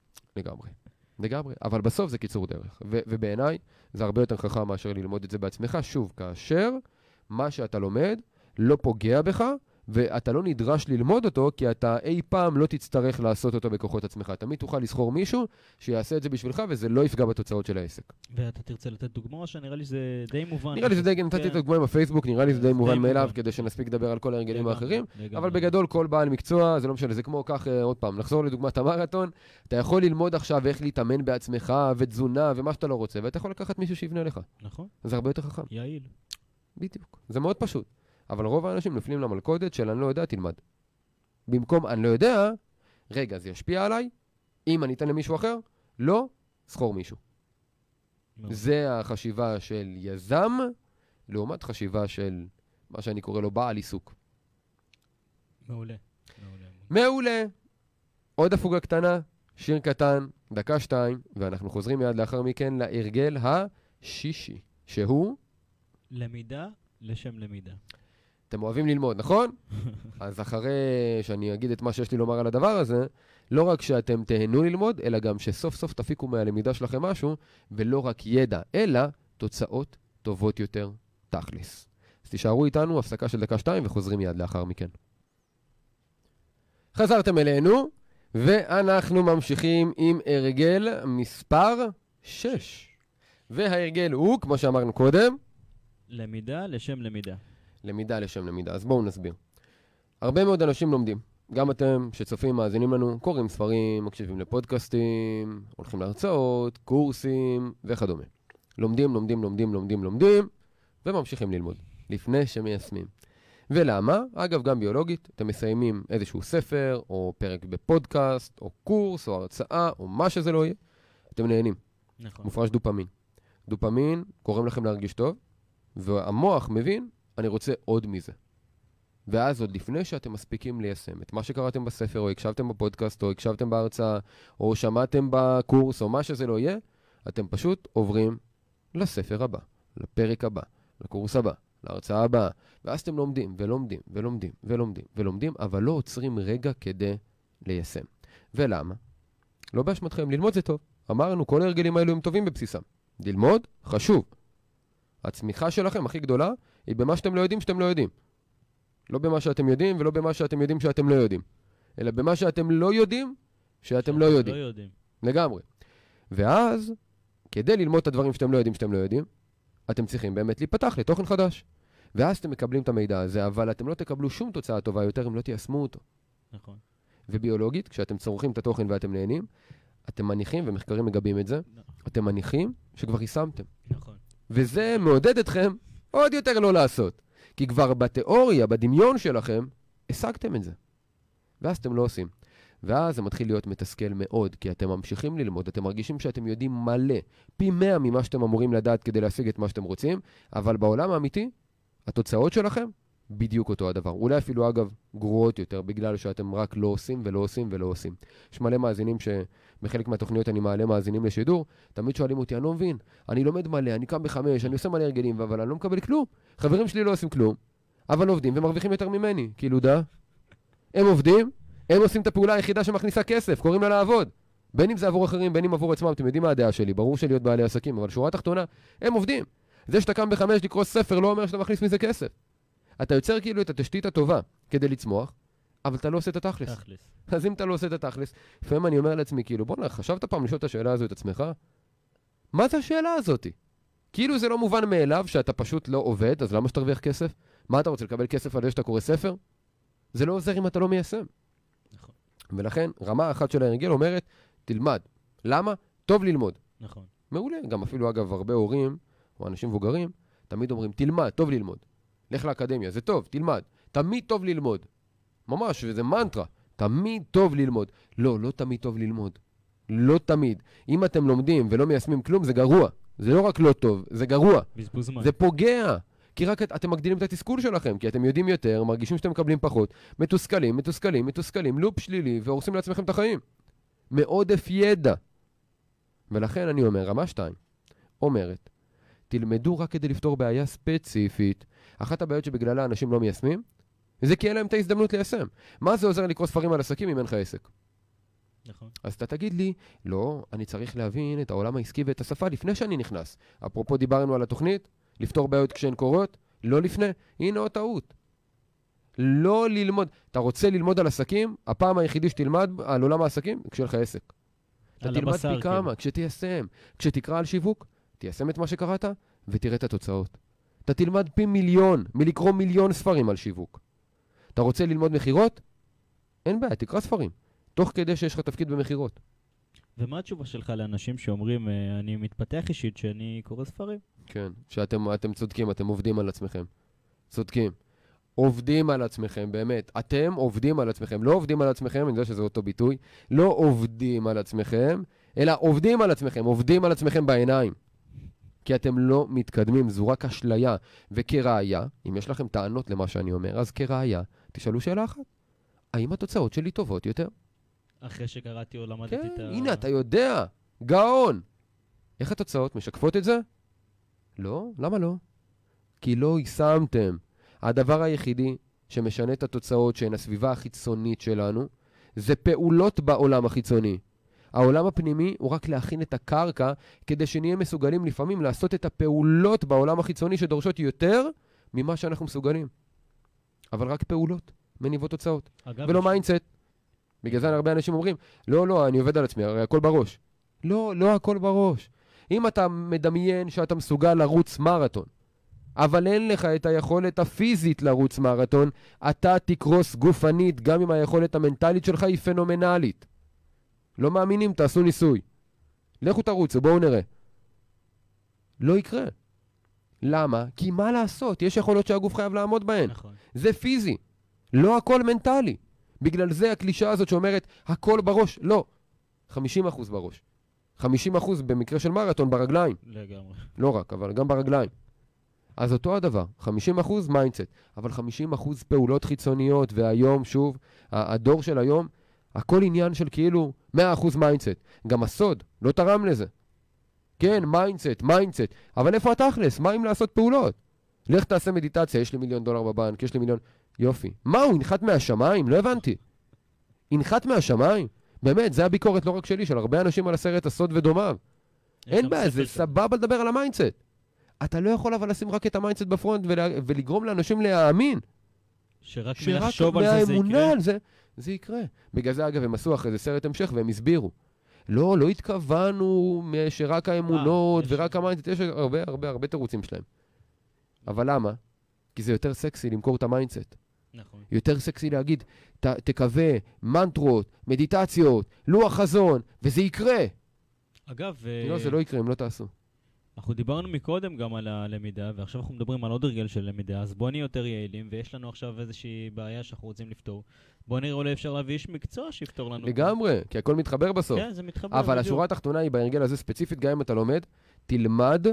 לגמרי. אבל בסוף זה קיצור דרך. ובעיניי זה הרבה יותר חכם מאשר ללמוד את זה בעצמך. שוב, כאשר מה שאתה לומד לא פוגע בך ואתה לא נדרש ללמוד אותו, כי אתה אי פעם לא תצטרך לעשות אותו בכוחות עצמך. תמיד תוכל לסחור מישהו שיעשה את זה בשבילך, וזה לא יפגע בתוצאות של העסק. ואתה תרצה לתת דוגמה, שנראה לי זה די מובן. נראה לי זה די, נתתי את הדוגמה עם הפייסבוק, נראה לי זה די מובן מאליו, כדי שנספיק לדבר על כל ההרגלים האחרים, אבל בגדול כל בעל מקצוע, זה לא משנה, זה כמו כך, עוד פעם, נחזור לדוגמת המרתון, אתה יכול ללמוד עכשיו איך להתאמן בעצמך, ותזונה, ומה שאתה לא רוצה, ואתה יכול לקחת מישהו שיבנה לך. נכון. זה הרבה יותר חכם. יעיל. בדיוק. זה מאוד פשוט. אבל רוב האנשים נופלים למלכודת של אני לא יודע, תלמד. במקום אני לא יודע, רגע, זה ישפיע עליי? אם אני אתן למישהו אחר? לא, סחור מישהו. זה החשיבה של יזם, לעומת חשיבה של מה שאני קורא לו בעל עיסוק. מעולה. מעולה. עוד הפוגה קטנה, שיר קטן, דקה 2, ואנחנו חוזרים מיד לאחר מכן להרגל השישי, שהוא? למידה לשם למידה. אתם אוהבים ללמוד, נכון? אז אחרי שאני אגיד את מה שיש לי לומר על הדבר הזה, לא רק שאתם תהנו ללמוד, אלא גם שסוף סוף תפיקו מהלמידה שלכם משהו, ולא רק ידע, אלא תוצאות טובות יותר תכלס. אז תישארו איתנו, הפסקה של דקה 2, וחוזרים מיד לאחר מכן. חזרתם אלינו, ואנחנו ממשיכים עם הרגל מספר 6. וההרגל הוא, כמו שאמרנו קודם, למידה לשם למידה. למידה לשם למידה. אז בואו נסביר. הרבה מאוד אנשים לומדים. גם אתם שצופים, מאזינים לנו, קוראים ספרים, מקשיבים לפודקאסטים, הולכים להרצאות, קורסים וכדומה. לומדים, וממשיכים ללמוד, לפני שמיישמים. ולמה? אגב, גם ביולוגית, אתם מסיימים איזשהו ספר, או פרק בפודקאסט, או קורס, או הרצאה, או מה שזה לא יהיה, אתם נהנים. נכון. מופרש דופמין. דופמין גורם לכם להרגיש טוב, והמוח מבין, אני רוצה עוד מזה. ואז עוד לפני שאתם מספיקים ליישם את מה שקראתם בספר, או הקשבתם בפודקאסט, או הקשבתם בהרצאה, או שמעתם בקורס, או מה שזה לא יהיה, אתם פשוט עוברים לספר הבא, לפרק הבא, לקורס הבא, להרצאה הבאה, ואז אתם לומדים, אבל לא עוצרים רגע כדי ליישם. ולמה? לא באשמתכם, ללמוד זה טוב. אמרנו, כל ההרגלים האלו הם טובים בבסיסם. ללמוד, חשוב. הצמיחה שלכם הכי גדולה היא במה שאתם לא יודעים שאתם לא יודעים. לא במה שאתם יודעים ולא במה שאתם יודעים שאתם לא יודעים. אלא במה שאתם לא יודעים שאתם לא יודעים. לגמרי. ואז, כדי ללמוד את הדברים שאתם לא יודעים שאתם לא יודעים, אתם צריכים באמת להיפתח לתוכן חדש. ואז אתם מקבלים את המידע הזה, אבל אתם לא תקבלו שום תוצאה טובה יותר אם לא תיישמו אותו. נכון. וביולוגית, כשאתם צורכים את התוכן ואתם נהנים, אתם מניחים, ומחקרים מגבים את זה, אתם מניחים שכבר יישמתם. נכון. וזה מעודד אתכם עוד יותר לא לעשות. כי כבר בתיאוריה, בדמיון שלכם, השגתם את זה. ואז אתם לא עושים. ואז זה מתחיל להיות מתסכל מאוד, כי אתם ממשיכים ללמוד, אתם מרגישים שאתם יודעים מלא, פי 100 ממה שאתם אמורים לדעת כדי להשיג את מה שאתם רוצים, אבל בעולם האמיתי, התוצאות שלכם בדיוק אותו הדבר. אולי אפילו אגב גרועות יותר, בגלל שאתם רק לא עושים ולא עושים ולא עושים. יש מלא מאזינים שבחלק מהתוכניות אני מעלה מאזינים לשידור, תמיד שואלים אותי, אני לא מבין, אני לומד מלא, אני קם ב5, אני עושה מלא הרגלים, אבל אני לא מקבל כלום. חברים שלי לא עושים כלום, אבל עובדים ומרוויחים יותר ממני. כאילו הם עובדים, הם עושים את הפעולה היחידה שמכניסה כסף, קוראים לה לעבוד. בין אם זה עבור אחרים, בין אם עבור עצמם, אתם יודעים מה הדעה שלי, ברור שלהיות בעלי עסקים, אבל שורה תחתונה, הם עובדים. זה שאתה קם ב5 לקרוא ספר לא אומר שאתה מכניס מזה כסף. אתה יוצר כאילו את התשתית הטובה כדי לצמוח, אבל אתה לא עושה את התכלס. אז אם אתה לא עושה את התכלס, לפעמים אני אומר לעצמי, כאילו, בוא חשבת פעם לשאול את השאלה הזו את עצמך? מה זה השאלה הזאת? כאילו זה לא מובן מאליו שאתה פשוט לא עובד, אז למה שתרוויח כסף? מה אתה רוצה, לקבל כסף על זה שאתה קורא ספר? זה לא עוזר אם אתה לא מיישם. נכון. ולכן, רמה אחת של ההרגל אומרת, תלמד. למה? טוב ללמוד. נכון. מעולה. גם אפילו, אגב, הרבה הורים, או אנשים מבוגרים, תמיד אומרים, תלמד, טוב ללמוד. לך לאקדמיה, זה טוב, תלמד. תמיד טוב ללמוד. ממש, וזה מנטרה. תמיד טוב ללמוד. לא, לא תמיד טוב ללמוד. לא תמיד. אם אתם לומדים ולא מיישמים כלום, זה גרוע. זה לא רק לא טוב, זה גרוע. בזבוז זמן. זה פוגע. כי רק אתם מגדילים את התסכול שלכם, כי אתם יודעים יותר, מרגישים שאתם מקבלים פחות, מתוסכלים, לופ שלילי, והורסים לעצמכם את החיים. מעודף ידע. ולכן אני אומר, רמה 2, אומרת, תלמדו רק כדי לפתור בעיה ספציפית. אחת הבעיות שבגללה אנשים לא מיישמים, זה כי אין להם את ההזדמנות ליישם. מה זה עוזר לקרוא ספרים על עסקים אם אין לך עסק? נכון. אז אתה תגיד לי, לא, אני צריך להבין את העולם העסקי ואת השפה לפני שאני נכנס. אפרופו דיברנו על התוכנית, לפתור בעיות כשהן קורות, לא לפני. הנה עוד טעות. לא ללמוד. אתה רוצה ללמוד על עסקים? הפעם היחידי שתלמד על עולם העסקים, כשיהיה לך עסק. אתה תלמד פי כמה, כשתיישם. כשתקרא על שיווק, תיישם את מה שקראת, ותראה את התוצאות. אתה תלמד פי מיליון, מלקרוא מיליון ספרים על שיווק. אתה רוצה ללמוד מחירות? אין בעיה, תקרא ספרים. תוך כדי שיש לך תפקיד במחירות. ומה התשובה שלך לאנשים שאומרים, אני מתפתח אישית שאני קורא ספרים? כן, שאתם צודקים, אתם עובדים על עצמכם. צודקים. עובדים על עצמכם, באמת. אתם עובדים על עצמכם. לא עובדים על עצמכם, אני יודע שזה אותו ביטוי. לא עובדים על עצמכם, אלא עובדים על עצמכם. עובדים על עצמכם בעיניים. כי אתם לא מתקדמים, זו רק אשליה. וכראיה, אם יש לכם טענות למה שאני אומר, אז כראיה, תשאלו שאלה אחת. האם התוצאות שלי טובות יותר? אחרי שקראתי או למדתי כן, את ה... הנה, אתה יודע. גאון. איך התוצאות? משקפות את זה? לא? למה לא? כי לא יישמתם. הדבר היחידי שמשנה את התוצאות שהן הסביבה החיצונית שלנו, זה פעולות בעולם החיצוני. העולם הפנימי הוא רק להכין את הקרקע, כדי שנהיה מסוגלים לפעמים לעשות את הפעולות בעולם החיצוני שדורשות יותר ממה שאנחנו מסוגלים. אבל רק פעולות, מניבות תוצאות. ולא מיינדסט. בגלל זה הרבה אנשים אומרים, לא, אני עובד על עצמי, הרי הכל בראש. לא הכל בראש. אם אתה מדמיין שאתה מסוגל לרוץ מרתון, אבל אין לך את היכולת הפיזית לרוץ מרתון, אתה תקרוס גופנית, גם אם היכולת המנטלית שלך היא פנומנלית. לא מאמינים, תעשו ניסוי. לכו תרוצו, בואו נראה. לא יקרה. למה? כי מה לעשות? יש יכולות שהגוף חייב לעמוד בהן. נכון. זה פיזי. לא הכל מנטלי. בגלל זה הקלישה הזאת שאומרת, הכל בראש. לא. 50% בראש. 50% במקרה של מרתון ברגליים. לגמרי. לא רק, אבל גם ברגליים. אז אותו הדבר, 50% מיינדסט, אבל 50% פעולות חיצוניות, והיום, שוב, הדור של היום, הכל עניין של כאילו 100% מיינדסט. גם הסוד, לא תרם לזה. כן, מיינדסט, אבל איפה התכלס? מה אם לעשות פעולות? לך תעשה מדיטציה, יש לי $1,000,000 בבנק, יש לי מיליון... יופי. מה, הוא ינחת מהשמיים? לא הבנתי. ינחת מהשמיים? באמת, זה הביקורת לא רק שלי, של הרבה אנשים על הסרט הסוד ודומיו. אין בעיה, זה סבבה לדבר על המיינדסט. אתה לא יכול אבל לשים רק את המיינדסט בפרונט ולגרום לאנשים להאמין. שרק מלחשוב על זה יקרה. זה יקרה. בגלל זה אגב הם עשו אחרי זה סרט המשך והם הסבירו. לא התכוונו שרק האמונות ורק המיינדסט, יש הרבה תירוצים שלהם. אבל למה? כי זה יותר סקסי למכור את המיינדסט. נכון. יותר סקסי להגיד, תקווה, מנטרות, מדיטציות, לוח חזון, וזה יקרה. אגב... לא, זה לא יקרה אם לא תעשו. אנחנו דיברנו מקודם גם על הלמידה, ועכשיו אנחנו מדברים על עוד הרגל של למידה, אז בוא נהיה יותר יעילים, ויש לנו עכשיו איזושהי בעיה שאנחנו רוצים לפתור. בוא נראה אולי אפשר להביא איש מקצוע שיפתור לנו. לגמרי, כי הכל מתחבר בסוף. כן, זה מתחבר. אבל השורה התחתונה היא בהרגל הזה ספציפית, גם אם אתה לומד, תלמד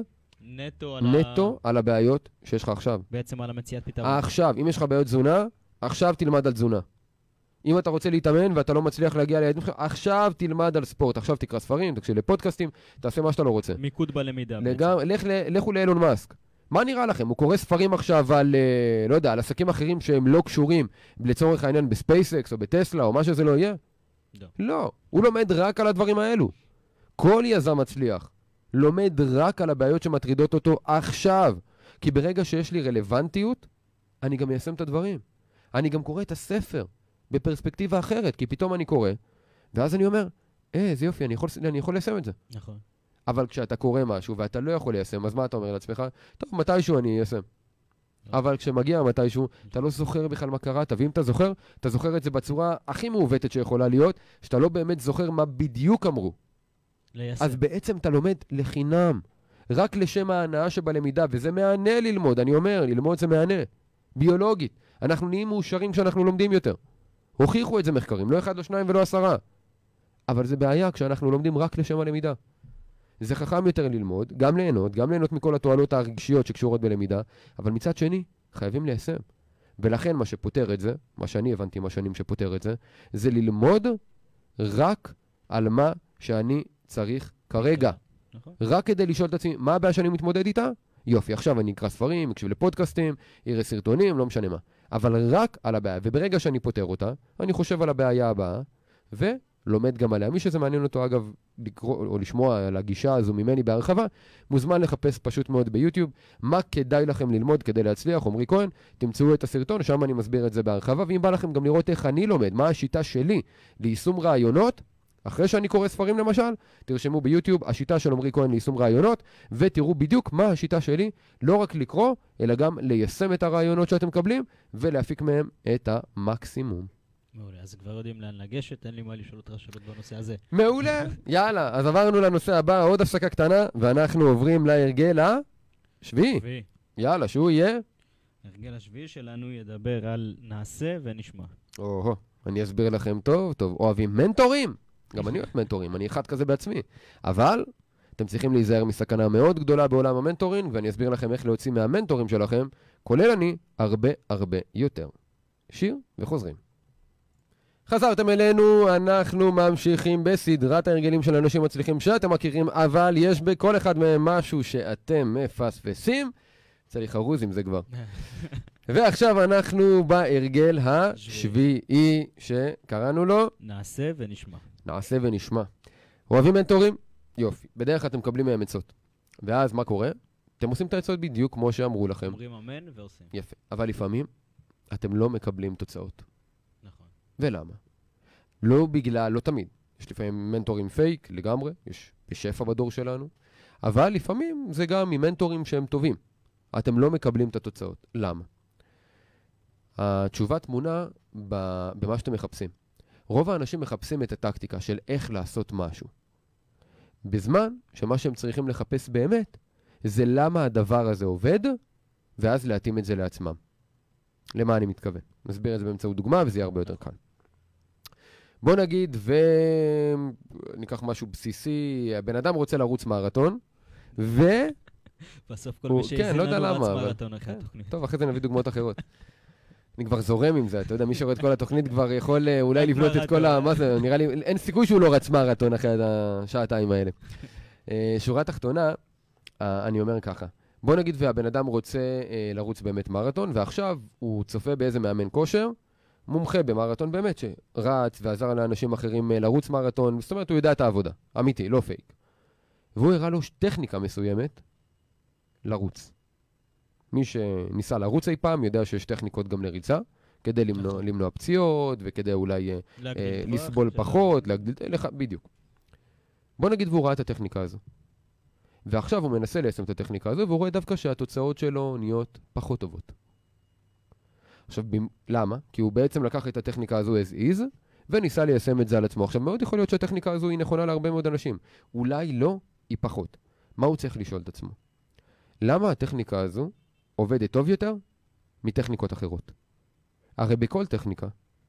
נטו על הבעיות שיש לך עכשיו. בעצם על המציאת פתרון. עכשיו, אם יש לך בעיות תזונה, עכשיו תלמד על תזונה. אם אתה רוצה להתאמן ואתה לא מצליח להגיע ליעדים שלך, עכשיו תלמד על ספורט, עכשיו תקרא ספרים, תקשיב לפודקאסטים, תעשה מה שאתה לא רוצה. מיקוד בלמידה. לכו לאילון מאסק. מה נראה לכם? הוא קורא ספרים עכשיו על, לא יודע, על עסקים אחרים שהם לא קשורים לצורך העניין בספייסקס או בטסלה או מה שזה לא יהיה? לא. הוא לומד רק על הדברים האלו. כל יזם מצליח לומד רק על הבעיות שמטרידות אותו עכשיו. כי ברגע שיש לי רלוונטיות, אני גם איישם את הדברים. אני גם קורא את הספר בפרספקטיבה אחרת, כי פתאום אני קורא, ואז אני אומר, זה יופי, אני יכול ליישם את זה. נכון. אבל כשאתה קורא משהו ואתה לא יכול ליישם, אז מה אתה אומר לעצמך? טוב, מתישהו אני איישם. אבל כשמגיע מתישהו, אתה לא זוכר בכלל מה קראת, ואם אתה זוכר את זה בצורה הכי מעוותת שיכולה להיות, שאתה לא באמת זוכר מה בדיוק אמרו. ליישם. אז בעצם אתה לומד לחינם, רק לשם ההנאה שבלמידה, וזה מענה ללמוד, אני אומר, ללמוד זה מענה. ביולוגית. אנחנו נהיים מאושרים כשאנחנו לומדים יותר. הוכיחו את זה מחקרים, לא 1, לא 2 ולא 10. אבל זה בעיה כשאנחנו לומדים רק לשם הלמידה. זה חכם יותר ללמוד, גם ליהנות מכל התועלות הרגשיות שקשורות בלמידה, אבל מצד שני, חייבים ליישם. ולכן מה שפותר את זה, מה שאני הבנתי מה שנים שפותר את זה, זה ללמוד רק על מה שאני צריך כרגע. נכון. רק כדי לשאול את עצמי, מה הבעיה שאני מתמודד איתה? יופי, עכשיו אני אקרא ספרים, אקשיב לפודקאסטים, אראה סרטונים, לא משנה מה. אבל רק על הבעיה, וברגע שאני פותר אותה, אני חושב על הבעיה הבאה, ולומד גם עליה. מי שזה מעניין אותו, אגב, לקרוא או לשמוע על הגישה הזו ממני בהרחבה, מוזמן לחפש פשוט מאוד ביוטיוב מה כדאי לכם ללמוד כדי להצליח. עמרי כהן, תמצאו את הסרטון, שם אני מסביר את זה בהרחבה, ואם בא לכם גם לראות איך אני לומד, מה השיטה שלי ליישום רעיונות, אחרי שאני קורא ספרים למשל, תרשמו ביוטיוב השיטה של עמרי כהן ליישום רעיונות, ותראו בדיוק מה השיטה שלי, לא רק לקרוא, אלא גם ליישם את הרעיונות שאתם מקבלים, ולהפיק מהם את המקסימום. מעולה, אז כבר יודעים לאן לגשת, אין לי מה לשאול אותך שאלות בנושא הזה. מעולה, יאללה, אז עברנו לנושא הבא, עוד הפסקה קטנה, ואנחנו עוברים להרגל השביעי. יאללה, שהוא יהיה? ההרגל השביעי שלנו ידבר על נעשה ונשמע. אני אסביר לכם טוב, אוהבים מנטורים? גם אני אוהב מנטורים, אני אחד כזה בעצמי. אבל אתם צריכים להיזהר מסכנה מאוד גדולה בעולם המנטורים, ואני אסביר לכם איך להוציא מהמנטורים שלכם, כולל אני, הרבה הרבה יותר. שיר וחוזרים. חזרתם אלינו, אנחנו ממשיכים בסדרת ההרגלים של אנשים מצליחים שאתם מכירים, אבל יש בכל אחד מהם משהו שאתם מפספסים. יצא לי חרוז עם זה כבר. ועכשיו אנחנו בהרגל השביעי שקראנו לו נעשה ונשמע. נעשה ונשמע. אוהבים מנטורים? יופי. בדרך כלל אתם מקבלים מהם עצות. ואז מה קורה? אתם עושים את העצות בדיוק כמו שאמרו לכם. אומרים אמן ועושים. יפה. אבל לפעמים אתם לא מקבלים תוצאות. נכון. ולמה? לא בגלל, לא תמיד. יש לפעמים מנטורים פייק לגמרי, יש בשפע בדור שלנו. אבל לפעמים זה גם ממנטורים שהם טובים. אתם לא מקבלים את התוצאות. למה? התשובה תמונה במה שאתם מחפשים. רוב האנשים מחפשים את הטקטיקה של איך לעשות משהו. בזמן שמה שהם צריכים לחפש באמת, זה למה הדבר הזה עובד, ואז להתאים את זה לעצמם. למה אני מתכוון? נסביר את זה באמצעות דוגמה, וזה יהיה הרבה יותר קל. בוא נגיד, וניקח משהו בסיסי, הבן אדם רוצה לרוץ מרתון, בסוף כל מי שיזין לנו רץ מרתון אחרי התוכנית. טוב, אחרי זה נביא דוגמאות אחרות. אני כבר זורם עם זה, אתה יודע, מי שרואה את כל התוכנית כבר יכול אולי לבנות את כל מה זה, נראה לי, אין סיכוי שהוא לא רץ מרתון אחרי השעתיים האלה. שורה תחתונה, אני אומר ככה, בוא נגיד והבן אדם רוצה לרוץ באמת מרתון, ועכשיו הוא צופה באיזה מאמן כושר, מומחה במרתון באמת, שרץ ועזר לאנשים אחרים לרוץ מרתון, זאת אומרת, הוא יודע את העבודה, אמיתי, לא פייק. והוא הראה לו טכניקה מסוימת לרוץ. מי שניסה לרוץ אי פעם יודע שיש טכניקות גם לריצה, כדי למנוע פציעות, וכדי אולי לסבול פחות, להגדיל, בדיוק. בוא נגיד והוא ראה את הטכניקה הזו. ועכשיו הוא מנסה ליישם את הטכניקה הזו, והוא רואה דווקא שהתוצאות שלו נהיות פחות טובות. עכשיו, למה? כי הוא בעצם לקח את הטכניקה הזו as is, וניסה ליישם את זה על עצמו. עכשיו, מאוד יכול להיות שהטכניקה הזו היא נכונה להרבה מאוד אנשים. אולי לא, היא פחות. מה הוא צריך לשאול את עצמו? למה הטכניקה הזו עובדת טוב יותר מטכניקות אחרות? הרי בכל טכניקה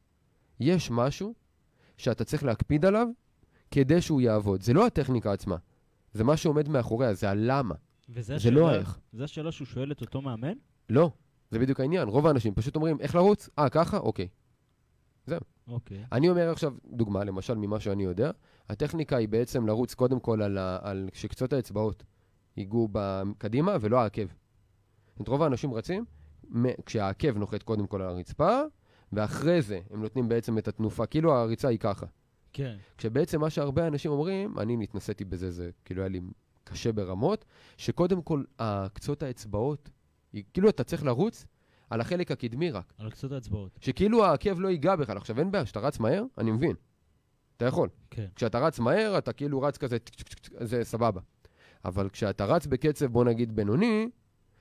יש משהו שאתה צריך להקפיד עליו כדי שהוא יעבוד. זה לא הטכניקה עצמה, זה מה שעומד מאחוריה, זה הלמה. זה לא האיך. זה השאלה שהוא שואל את אותו מאמן? לא, זה בדיוק העניין. רוב האנשים פשוט אומרים, איך לרוץ? ככה? אוקיי. זהו. אוקיי. אני אומר עכשיו, דוגמה, למשל ממה שאני יודע, הטכניקה היא בעצם לרוץ קודם כל על שקצות האצבעות ייגעו בקדימה ולא העקב. את רוב האנשים רצים כשהעקב נוחת קודם כל על הרצפה, ואחרי זה הם נותנים בעצם את התנופה, כאילו הריצה היא ככה. כן. כשבעצם מה שהרבה אנשים אומרים, אני נתנסיתי בזה, זה כאילו היה לי קשה ברמות, שקודם כל קצות האצבעות, כאילו אתה צריך לרוץ על החלק הקדמי רק. על קצות האצבעות. שכאילו העקב לא ייגע בכלל. עכשיו אין בעיה, כשאתה רץ מהר, אני מבין. אתה יכול. כן. כשאתה רץ מהר, אתה כאילו רץ כזה, זה סבבה. אבל כשאתה רץ בקצב, בוא נגיד בינוני,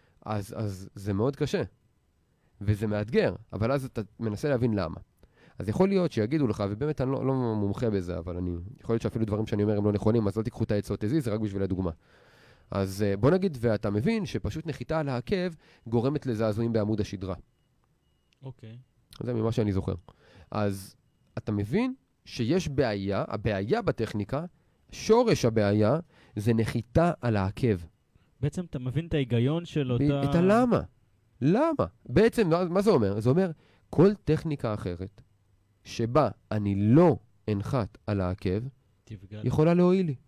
אז זה מאוד קשה. וזה מאתגר. אבל אז אתה מנסה להבין למה. אז יכול להיות שיגידו לך, ובאמת אני לא מומחה בזה, אבל יכול להיות שאפילו דברים שאני אומר הם לא נכונים, אז לא תיקחו את העצות הזי, זה רק בשביל הדוגמה. אז בוא נגיד, ואתה מבין שפשוט נחיתה על העקב גורמת לזעזועים בעמוד השדרה. אוקיי. זה ממה שאני זוכר. אז אתה מבין שיש בעיה, הבעיה בטכניקה, שורש הבעיה, זה נחיתה על העקב. בעצם אתה מבין את ההיגיון של אותה... את הלמה. למה? בעצם, מה זה אומר? זה אומר, כל טכניקה אחרת, שבה אני לא אנחת על העקב, יכולה להועיל לי.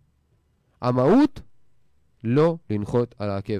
המהות, לא לנחות על העקב.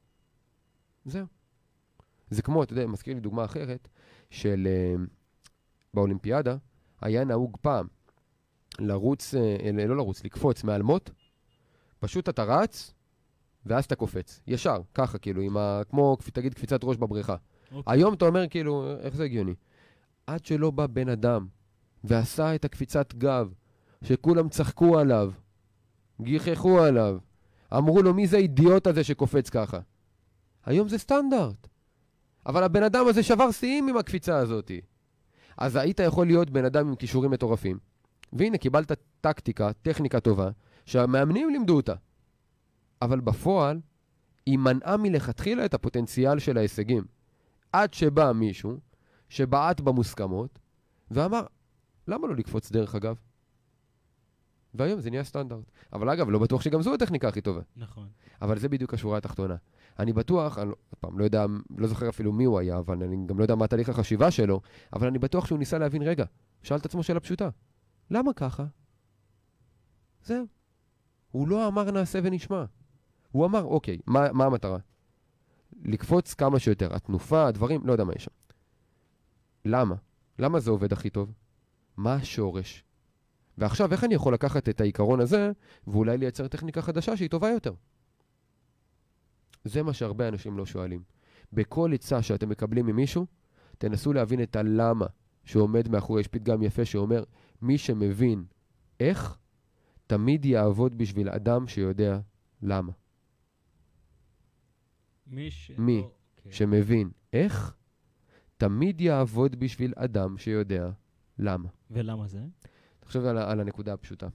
זהו. זה כמו, אתה יודע, מזכיר לי דוגמה אחרת, של באולימפיאדה, היה נהוג פעם, לקפוץ מעל מוט, פשוט אתה רץ, ואז אתה קופץ. ישר, ככה כאילו, כמו תגיד קפיצת ראש בבריכה. היום אתה אומר כאילו, איך זה הגיוני? עד שלא בא בן אדם, ועשה את הקפיצת גב, שכולם צחקו עליו, גיחכו עליו, אמרו לו מי זה האידיוט הזה שקופץ ככה. היום זה סטנדרט. אבל הבן אדם הזה שבר שיאים עם הקפיצה הזאת. אז היית יכול להיות בן אדם עם כישורים מטורפים. והנה, קיבלת טקטיקה, טכניקה טובה, שהמאמנים לימדו אותה. אבל בפועל, היא מנעה מלכתחילה את הפוטנציאל של ההישגים. עד שבא מישהו, שבעט במוסכמות, ואמר, למה לא לקפוץ דרך אגב? והיום זה נהיה סטנדרט. אבל אגב, לא בטוח שגם זו הטכניקה הכי טובה. נכון. אבל זה בדיוק השורה התחתונה. אני בטוח, לא יודע, לא זוכר אפילו מי הוא היה, אבל אני גם לא יודע מה תהליך החשיבה שלו, אבל אני בטוח שהוא ניסה להבין, רגע, שאל את עצמו שאלה פשוטה. למה ככה? זהו. הוא לא אמר נעשה ונשמע. הוא אמר, אוקיי, מה המטרה? לקפוץ כמה שיותר. התנופה, הדברים, לא יודע מה יש שם. למה? למה זה עובד הכי טוב? מה השורש? ועכשיו, איך אני יכול לקחת את העיקרון הזה, ואולי לייצר טכניקה חדשה שהיא טובה יותר? זה מה שהרבה אנשים לא שואלים. בכל עצה שאתם מקבלים ממישהו, תנסו להבין את הלמה שעומד מאחורי. יש פתגם יפה שאומר, מי שמבין איך, תמיד יעבוד בשביל אדם שיודע למה. מי שמבין איך, תמיד יעבוד בשביל אדם שיודע למה. ולמה זה? תחשוב על הנקודה הפשוטה.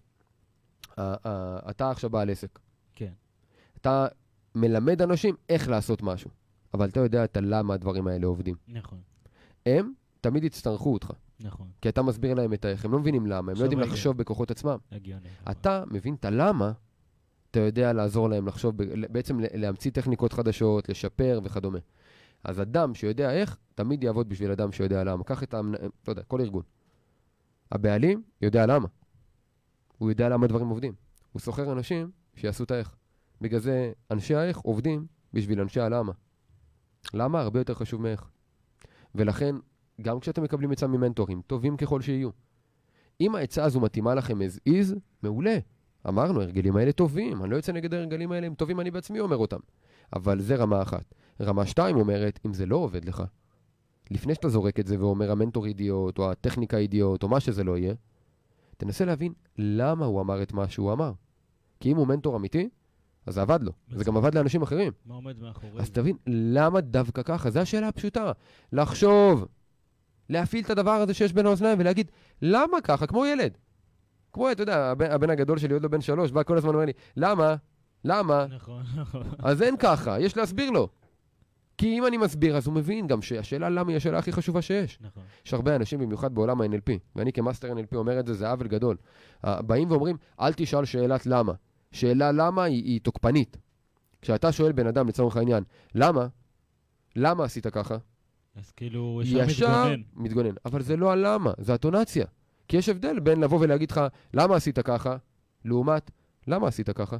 אתה עכשיו בעל עסק. כן. אתה מלמד אנשים איך לעשות משהו, אבל אתה יודע את למה הדברים האלה עובדים. נכון. הם תמיד יצטרכו אותך. נכון. כי אתה מסביר להם את איך, הם לא מבינים למה, הם לא יודעים לחשוב בכוחות עצמם. הגיוני. אתה מבין את הלמה, אתה יודע לעזור להם לחשוב, בעצם להמציא טכניקות חדשות, לשפר וכדומה. אז אדם שיודע איך, תמיד יעבוד בשביל אדם שיודע למה. קח את, לא יודע, כל ארגון. הבעלים יודע למה. הוא יודע למה דברים עובדים. הוא סוחר אנשים שיעשו את האיך. בגלל זה אנשי האיך עובדים בשביל אנשי הלמה. למה? הרבה יותר חשוב מאיך. ולכן, גם כשאתם מקבלים עצה ממנטורים, טובים ככל שיהיו. אם העצה הזו מתאימה לכם as is, מעולה. אמרנו, הרגלים האלה טובים. אני לא יוצא נגד הרגלים האלה, הם טובים, אני בעצמי אומר אותם. אבל זה רמה אחת. רמה 2 אומרת, אם זה לא עובד לך, לפני שאתה זורק את זה ואומר המנטור אידיוט, או הטכניקה אידיוט, או מה שזה לא יהיה, תנסה להבין למה הוא אמר את מה שהוא אמר. כי אם הוא מנטור אמיתי, אז זה עבד לו. זה גם עבד לאנשים אחרים. מה עומד מאחורי? אז תבין, למה דווקא ככה? זו השאלה הפשוטה. לחשוב, להפעיל את הדבר הזה שיש בין האוזניים ולהגיד, למה ככה? כמו ילד. כמו, אתה יודע, הבן הגדול שלי עוד לא בן 3, בא כל הזמן אומר לי, למה? למה? נכון, נכון. אז אין ככה, יש להסביר לו. כי אם אני מסביר, אז הוא מבין גם שהשאלה למה היא השאלה הכי חשובה שיש. נכון. יש הרבה אנשים, במיוחד בעולם ה-NLP, ואני כמאסטר NLP אומר את זה, זה עוול גדול. באים ואומרים, אל תשאל שאלת למה. שאלה למה היא תוקפנית. כשאתה שואל בן אדם, לצורך העניין, למה? למה עשית ככה? אז כאילו, ישר מתגונן. אבל זה לא הלמה, זה הטונציה. כי יש הבדל בין לבוא ולהגיד לך, למה עשית ככה? לעומת, למה עשית ככה?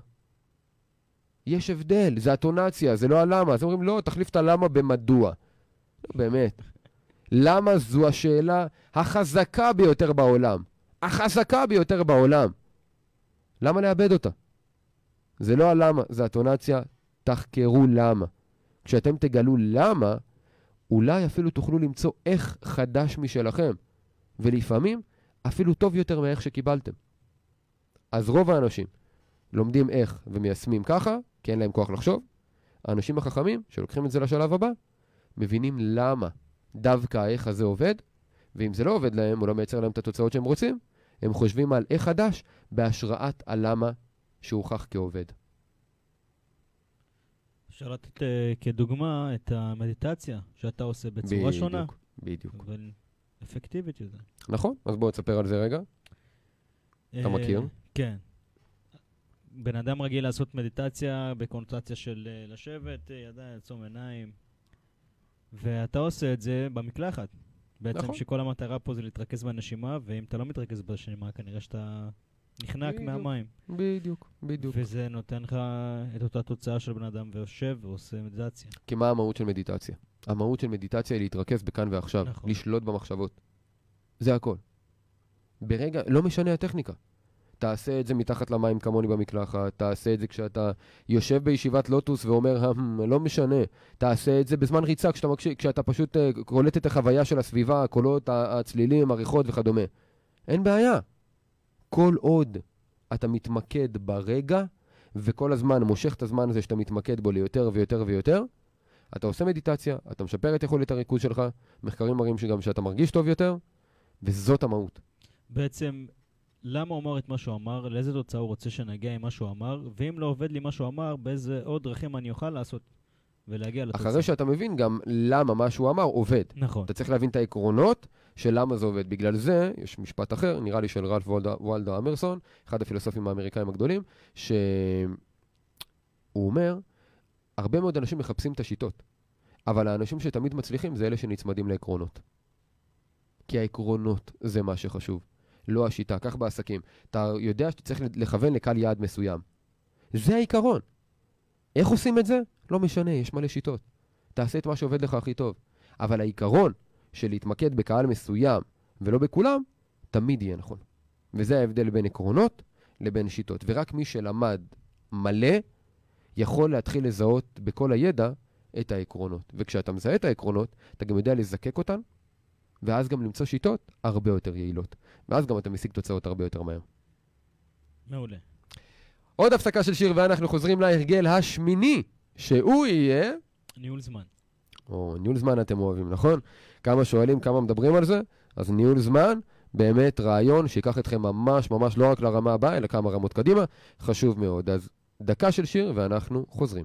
יש הבדל, זה הטונציה, זה לא הלמה. אז אומרים, לא, תחליף את הלמה במדוע. לא, באמת. למה זו השאלה החזקה ביותר בעולם? החזקה ביותר בעולם. למה לאבד אותה? זה לא הלמה, זה הטונציה, תחקרו למה. כשאתם תגלו למה, אולי אפילו תוכלו למצוא איך חדש משלכם. ולפעמים, אפילו טוב יותר מאיך שקיבלתם. אז רוב האנשים לומדים איך ומיישמים ככה, כי אין להם כוח לחשוב. האנשים החכמים, שלוקחים את זה לשלב הבא, מבינים למה דווקא האיך הזה עובד, ואם זה לא עובד להם, או לא מייצר להם את התוצאות שהם רוצים, הם חושבים על איך חדש בהשראת הלמה שהוכח כעובד. אפשר לתת כדוגמה את המדיטציה שאתה עושה בצורה שונה. בדיוק. אבל אפקטיבית יותר. נכון, אז בואו תספר על זה רגע. אתה מכיר? כן. בן אדם רגיל לעשות מדיטציה בקונוטציה של לשבת, ידיים, לעצום עיניים. ואתה עושה את זה במקלחת. בעצם נכון. שכל המטרה פה זה להתרכז בנשימה, ואם אתה לא מתרכז בנשימה, כנראה שאתה נחנק מהמים. בדיוק, בדיוק. וזה נותן לך את אותה תוצאה של בן אדם ויושב ועושה מדיטציה. כי מה המהות של מדיטציה? המהות של מדיטציה היא להתרכז בכאן ועכשיו, נכון. לשלוט במחשבות. זה הכל. ברגע, לא משנה הטכניקה. תעשה את זה מתחת למים כמוני במקלחת, תעשה את זה כשאתה יושב בישיבת לוטוס ואומר, לא משנה, תעשה את זה בזמן ריצה כשאתה פשוט קולט את החוויה של הסביבה, הקולות, הצלילים, הריחות וכדומה. אין בעיה. כל עוד אתה מתמקד ברגע, וכל הזמן מושך את הזמן הזה שאתה מתמקד בו ליותר ויותר ויותר, אתה עושה מדיטציה, אתה משפר את יכולת הריכוז שלך, מחקרים מראים שגם שאתה מרגיש טוב יותר, וזאת המהות. בעצם, למה הוא אמר את מה שהוא אמר, לאיזה תוצאה הוא רוצה שנגיע עם מה שהוא אמר, ואם לא עובד לי מה שהוא אמר, באיזה עוד דרכים אני אוכל לעשות ולהגיע לתוצאה. אחרי שאתה מבין גם למה מה שהוא אמר עובד. נכון. אתה צריך להבין את העקרונות של למה זה עובד. בגלל זה, יש משפט אחר, נראה לי של רלף וולדו אמרסון, אחד הפילוסופים האמריקאים הגדולים, שהוא אומר, הרבה מאוד אנשים מחפשים את השיטות, אבל האנשים שתמיד מצליחים זה אלה שנצמדים לעקרונות. כי העקרונות זה מה שחשוב. לא השיטה, כך בעסקים. אתה יודע שאתה צריך לכוון לקהל יעד מסוים. זה העיקרון. איך עושים את זה? לא משנה, יש מלא שיטות. תעשה את מה שעובד לך הכי טוב. אבל העיקרון של להתמקד בקהל מסוים ולא בכולם, תמיד יהיה נכון. וזה ההבדל בין עקרונות לבין שיטות. ורק מי שלמד מלא, יכול להתחיל לזהות בכל הידע את העקרונות. וכשאתה מזהה את העקרונות, אתה גם יודע לזקק אותן, ואז גם למצוא שיטות הרבה יותר יעילות. ואז גם אתה משיג תוצאות הרבה יותר מהר. מעולה. עוד הפסקה של שיר, ואנחנו חוזרים להרגל השמיני, שהוא יהיה... ניהול זמן. או, ניהול זמן אתם אוהבים, נכון? כמה שואלים, כמה מדברים על זה? אז ניהול זמן, באמת רעיון שיקח אתכם ממש ממש לא רק לרמה הבאה, אלא כמה רמות קדימה. חשוב מאוד. אז דקה של שיר, ואנחנו חוזרים.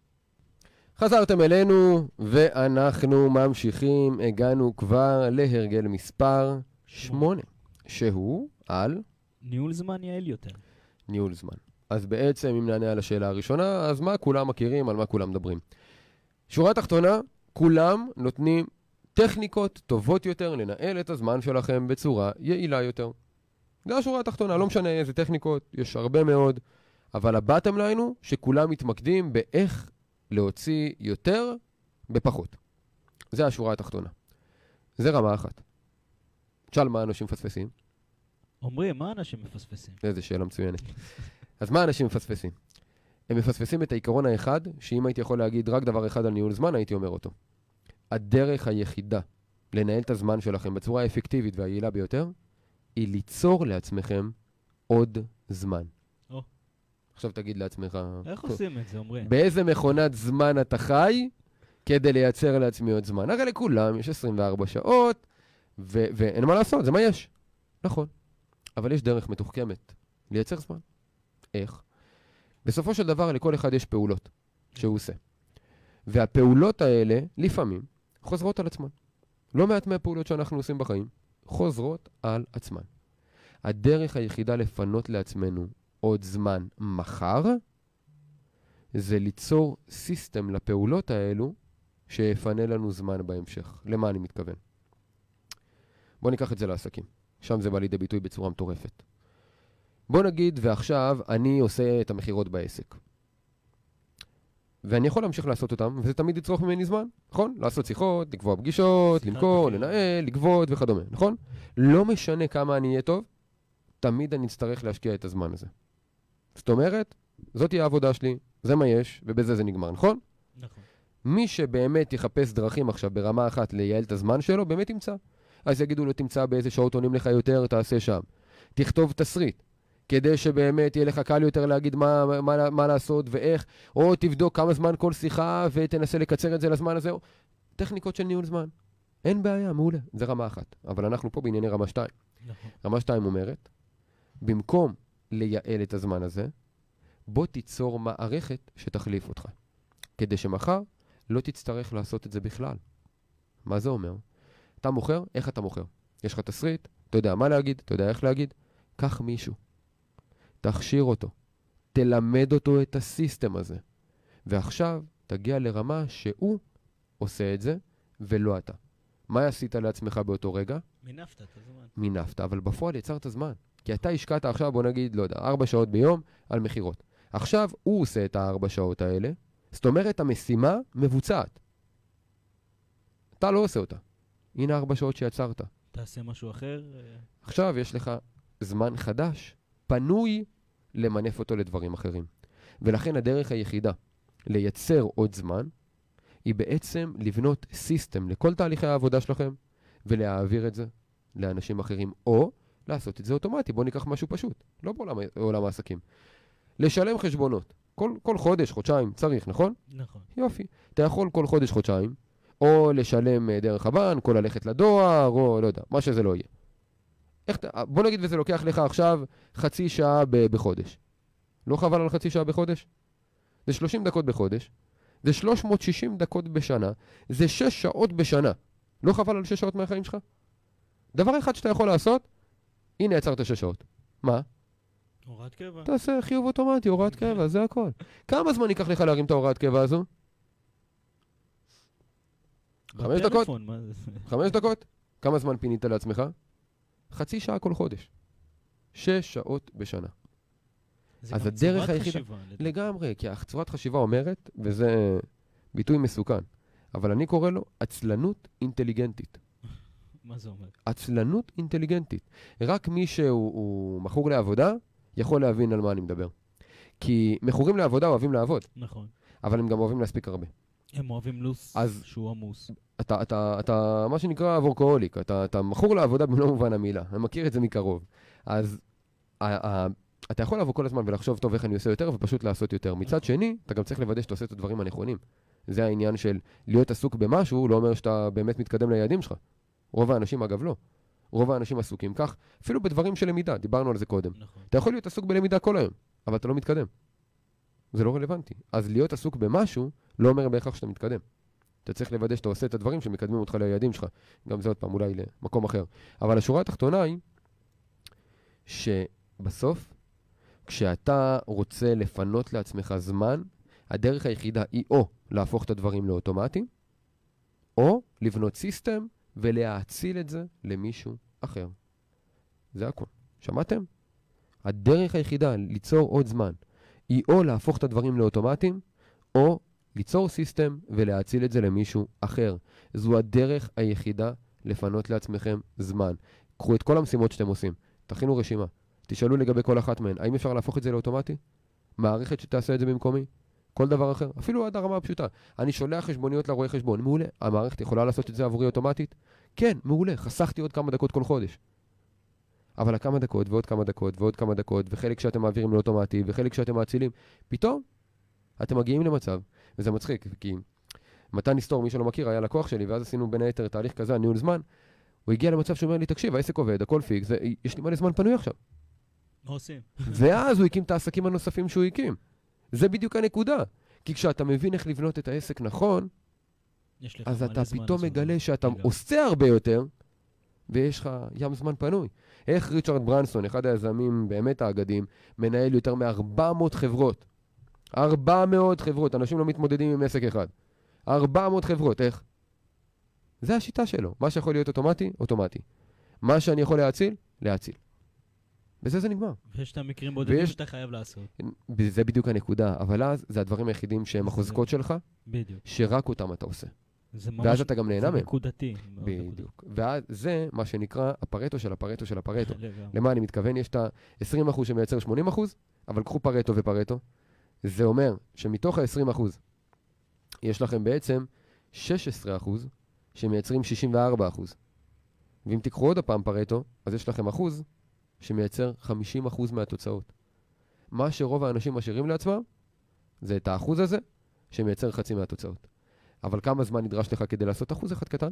חזרתם אלינו, ואנחנו ממשיכים. הגענו כבר להרגל מספר 8, שהוא על... ניהול זמן יעיל יותר. ניהול זמן. אז בעצם, אם נענה על השאלה הראשונה, אז מה כולם מכירים, על מה כולם מדברים? שורה תחתונה, כולם נותנים טכניקות טובות יותר לנהל את הזמן שלכם בצורה יעילה יותר. זה השורה התחתונה, לא משנה איזה טכניקות, יש הרבה מאוד, אבל הבטם ליין הוא שכולם מתמקדים באיך להוציא יותר בפחות. זה השורה התחתונה. זה רמה אחת. תשאל מה אנשים מפספסים. אומרים, מה אנשים מפספסים? איזה שאלה מצוינת. אז מה אנשים מפספסים? הם מפספסים את העיקרון האחד, שאם הייתי יכול להגיד רק דבר אחד על ניהול זמן, הייתי אומר אותו. הדרך היחידה לנהל את הזמן שלכם בצורה האפקטיבית והיעילה ביותר, היא ליצור לעצמכם עוד זמן. עכשיו תגיד לעצמך... איך עושים את זה, אומרים? באיזה מכונת זמן אתה חי כדי לייצר לעצמי עוד זמן? הרי לכולם יש 24 שעות, ואין מה לעשות, זה מה יש. נכון. אבל יש דרך מתוחכמת לייצר זמן. איך? בסופו של דבר לכל אחד יש פעולות שהוא עושה. והפעולות האלה לפעמים חוזרות על עצמן. לא מעט מהפעולות שאנחנו עושים בחיים חוזרות על עצמן. הדרך היחידה לפנות לעצמנו עוד זמן מחר זה ליצור סיסטם לפעולות האלו שיפנה לנו זמן בהמשך. למה אני מתכוון? בוא ניקח את זה לעסקים. שם זה בא לידי ביטוי בצורה מטורפת. בוא נגיד, ועכשיו אני עושה את המחירות בעסק. ואני יכול להמשיך לעשות אותם, וזה תמיד יצרוך ממני זמן, נכון? לעשות שיחות, לקבוע פגישות, למכור, לנהל, לגבות וכדומה, נכון? לא משנה כמה אני אהיה טוב, תמיד אני אצטרך להשקיע את הזמן הזה. זאת אומרת, זאת תהיה העבודה שלי, זה מה יש, ובזה זה נגמר, נכון? נכון. מי שבאמת יחפש דרכים עכשיו ברמה אחת לייעל את הזמן שלו, באמת ימצא. אז יגידו לו, תמצא באיזה שעות עונים לך יותר, תעשה שם. תכתוב תסריט, כדי שבאמת יהיה לך קל יותר להגיד מה לעשות ואיך, או תבדוק כמה זמן כל שיחה ותנסה לקצר את זה לזמן הזה. טכניקות של ניהול זמן. אין בעיה, מעולה. זה רמה אחת. אבל אנחנו פה בענייני רמה 2. נכון. רמה 2 אומרת, במקום לייעל את הזמן הזה, בוא תיצור מערכת שתחליף אותך. כדי שמחר לא תצטרך לעשות את זה בכלל. מה זה אומר? אתה מוכר? איך אתה מוכר? יש לך תסריט? אתה יודע מה להגיד? אתה יודע איך להגיד? קח מישהו. תכשיר אותו. תלמד אותו את הסיסטם הזה. ועכשיו תגיע לרמה שהוא עושה את זה ולא אתה. מה עשית לעצמך באותו רגע? מינפת את הזמן. מינפת, אבל בפועל יצרת זמן. כי אתה השקעת עכשיו, בוא נגיד, לא יודע, 4 שעות ביום על מחירות. עכשיו הוא עושה את 4 שעות האלה, זאת אומרת המשימה מבוצעת. אתה לא עושה אותה. הנה 4 שעות שיצרת. תעשה משהו אחר. עכשיו יש לך זמן חדש, פנוי למנף אותו לדברים אחרים. ולכן הדרך היחידה לייצר עוד זמן, היא בעצם לבנות סיסטם לכל תהליכי העבודה שלכם, ולהעביר את זה לאנשים אחרים, או לעשות את זה אוטומטי. בואו ניקח משהו פשוט, לא בעולם העסקים. לשלם חשבונות. כל חודש, חודשיים, צריך, נכון? נכון. יופי. אתה יכול כל חודש, חודשיים, או לשלם דרך הבנק, או ללכת לדואר, או לא יודע, מה שזה לא יהיה. בוא נגיד וזה לוקח לך עכשיו חצי שעה בחודש. לא חבל על חצי שעה בחודש? זה 30 דקות בחודש, זה 360 דקות בשנה, זה 6 שעות בשנה. לא חבל על 6 שעות מהחיים שלך? דבר אחד שאתה יכול לעשות, הנה יצרת 6 שעות. מה? הוראת קבע. תעשה חיוב אוטומטי, הוראת קבע, זה הכל. כמה זמן ייקח לך להרים את ההוראת קבע הזו? 5 דקות? 5 דקות? כמה זמן פינית לעצמך? חצי שעה כל חודש. 6 שעות בשנה. אז הדרך היחידה... לגמרי, כי הצורת חשיבה אומרת, וזה ביטוי מסוכן, אבל אני קורא לו עצלנות אינטליגנטית. מה זה אומר? עצלנות אינטליגנטית. רק מי שהוא מכור לעבודה, יכול להבין על מה אני מדבר. כי מכורים לעבודה אוהבים לעבוד. נכון. אבל הם גם אוהבים להספיק הרבה. הם אוהבים לוס שהוא עמוס. אתה מה שנקרא וורקהוליק, אתה מכור לעבודה במלוא מובן המילה. אני מכיר את זה מקרוב. אז אתה יכול לבוא כל הזמן ולחשוב טוב איך אני עושה יותר ופשוט לעשות יותר. מצד שני, אתה גם צריך לוודא שאתה עושה את הדברים הנכונים. זה העניין של להיות עסוק במשהו, לא אומר שאתה באמת מתקדם ליעדים שלך. רוב האנשים אגב לא. רוב האנשים עסוקים כך, אפילו בדברים של למידה, דיברנו על זה קודם. נכון. אתה יכול להיות עסוק בלמידה כל היום, אבל אתה לא מתקדם. זה לא רלוונטי. אז להיות עסוק במשהו לא אומר בהכרח שאתה מתקדם. אתה צריך לוודא שאתה עושה את הדברים שמקדמים אותך ליעדים שלך. גם זה עוד פעם אולי למקום אחר. אבל השורה התחתונה היא שבסוף, כשאתה רוצה לפנות לעצמך זמן, הדרך היחידה היא או להפוך את הדברים לאוטומטיים, או לבנות סיסטם ולהאציל את זה למישהו אחר. זה הכל. שמעתם? הדרך היחידה ליצור עוד זמן היא או להפוך את הדברים לאוטומטיים, או ליצור סיסטם ולהאציל את זה למישהו אחר. זו הדרך היחידה לפנות לעצמכם זמן. קחו את כל המשימות שאתם עושים, תכינו רשימה, תשאלו לגבי כל אחת מהן, האם אפשר להפוך את זה לאוטומטי? מערכת שתעשה את זה במקומי? כל דבר אחר? אפילו עד הרמה הפשוטה. אני שולח חשבוניות לרואי חשבון, מעולה. המערכת יכולה לעשות את זה עבורי אוטומטית? כן, מעולה. חסכתי עוד כמה דקות כל חודש. אבל הכמה דקות ועוד כמה דקות ועוד כמה דקות, וחלק שאתם מעבירים לאוטומטי, וחלק שאתם מאצילים, פתאום אתם מגיעים למצב, וזה מצחיק, כי מתן נסתור, מי שלא מכיר, היה לקוח שלי, ואז עשינו בין היתר תהליך כזה, ניהול זמן, הוא הגיע למצב שאומר לי, תקשיב, העסק עובד, הכל פיקס, יש לי מלא זמן פנוי עכשיו. מה עושים? ואז הוא הקים את העסקים הנוספים שהוא הקים. זה בדיוק הנקודה. כי כשאתה מבין איך לבנות את העסק נכון, אז אתה פתאום מגלה שאתה עושה הרבה יותר, ויש לך ים זמן פנוי. איך ריצ'רד ברנסון, אחד היזמים באמת האגדים, מנהל יותר מ-400 חברות. 400 חברות, אנשים לא מתמודדים עם עסק אחד. 400 חברות, איך? זה השיטה שלו. מה שיכול להיות אוטומטי, אוטומטי. מה שאני יכול להציל, להציל. בזה זה נגמר. ויש את המקרים בודדים שאתה חייב לעשות. זה בדיוק הנקודה, אבל אז זה הדברים היחידים שהם החוזקות שלך, בדיוק. שרק אותם אתה עושה. ואז אתה גם נהנה מהם. זה נקודתי. בדיוק. ואז זה מה שנקרא הפרטו של הפרטו של הפרטו. למה אני מתכוון? יש את ה-20% שמייצר 80%, אבל קחו פרטו ופרטו. זה אומר שמתוך ה-20% יש לכם בעצם 16% שמייצרים 64%. ואם תיקחו עוד הפעם פרטו, אז יש לכם אחוז שמייצר 50% מהתוצאות. מה שרוב האנשים משאירים לעצמם, זה את האחוז הזה שמייצר חצי מהתוצאות. אבל כמה זמן נדרש לך כדי לעשות אחוז אחד קטן?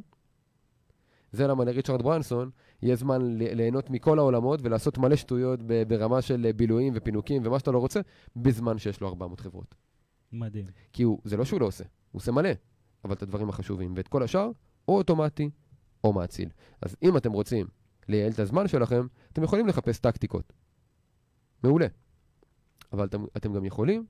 זה למה לריצ'רד ברנסון יהיה זמן ליהנות מכל העולמות ולעשות מלא שטויות ברמה של בילויים ופינוקים ומה שאתה לא רוצה, בזמן שיש לו 400 חברות. מדהים. כי זה לא שהוא לא עושה, הוא עושה מלא, אבל את הדברים החשובים. ואת כל השאר, או אוטומטי, או מאציל. אז אם אתם רוצים לייעל את הזמן שלכם, אתם יכולים לחפש טקטיקות. מעולה. אבל אתם גם יכולים,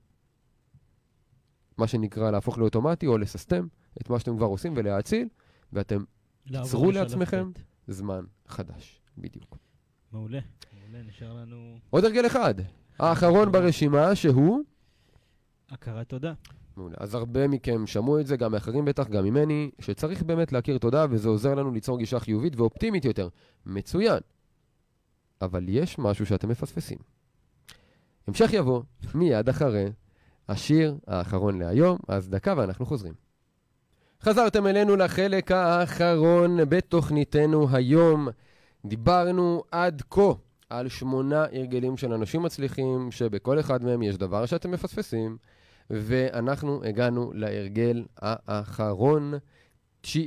מה שנקרא להפוך לאוטומטי או לססטם, את מה שאתם כבר עושים ולהאציל, ואתם תצרו לעצמכם זמן חדש. בדיוק. מעולה. מעולה, נשאר לנו... עוד הרגל אחד. האחרון ברשימה שהוא... הכרת תודה. מעולה. אז הרבה מכם שמעו את זה, גם מאחרים בטח, גם ממני, שצריך באמת להכיר תודה, וזה עוזר לנו ליצור גישה חיובית ואופטימית יותר. מצוין. אבל יש משהו שאתם מפספסים. המשך יבוא, מיד אחרי השיר האחרון להיום, אז דקה ואנחנו חוזרים. חזרתם אלינו לחלק האחרון בתוכניתנו היום. דיברנו עד כה על 8 הרגלים של אנשים מצליחים, שבכל אחד מהם יש דבר שאתם מפספסים, ואנחנו הגענו להרגל האחרון, 9.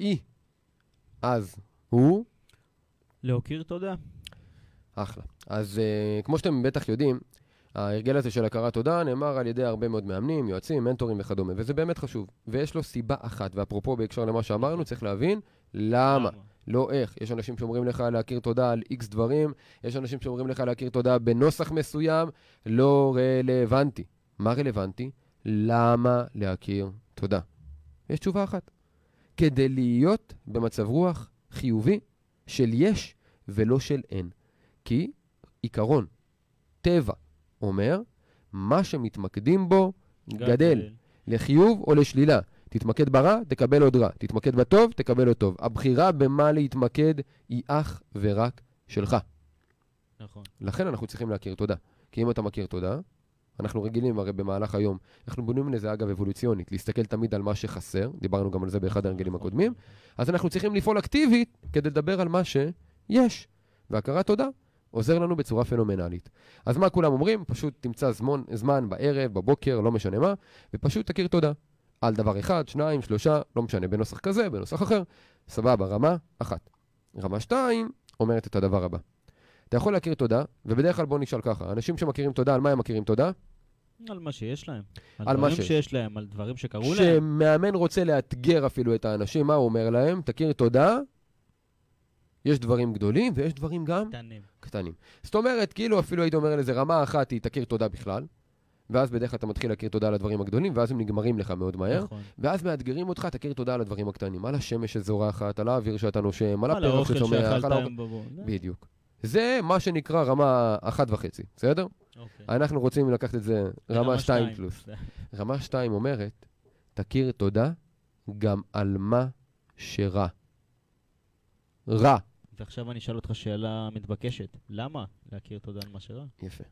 אז הוא? להוקיר תודה. אחלה. אז כמו שאתם בטח יודעים, ההרגל הזה של הכרת תודה נאמר על ידי הרבה מאוד מאמנים, יועצים, מנטורים וכדומה, וזה באמת חשוב. ויש לו סיבה אחת, ואפרופו בהקשר למה שאמרנו, צריך להבין למה. לא איך. יש אנשים שאומרים לך להכיר תודה על X דברים, יש אנשים שאומרים לך להכיר תודה בנוסח מסוים, לא רלוונטי. מה רלוונטי? למה להכיר תודה? יש תשובה אחת. כדי להיות במצב רוח חיובי של יש ולא של אין. כי עיקרון, טבע, אומר, מה שמתמקדים בו גדל. לחיוב או לשלילה. תתמקד ברע, תקבל עוד רע. תתמקד בטוב, תקבל עוד טוב. הבחירה במה להתמקד היא אך ורק שלך. נכון. לכן אנחנו צריכים להכיר תודה. כי אם אתה מכיר תודה, אנחנו רגילים הרי במהלך היום, אנחנו בונים לזה אגב אבולוציונית, להסתכל תמיד על מה שחסר, דיברנו גם על זה באחד ההרגלים הקודמים, אז אנחנו צריכים לפעול אקטיבית כדי לדבר על מה שיש. והכרת תודה עוזר לנו בצורה פנומנלית. אז מה כולם אומרים? פשוט תמצא זמן בערב, בבוקר, לא משנה מה, ופשוט תכיר תודה. על דבר 1, 2, 3, לא משנה, בנוסח כזה, בנוסח אחר. סבבה, רמה 1. רמה 2 אומרת את הדבר הבא. אתה יכול להכיר תודה, ובדרך כלל בוא נשאל ככה, אנשים שמכירים תודה, על מה הם מכירים תודה? על מה שיש להם. על דברים שיש להם, על דברים שקרו להם. שמאמן רוצה לאתגר אפילו את האנשים, מה הוא אומר להם? תכיר תודה, יש דברים גדולים ויש דברים גם קטנים. זאת אומרת, כאילו אפילו היית אומר לזה, רמה 1 היא תכיר תודה בכלל, ואז בדרך כלל אתה מתחיל להכיר תודה על הדברים הגדולים, ואז הם נגמרים לך מאוד מהר, נכון. ואז מאתגרים אותך, תכיר תודה על הדברים הקטנים, על השמש שזורחת, על האוויר שאתה נושם, על על הפרח האוכל שצומח, שאכלת היום בבוא. בדיוק. זה מה שנקרא רמה 1.5, בסדר? אוקיי. אנחנו רוצים לקחת את זה רמה 2 פלוס. רמה 2 אומרת, תכיר תודה גם על מה שרע. רע. ועכשיו אני אשאל אותך שאלה מתבקשת. למה להכיר תודה על מה שרע? יפה.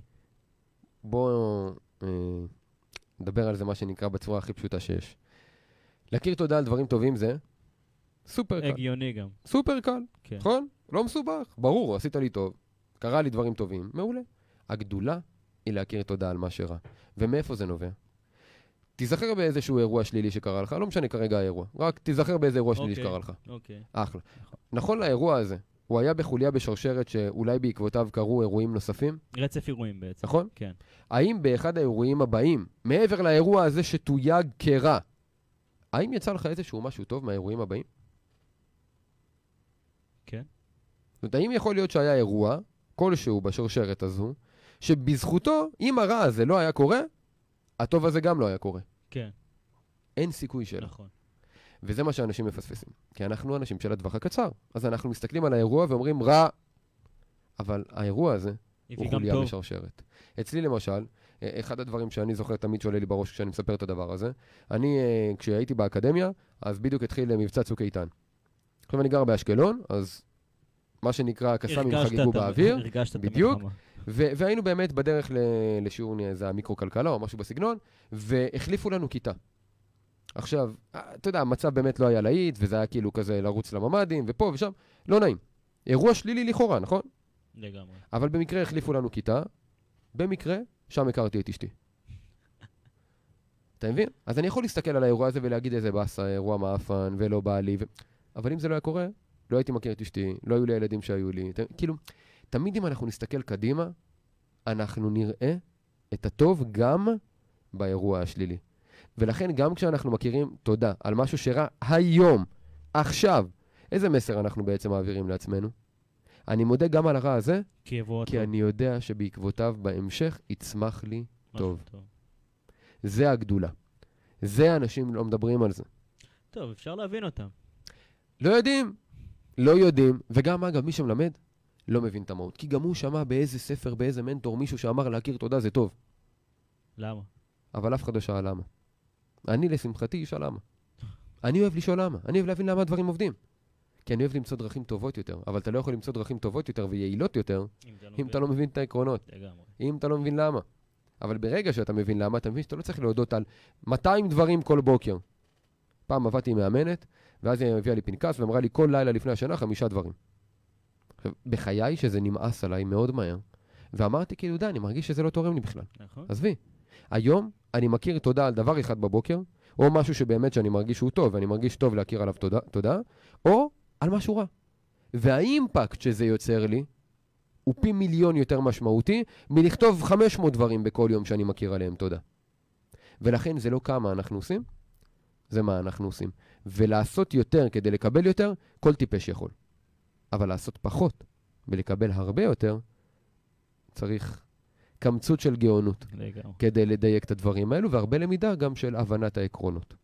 בואו נדבר על זה מה שנקרא בצורה הכי פשוטה שיש. להכיר תודה על דברים טובים זה סופר קל. הגיוני גם. סופר קל, כן. נכון? לא מסובך. ברור, עשית לי טוב, קרה לי דברים טובים, מעולה. הגדולה היא להכיר תודה על מה שרע. ומאיפה זה נובע? תיזכר באיזשהו אירוע שלילי שקרה לך, לא משנה כרגע האירוע, רק תיזכר באיזה אירוע שלילי שקרה לך. אוקיי. אחלה. נכון לאירוע הזה, הוא היה בחוליה בשרשרת שאולי בעקבותיו קרו אירועים נוספים? רצף אירועים בעצם. נכון? כן. האם באחד האירועים הבאים, מעבר לאירוע הזה שתויג כרע, האם יצא לך איזשהו משהו טוב מהאירועים הבאים? כן. זאת אומרת, האם יכול להיות שהיה אירוע, כלשהו בשרשרת הזו, שבזכותו, אם הרע הזה לא היה קורה, הטוב הזה גם לא היה קורה. כן. אין סיכוי שלו. נכון. וזה מה שאנשים מפספסים. כי אנחנו אנשים של הטווח הקצר. אז אנחנו מסתכלים על האירוע ואומרים רע, אבל האירוע הזה הוא חוליה בשרשרת. אצלי למשל, אחד הדברים שאני זוכר תמיד שעולה לי בראש כשאני מספר את הדבר הזה, אני, כשהייתי באקדמיה, אז בדיוק התחיל מבצע צוק איתן. עכשיו אני גר באשקלון, אז מה שנקרא קסאמים חגיגו באוויר, בדיוק, והיינו באמת בדרך לשיעור איזה המיקרו-כלכלה או משהו בסגנון, והחליפו לנו כיתה. עכשיו, אתה יודע, המצב באמת לא היה להיט, וזה היה כאילו כזה לרוץ לממדים, ופה ושם, לא נעים. אירוע שלילי לכאורה, נכון? לגמרי. אבל במקרה החליפו לנו כיתה, במקרה, שם הכרתי את אשתי. אתה מבין? אז אני יכול להסתכל על האירוע הזה ולהגיד איזה באסה, אירוע מאפן, ולא בא לי, אבל אם זה לא היה קורה, לא הייתי מכיר את אשתי, לא היו לי הילדים שהיו לי. כאילו, תמיד אם אנחנו נסתכל קדימה, אנחנו נראה את הטוב גם באירוע השלילי. ולכן גם כשאנחנו מכירים תודה על משהו שרע היום, עכשיו, איזה מסר אנחנו בעצם מעבירים לעצמנו? אני מודה גם על הרע הזה, כי אני יודע שבעקבותיו בהמשך יצמח לי טוב. זה הגדולה. זה אנשים לא מדברים על זה. טוב, אפשר להבין אותם. לא יודעים, וגם אגב מי שמלמד לא מבין את המהות. כי גם הוא שמע באיזה ספר, באיזה מנטור, מישהו שאמר להכיר תודה זה טוב. למה? אבל אף אחד לא שאל למה. אני לשמחתי אשאל למה. אני אוהב לשאול למה. אני אוהב להבין למה הדברים עובדים. כי אני אוהב למצוא דרכים טובות יותר, אבל אתה לא יכול למצוא דרכים טובות יותר ויעילות יותר, אם אתה לא מבין את העקרונות. אם אתה לא מבין למה. אבל ברגע שאתה מבין למה, אתה מבין שאתה לא צריך להודות על 200 דברים כל בוקר. פעם עבדתי עם מאמנת, ואז היא הביאה לי פנקס ואמרה לי כל לילה לפני השנה 5 דברים. עכשיו, בחיי שזה נמאס עליי מאוד מהר, ואמרתי כאילו די, אני מרגיש שזה לא תורם לי בכלל. נכון. עזבי. היום אני מכיר תודה על דבר אחד בבוקר, או משהו שבאמת שאני מרגיש שהוא טוב, ואני מרגיש טוב להכיר עליו תודה, או על משהו רע. והאימפקט שזה יוצר לי, הוא פי מיליון יותר משמעותי, מלכתוב 500 דברים בכל יום שאני מכיר עליהם תודה. ולכן זה לא כמה אנחנו עושים, זה מה אנחנו עושים. ולעשות יותר כדי לקבל יותר, כל טיפש יכול. אבל לעשות פחות ולקבל הרבה יותר, צריך קמצות של גאונות. כדי לדייק את הדברים האלו, והרבה למידה גם של הבנת העקרונות.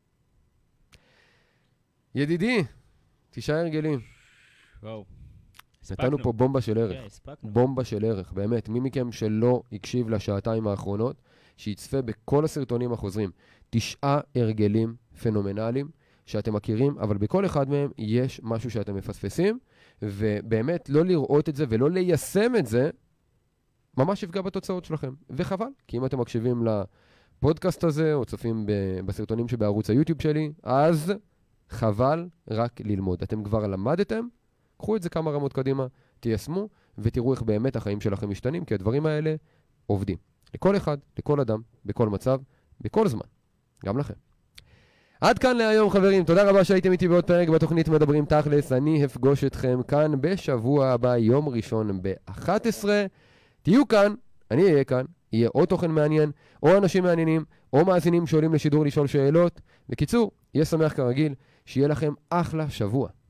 ידידי, 9 הרגלים. וואו. נתנו פה בומבה של ערך. בומבה של ערך, באמת. מי מכם שלא הקשיב לשעתיים האחרונות, שיצפה בכל הסרטונים החוזרים. 9 הרגלים פנומנליים שאתם מכירים, אבל בכל אחד מהם יש משהו שאתם מפספסים, ובאמת לא לראות את זה ולא ליישם את זה, ממש יפגע בתוצאות שלכם. וחבל, כי אם אתם מקשיבים לפודקאסט הזה, או צופים בסרטונים שבערוץ היוטיוב שלי, אז חבל רק ללמוד. אתם כבר למדתם, קחו את זה כמה רמות קדימה, תיישמו, ותראו איך באמת החיים שלכם משתנים, כי הדברים האלה עובדים. לכל אחד, לכל אדם, בכל מצב, בכל זמן. גם לכם. עד כאן להיום חברים, תודה רבה שהייתם איתי בעוד פרק בתוכנית מדברים תכלס. אני אפגוש אתכם כאן בשבוע הבא, יום ראשון ב-11. תהיו כאן, אני אהיה כאן, יהיה או תוכן מעניין, או אנשים מעניינים, או מאזינים שעולים לשידור לשאול שאלות. בקיצור, יהיה שמח כרגיל, שיהיה לכם אחלה שבוע.